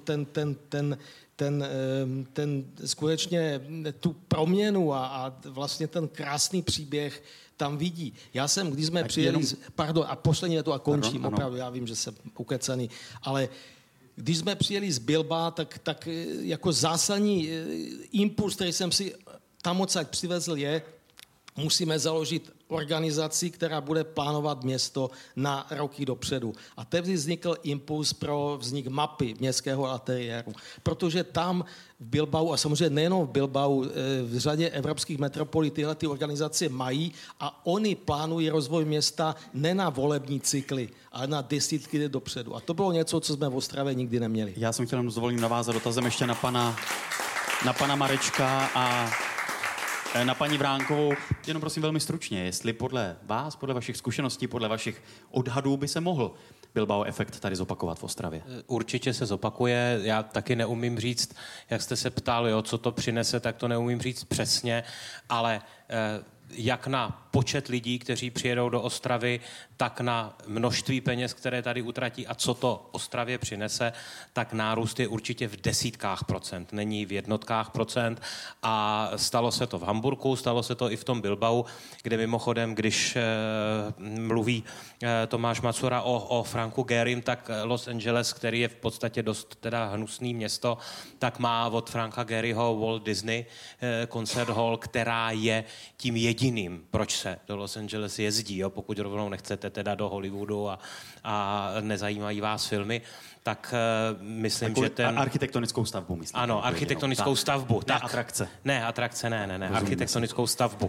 ten skutečně tu proměnu a vlastně ten krásný příběh tam vidí. Já jsem, když jsme přijeli, pardon, a poslední je to a končím, pardon, opravdu, já vím, že jsem ukecený, ale když jsme přijeli z Bilbao, tak jako zásadní impuls, který jsem si tam odsaď přivezl je, musíme založit organizaci, která bude plánovat město na roky dopředu. A tehdy vznikl impuls pro vznik mapy městského ateliéru. Protože tam v Bilbao, a samozřejmě nejenom v Bilbao, v řadě evropských metropolí tyhle ty organizace mají a oni plánují rozvoj města ne na volební cykly, ale na desítky let dopředu. A to bylo něco, co jsme v Ostravě nikdy neměli. Já jsem chtěl s dovolením navázat dotazem ještě na pana na pana Marečka a na paní Vránkovou. Jenom prosím velmi stručně, jestli podle vás, podle vašich zkušeností, podle vašich odhadů by se mohl Bilbao efekt tady zopakovat v Ostravě. Určitě se zopakuje. Já taky neumím říct, jak jste se ptal, jo, co to přinese, tak to neumím říct přesně, ale jak na počet lidí, kteří přijedou do Ostravy, tak na množství peněz, které tady utratí a co to Ostravě přinese, tak nárůst je určitě v desítkách procent, není v jednotkách procent. A stalo se to v Hamburku, stalo se to i v tom Bilbao, kde mimochodem, když mluví Tomáš Macura o Franku Gehrim, tak Los Angeles, který je v podstatě dost teda hnusný město, tak má od Franka Gehryho Walt Disney Concert Hall, která je tím jediným, proč se do Los Angeles jezdí, jo? Pokud rovnou nechcete teda do Hollywoodu a nezajímají vás filmy, tak myslím, takovou že ten... Architektonickou stavbu, myslím. Ano, architektonickou stavbu. Ne atrakce. Ne, atrakce ne. Architektonickou stavbu.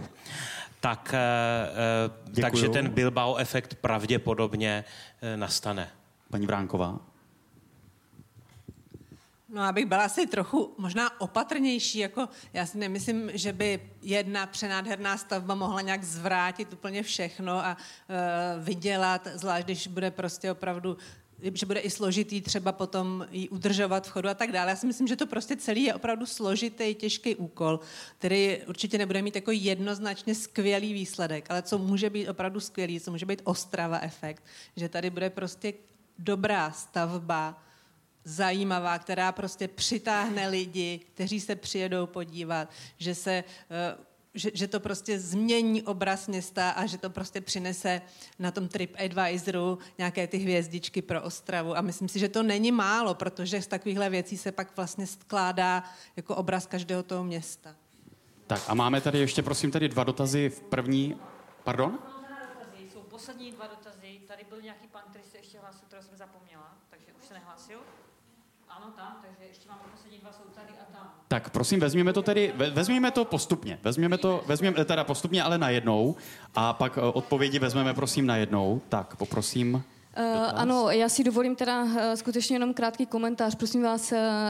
Takže ten Bilbao efekt pravděpodobně nastane. Paní Vránková? No, abych byla asi trochu možná opatrnější, jako já si nemyslím, že by jedna přenádherná stavba mohla nějak zvrátit úplně všechno a vydělat, zvlášť když bude prostě opravdu, že bude i složitý třeba potom ji udržovat v chodu a tak dále. Já si myslím, že to prostě celý je opravdu složitý, těžký úkol, který určitě nebude mít jako jednoznačně skvělý výsledek, ale co může být opravdu skvělý, co může být Ostrava efekt, že tady bude prostě dobrá stavba, zajímavá, která prostě přitáhne lidi, kteří se přijedou podívat, že to prostě změní obraz města a že to prostě přinese na tom TripAdvisoru nějaké ty hvězdičky pro Ostravu. A myslím si, že to není málo, protože z takovýchhle věcí se pak vlastně skládá jako obraz každého toho města. Tak a máme tady ještě, prosím, tady 2 dotazy v první... Pardon? Jsou poslední 2 dotazy. Tady byl nějaký pan, který se ještě hlásil, kterého jsem zapomněla, takže už se nehlásil. Ano, tam, takže ještě máme poslední 2, jsou tady a tam. Tak prosím, vezměme to postupně. Vezměme teda postupně, ale najednou. A pak odpovědi vezmeme, prosím, najednou. Tak, poprosím. Ano, já si dovolím teda skutečně jenom krátký komentář. Prosím vás,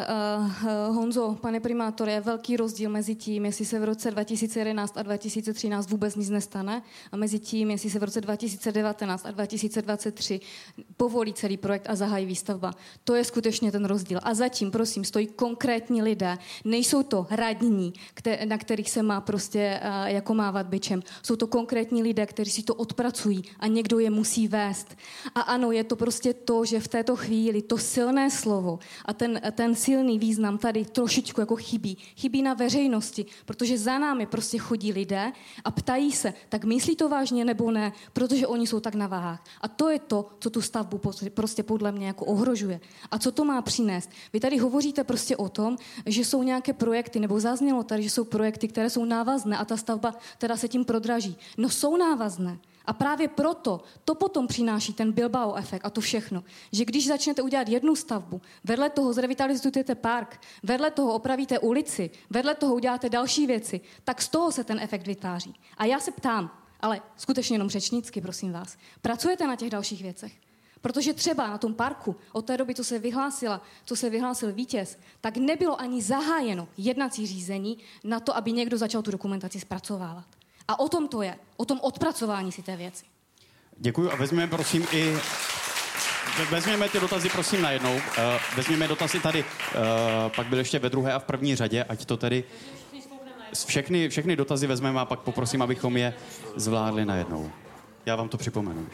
Honzo, pane primátore, je velký rozdíl mezi tím, jestli se v roce 2011 a 2013 vůbec nic nestane a mezi tím, jestli se v roce 2019 a 2023 povolí celý projekt a zahájí výstavba. To je skutečně ten rozdíl. A zatím, prosím, stojí konkrétní lidé. Nejsou to radní, na kterých se má prostě jako mávat bičem. Jsou to konkrétní lidé, kteří si to odpracují a někdo je musí vést. A ano, je to prostě to, že v této chvíli to silné slovo a ten silný význam tady trošičku jako chybí. Chybí na veřejnosti, protože za námi prostě chodí lidé a ptají se, tak myslí to vážně nebo ne, protože oni jsou tak na váhách. A to je to, co tu stavbu prostě podle mě jako ohrožuje. A co to má přinést? Vy tady hovoříte prostě o tom, že jsou nějaké projekty, nebo zaznělo tady, že jsou projekty, které jsou návazné a ta stavba teda se tím prodraží. No jsou návazné. A právě proto to potom přináší ten Bilbao efekt a to všechno. Že když začnete udělat jednu stavbu, vedle toho zrevitalizujete park, vedle toho opravíte ulici, vedle toho uděláte další věci, tak z toho se ten efekt vytváří. A já se ptám, ale skutečně jenom řečnicky, prosím vás, pracujete na těch dalších věcech? Protože třeba na tom parku od té doby, co se vyhlásil vítěz, tak nebylo ani zahájeno jednací řízení na to, aby někdo začal tu dokumentaci zpracovávat. A o tom to je, o tom odpracování si té věci. Děkuji a vezměme prosím vezměme ty dotazy prosím najednou. Vezměme dotazy tady, pak byl ještě ve druhé a v první řadě, ať to tedy... Všechny dotazy vezmeme a pak poprosím, abychom je zvládli najednou. Já vám to připomenu.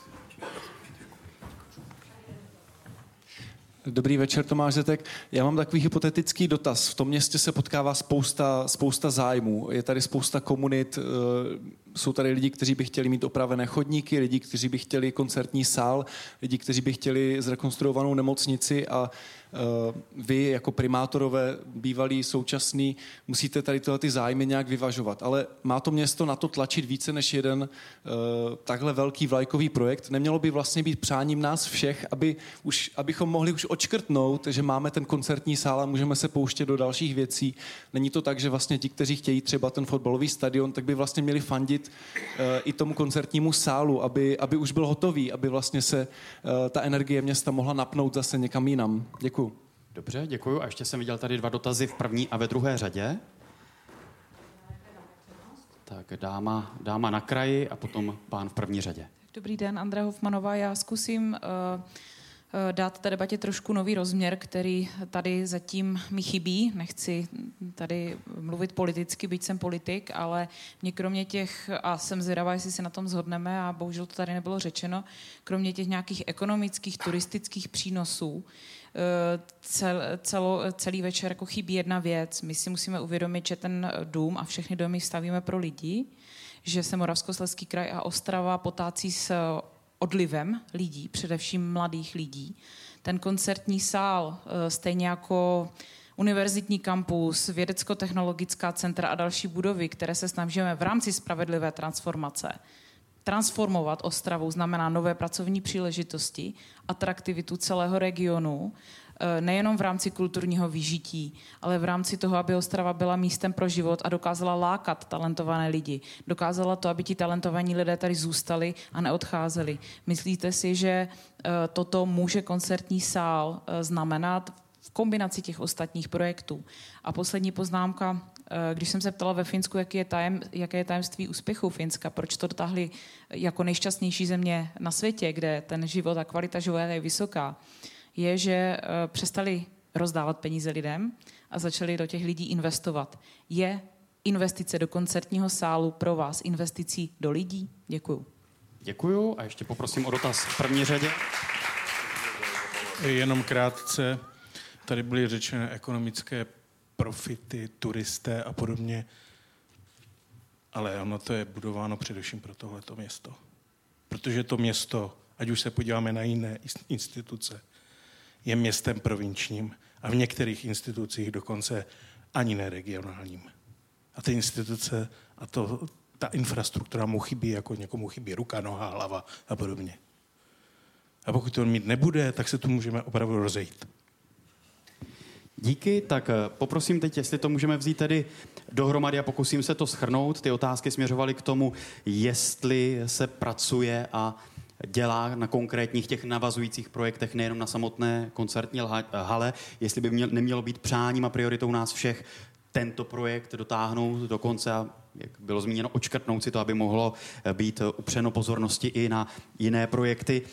Dobrý večer, Tomáš Zetek. Já mám takový hypotetický dotaz. V tom městě se potkává spousta zájmů. Je tady spousta komunit, jsou tady lidi, kteří by chtěli mít opravené chodníky, lidi, kteří by chtěli koncertní sál, lidi, kteří by chtěli zrekonstruovanou nemocnici a vy jako primátorové, bývalí, současný, musíte tady tyhle ty zájmy nějak vyvažovat. Ale má to město na to tlačit více než jeden takhle velký vlajkový projekt? Nemělo by vlastně být přáním nás všech, abychom mohli už odškrtnout, že máme ten koncertní sál a můžeme se pouštět do dalších věcí. Není to tak, že vlastně ti, kteří chtějí třeba ten fotbalový stadion, tak by vlastně měli fandit i tomu koncertnímu sálu, aby už byl hotový, aby vlastně se ta energie města mohla napnout zase někam jinam. Děkuju. Děkuji a vezměme prosím Dobře, děkuju. A ještě jsem viděl tady 2 dotazy v první a ve druhé řadě. Tak dáma na kraji a potom pán v první řadě. Dobrý den, Andrea Hofmanová. Já zkusím dát té debatě trošku nový rozměr, který tady zatím mi chybí. Nechci tady mluvit politicky, byť jsem politik, ale mě kromě těch, a jsem zvědavá, jestli se na tom shodneme, a bohužel to tady nebylo řečeno, kromě těch nějakých ekonomických, turistických přínosů, celý večer jako chybí jedna věc. My si musíme uvědomit, že ten dům a všechny domy stavíme pro lidi, že se Moravskoslezský kraj a Ostrava potácí s odlivem lidí, především mladých lidí. Ten koncertní sál, stejně jako univerzitní kampus, vědecko-technologická centra a další budovy, které se snažíme v rámci spravedlivé transformace transformovat Ostravu, znamená nové pracovní příležitosti, atraktivitu celého regionu, nejenom v rámci kulturního vyžití, ale v rámci toho, aby Ostrava byla místem pro život a dokázala lákat talentované lidi. Dokázala to, aby ti talentovaní lidé tady zůstali a neodcházeli. Myslíte si, že toto může koncertní sál znamenat v kombinaci těch ostatních projektů? A poslední poznámka, když jsem se ptala ve Finsku, jaké je tajemství úspěchu Finska, proč to dotáhli jako nejšťastnější země na světě, kde ten život a kvalita života je vysoká, je, že přestali rozdávat peníze lidem a začali do těch lidí investovat. Je investice do koncertního sálu pro vás investicí do lidí? Děkuju. Děkuju a ještě poprosím o dotaz v první řadě. Jenom krátce, tady byly řečené ekonomické profity, turisté a podobně, ale ono to je budováno především pro tohleto město. Protože to město, ať už se podíváme na jiné instituce, je městem provinčním a v některých institucích dokonce ani neregionálním. A ty instituce a ta infrastruktura mu chybí, jako někomu chybí ruka, noha, hlava a podobně. A pokud to mít nebude, tak se tu můžeme opravdu rozejít. Díky, tak poprosím teď, jestli to můžeme vzít tedy dohromady a pokusím se to shrnout. Ty otázky směřovaly k tomu, jestli se pracuje a dělá na konkrétních těch navazujících projektech, nejenom na samotné koncertní hale, jestli by nemělo být přáním a prioritou nás všech tento projekt dotáhnout do konce a, jak bylo zmíněno, odškrtnout si to, aby mohlo být upřeno pozornosti i na jiné projekty.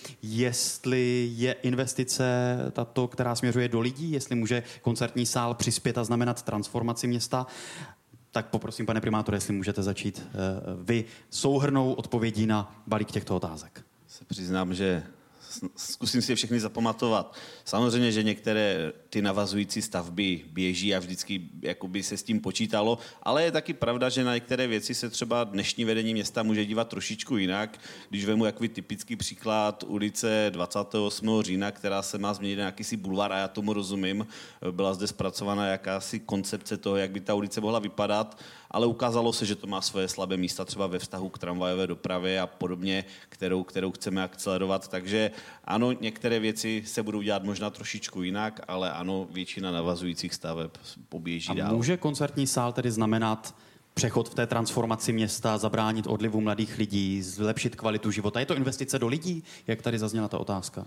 Jestli je investice tato, která směřuje do lidí, jestli může koncertní sál přispět a znamenat transformaci města, tak poprosím, pane primátore, jestli můžete začít vy souhrnnou odpovědí na balík těchto otázek. Se přiznám, že zkusím si je všechny zapamatovat. Samozřejmě, že některé ty navazující stavby běží a vždycky jakoby se s tím počítalo, ale je taky pravda, že na některé věci se třeba dnešní vedení města může dívat trošičku jinak. Když vemu jaký typický příklad ulice 28. října, která se má změnit na jakýsi bulvár, a já tomu rozumím, byla zde zpracovaná jakási koncepce toho, jak by ta ulice mohla vypadat, ale ukázalo se, že to má svoje slabé místa třeba ve vztahu k tramvajové dopravě a podobně, kterou chceme akcelerovat. Takže ano, některé věci se budou dělat možná trošičku jinak, ale ano, většina navazujících staveb poběží dál. A může koncertní sál tedy znamenat přechod v té transformaci města, zabránit odlivu mladých lidí, zlepšit kvalitu života? Je to investice do lidí, jak tady zazněla ta otázka?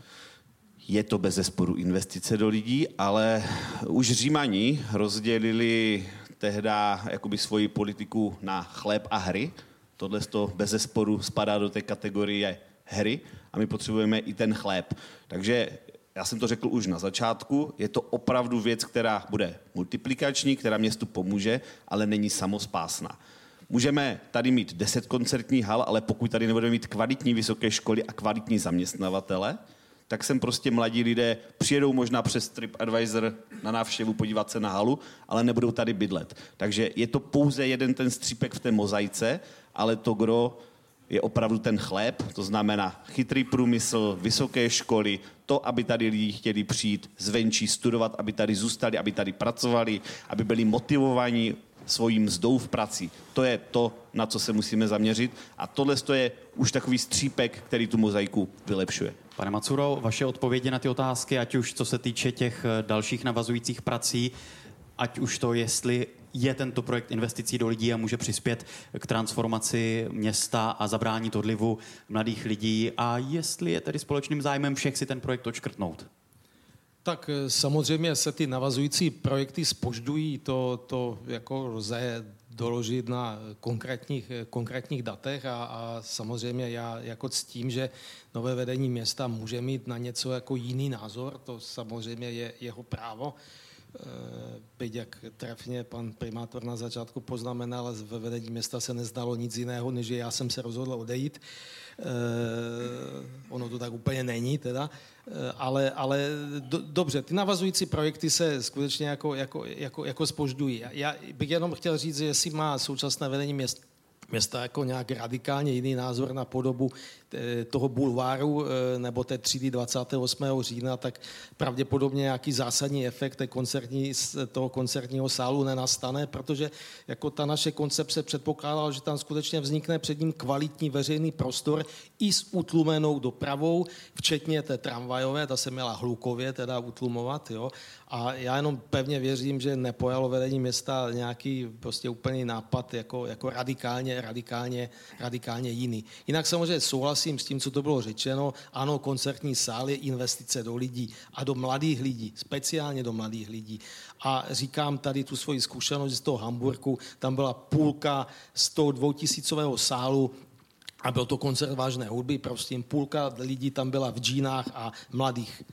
Je to bezesporu investice do lidí, ale už Římani rozdělili tehda jakoby svoji politiku na chléb a hry. Tohle bezesporu spadá do té kategorie hry a my potřebujeme i ten chléb. Takže já jsem to řekl už na začátku, je to opravdu věc, která bude multiplikační, která městu pomůže, ale není samospásná. Můžeme tady mít 10 koncertních hal, ale pokud tady nebudeme mít kvalitní vysoké školy a kvalitní zaměstnavatele, tak sem prostě mladí lidé přijedou možná přes TripAdvisor na návštěvu podívat se na halu, ale nebudou tady bydlet. Takže je to pouze jeden ten střípek v té mozaice, ale to gro je opravdu ten chléb, to znamená chytrý průmysl, vysoké školy, to, aby tady lidi chtěli přijít zvenčí studovat, aby tady zůstali, aby tady pracovali, aby byli motivovaní svojí mzdou v práci. To je to, na co se musíme zaměřit a tohle je už takový střípek, který tu mozaiku vylepšuje. Pane Macuro, vaše odpovědi na ty otázky, ať už co se týče těch dalších navazujících prací, ať už to, jestli je tento projekt investicí do lidí a může přispět k transformaci města a zabránit odlivu mladých lidí a jestli je tedy společným zájmem všech si ten projekt odškrtnout. Tak samozřejmě se ty navazující projekty zpožďují, to jako lze doložit na konkrétních datech a samozřejmě já jako ctím, že nové vedení města může mít na něco jako jiný názor, to samozřejmě je jeho právo. Byť jak trefně pan primátor na začátku poznamenal, ve vedení města se nezdalo nic jiného, než že já jsem se rozhodl odejít. Ono to tak úplně není teda, ale dobře, ty navazující projekty se skutečně jako zpožďují. Já bych jenom chtěl říct, že jestli má současné vedení města jako nějak radikálně jiný názor na podobu toho bulváru nebo té třídy 28. října, tak pravděpodobně nějaký zásadní efekt toho koncertního sálu nenastane, protože jako ta naše koncepce předpokládala, že tam skutečně vznikne před ním kvalitní veřejný prostor i s utlumenou dopravou, včetně té tramvajové, ta se měla hlukově teda utlumovat, jo. A já jenom pevně věřím, že nepojalo vedení města nějaký prostě úplný nápad jako radikálně jiný. Jinak samozřejmě souhlasím s tím, co to bylo řečeno. Ano, koncertní sál je investice do lidí a do mladých lidí, speciálně do mladých lidí. A říkám tady tu svoji zkušenost z toho Hamburku, tam byla půlka z toho 2000 sálu a byl to koncert vážné hudby, prostě půlka lidí tam byla v džínách a mladých.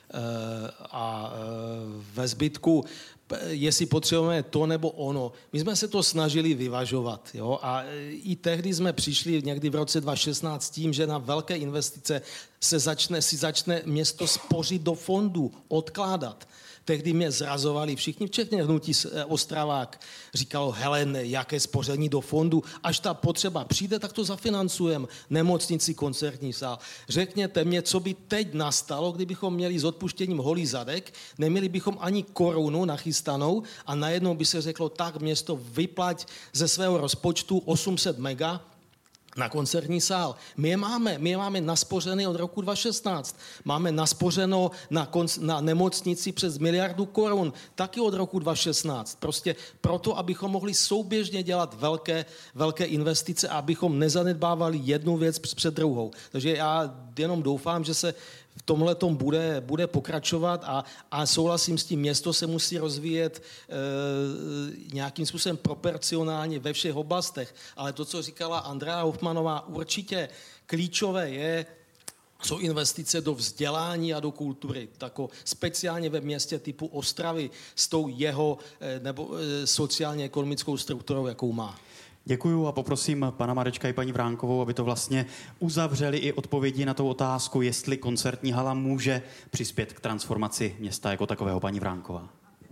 A ve zbytku, jestli potřebujeme to nebo ono. My jsme se to snažili vyvažovat. Jo? A i tehdy jsme přišli někdy v roce 2016 tím, že na velké investice si začne město spořit do fondu, odkládat. Tehdy mě zrazovali všichni, včetně hnutí Ostravák. Říkalo, hele, jaké spoření do fondu, až ta potřeba přijde, tak to zafinancujeme. Nemocnici, koncertní sál. Řekněte mě, co by teď nastalo, kdybychom měli s odpuštěním holý zadek, neměli bychom ani korunu nachystanou a najednou by se řeklo, tak město vyplať ze svého rozpočtu 800 mega na koncertní sál. My je máme naspořený od roku 2016. Máme naspořeno na nemocnici přes 1 miliardu korun, taky od roku 2016. Prostě proto, abychom mohli souběžně dělat velké investice a abychom nezanedbávali jednu věc před druhou. Takže já jenom doufám, že se v tomhletom bude pokračovat a souhlasím s tím, město se musí rozvíjet nějakým způsobem proporcionálně ve všech oblastech. Ale to, co říkala Andrea Hofmanová, určitě klíčové jsou investice do vzdělání a do kultury. Tako speciálně ve městě typu Ostravy s tou jeho nebo sociálně-ekonomickou strukturou, jakou má. Děkuju a poprosím pana Marečka i paní Vránkovou, aby to vlastně uzavřeli i odpovědi na tu otázku, jestli koncertní hala může přispět k transformaci města jako takového. Paní Vránková.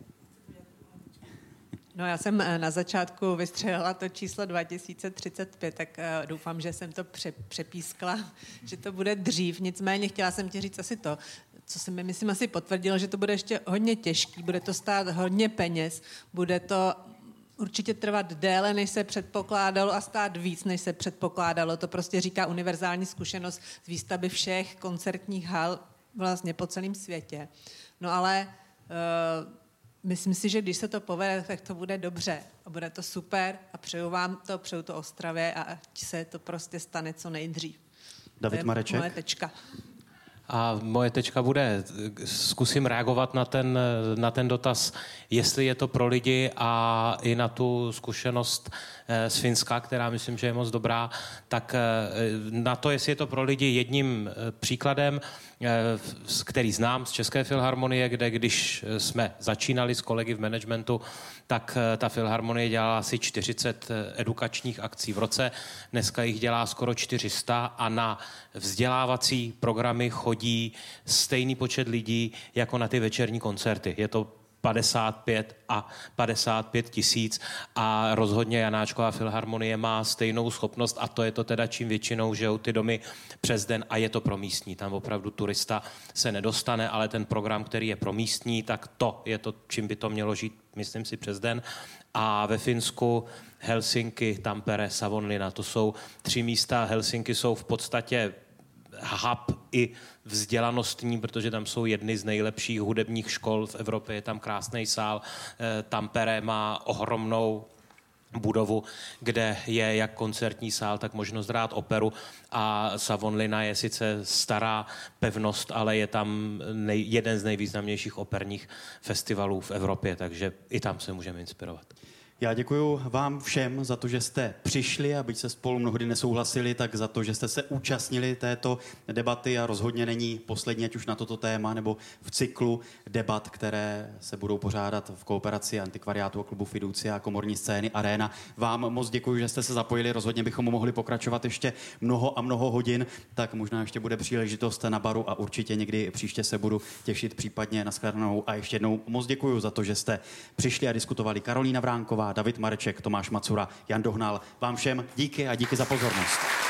No, já jsem na začátku vystřelila to číslo 2035, tak doufám, že jsem to přepískla, že to bude dřív. Nicméně chtěla jsem ti říct asi to, co jsem mi, myslím, asi potvrdil, že to bude ještě hodně těžký, bude to stát hodně peněz, bude to určitě trvat déle, než se předpokládalo a stát víc, než se předpokládalo. To prostě říká univerzální zkušenost z výstavby všech koncertních hal vlastně po celém světě. No ale myslím si, že když se to povede, tak to bude dobře a bude to super a přeju to Ostravě a ať se to prostě stane co nejdřív. David Mareček. Moje tečka. A moje tečka bude, zkusím reagovat na ten dotaz, jestli je to pro lidi a i na tu zkušenost z Finska, která myslím, že je moc dobrá, tak na to, jestli je to pro lidi jedním příkladem, který znám z České filharmonie, kde když jsme začínali s kolegy v managementu, tak ta filharmonie dělala asi 40 edukačních akcí v roce, dneska jich dělá skoro 400 a na vzdělávací programy chodí stejný počet lidí jako na ty večerní koncerty. Je to 55 a 55 tisíc a rozhodně Janáčková filharmonie má stejnou schopnost a to je to teda, čím většinou žijou ty domy přes den a je to pro místní. Tam opravdu turista se nedostane, ale ten program, který je pro místní, tak to je to, čím by to mělo žít, myslím si, přes den. A ve Finsku Helsinki, Tampere, Savonlinna, to jsou 3 místa. Helsinki jsou v podstatě hub i vzdělanostní, protože tam jsou jedny z nejlepších hudebních škol v Evropě, je tam krásný sál. Tampere má ohromnou budovu, kde je jak koncertní sál, tak možnost hrát operu a Savonlinna je sice stará pevnost, ale je tam jeden z nejvýznamnějších operních festivalů v Evropě, takže i tam se můžeme inspirovat. Já děkuji vám všem za to, že jste přišli a byť se spolu mnohdy nesouhlasili, tak za to, že jste se účastnili této debaty a rozhodně není poslední, ať už na toto téma nebo v cyklu debat, které se budou pořádat v kooperaci Antikvariátu a klubu Fiducia a komorní scény Arena. Vám moc děkuji, že jste se zapojili, rozhodně bychom mohli pokračovat ještě mnoho a mnoho hodin, tak možná ještě bude příležitost na baru a určitě někdy příště se budu těšit případně na shledanou a ještě jednou moc děkuji za to, že jste přišli a diskutovali. Karolína Vránková, David Mareček, Tomáš Macura, Jan Dohnal. Vám všem díky a díky za pozornost.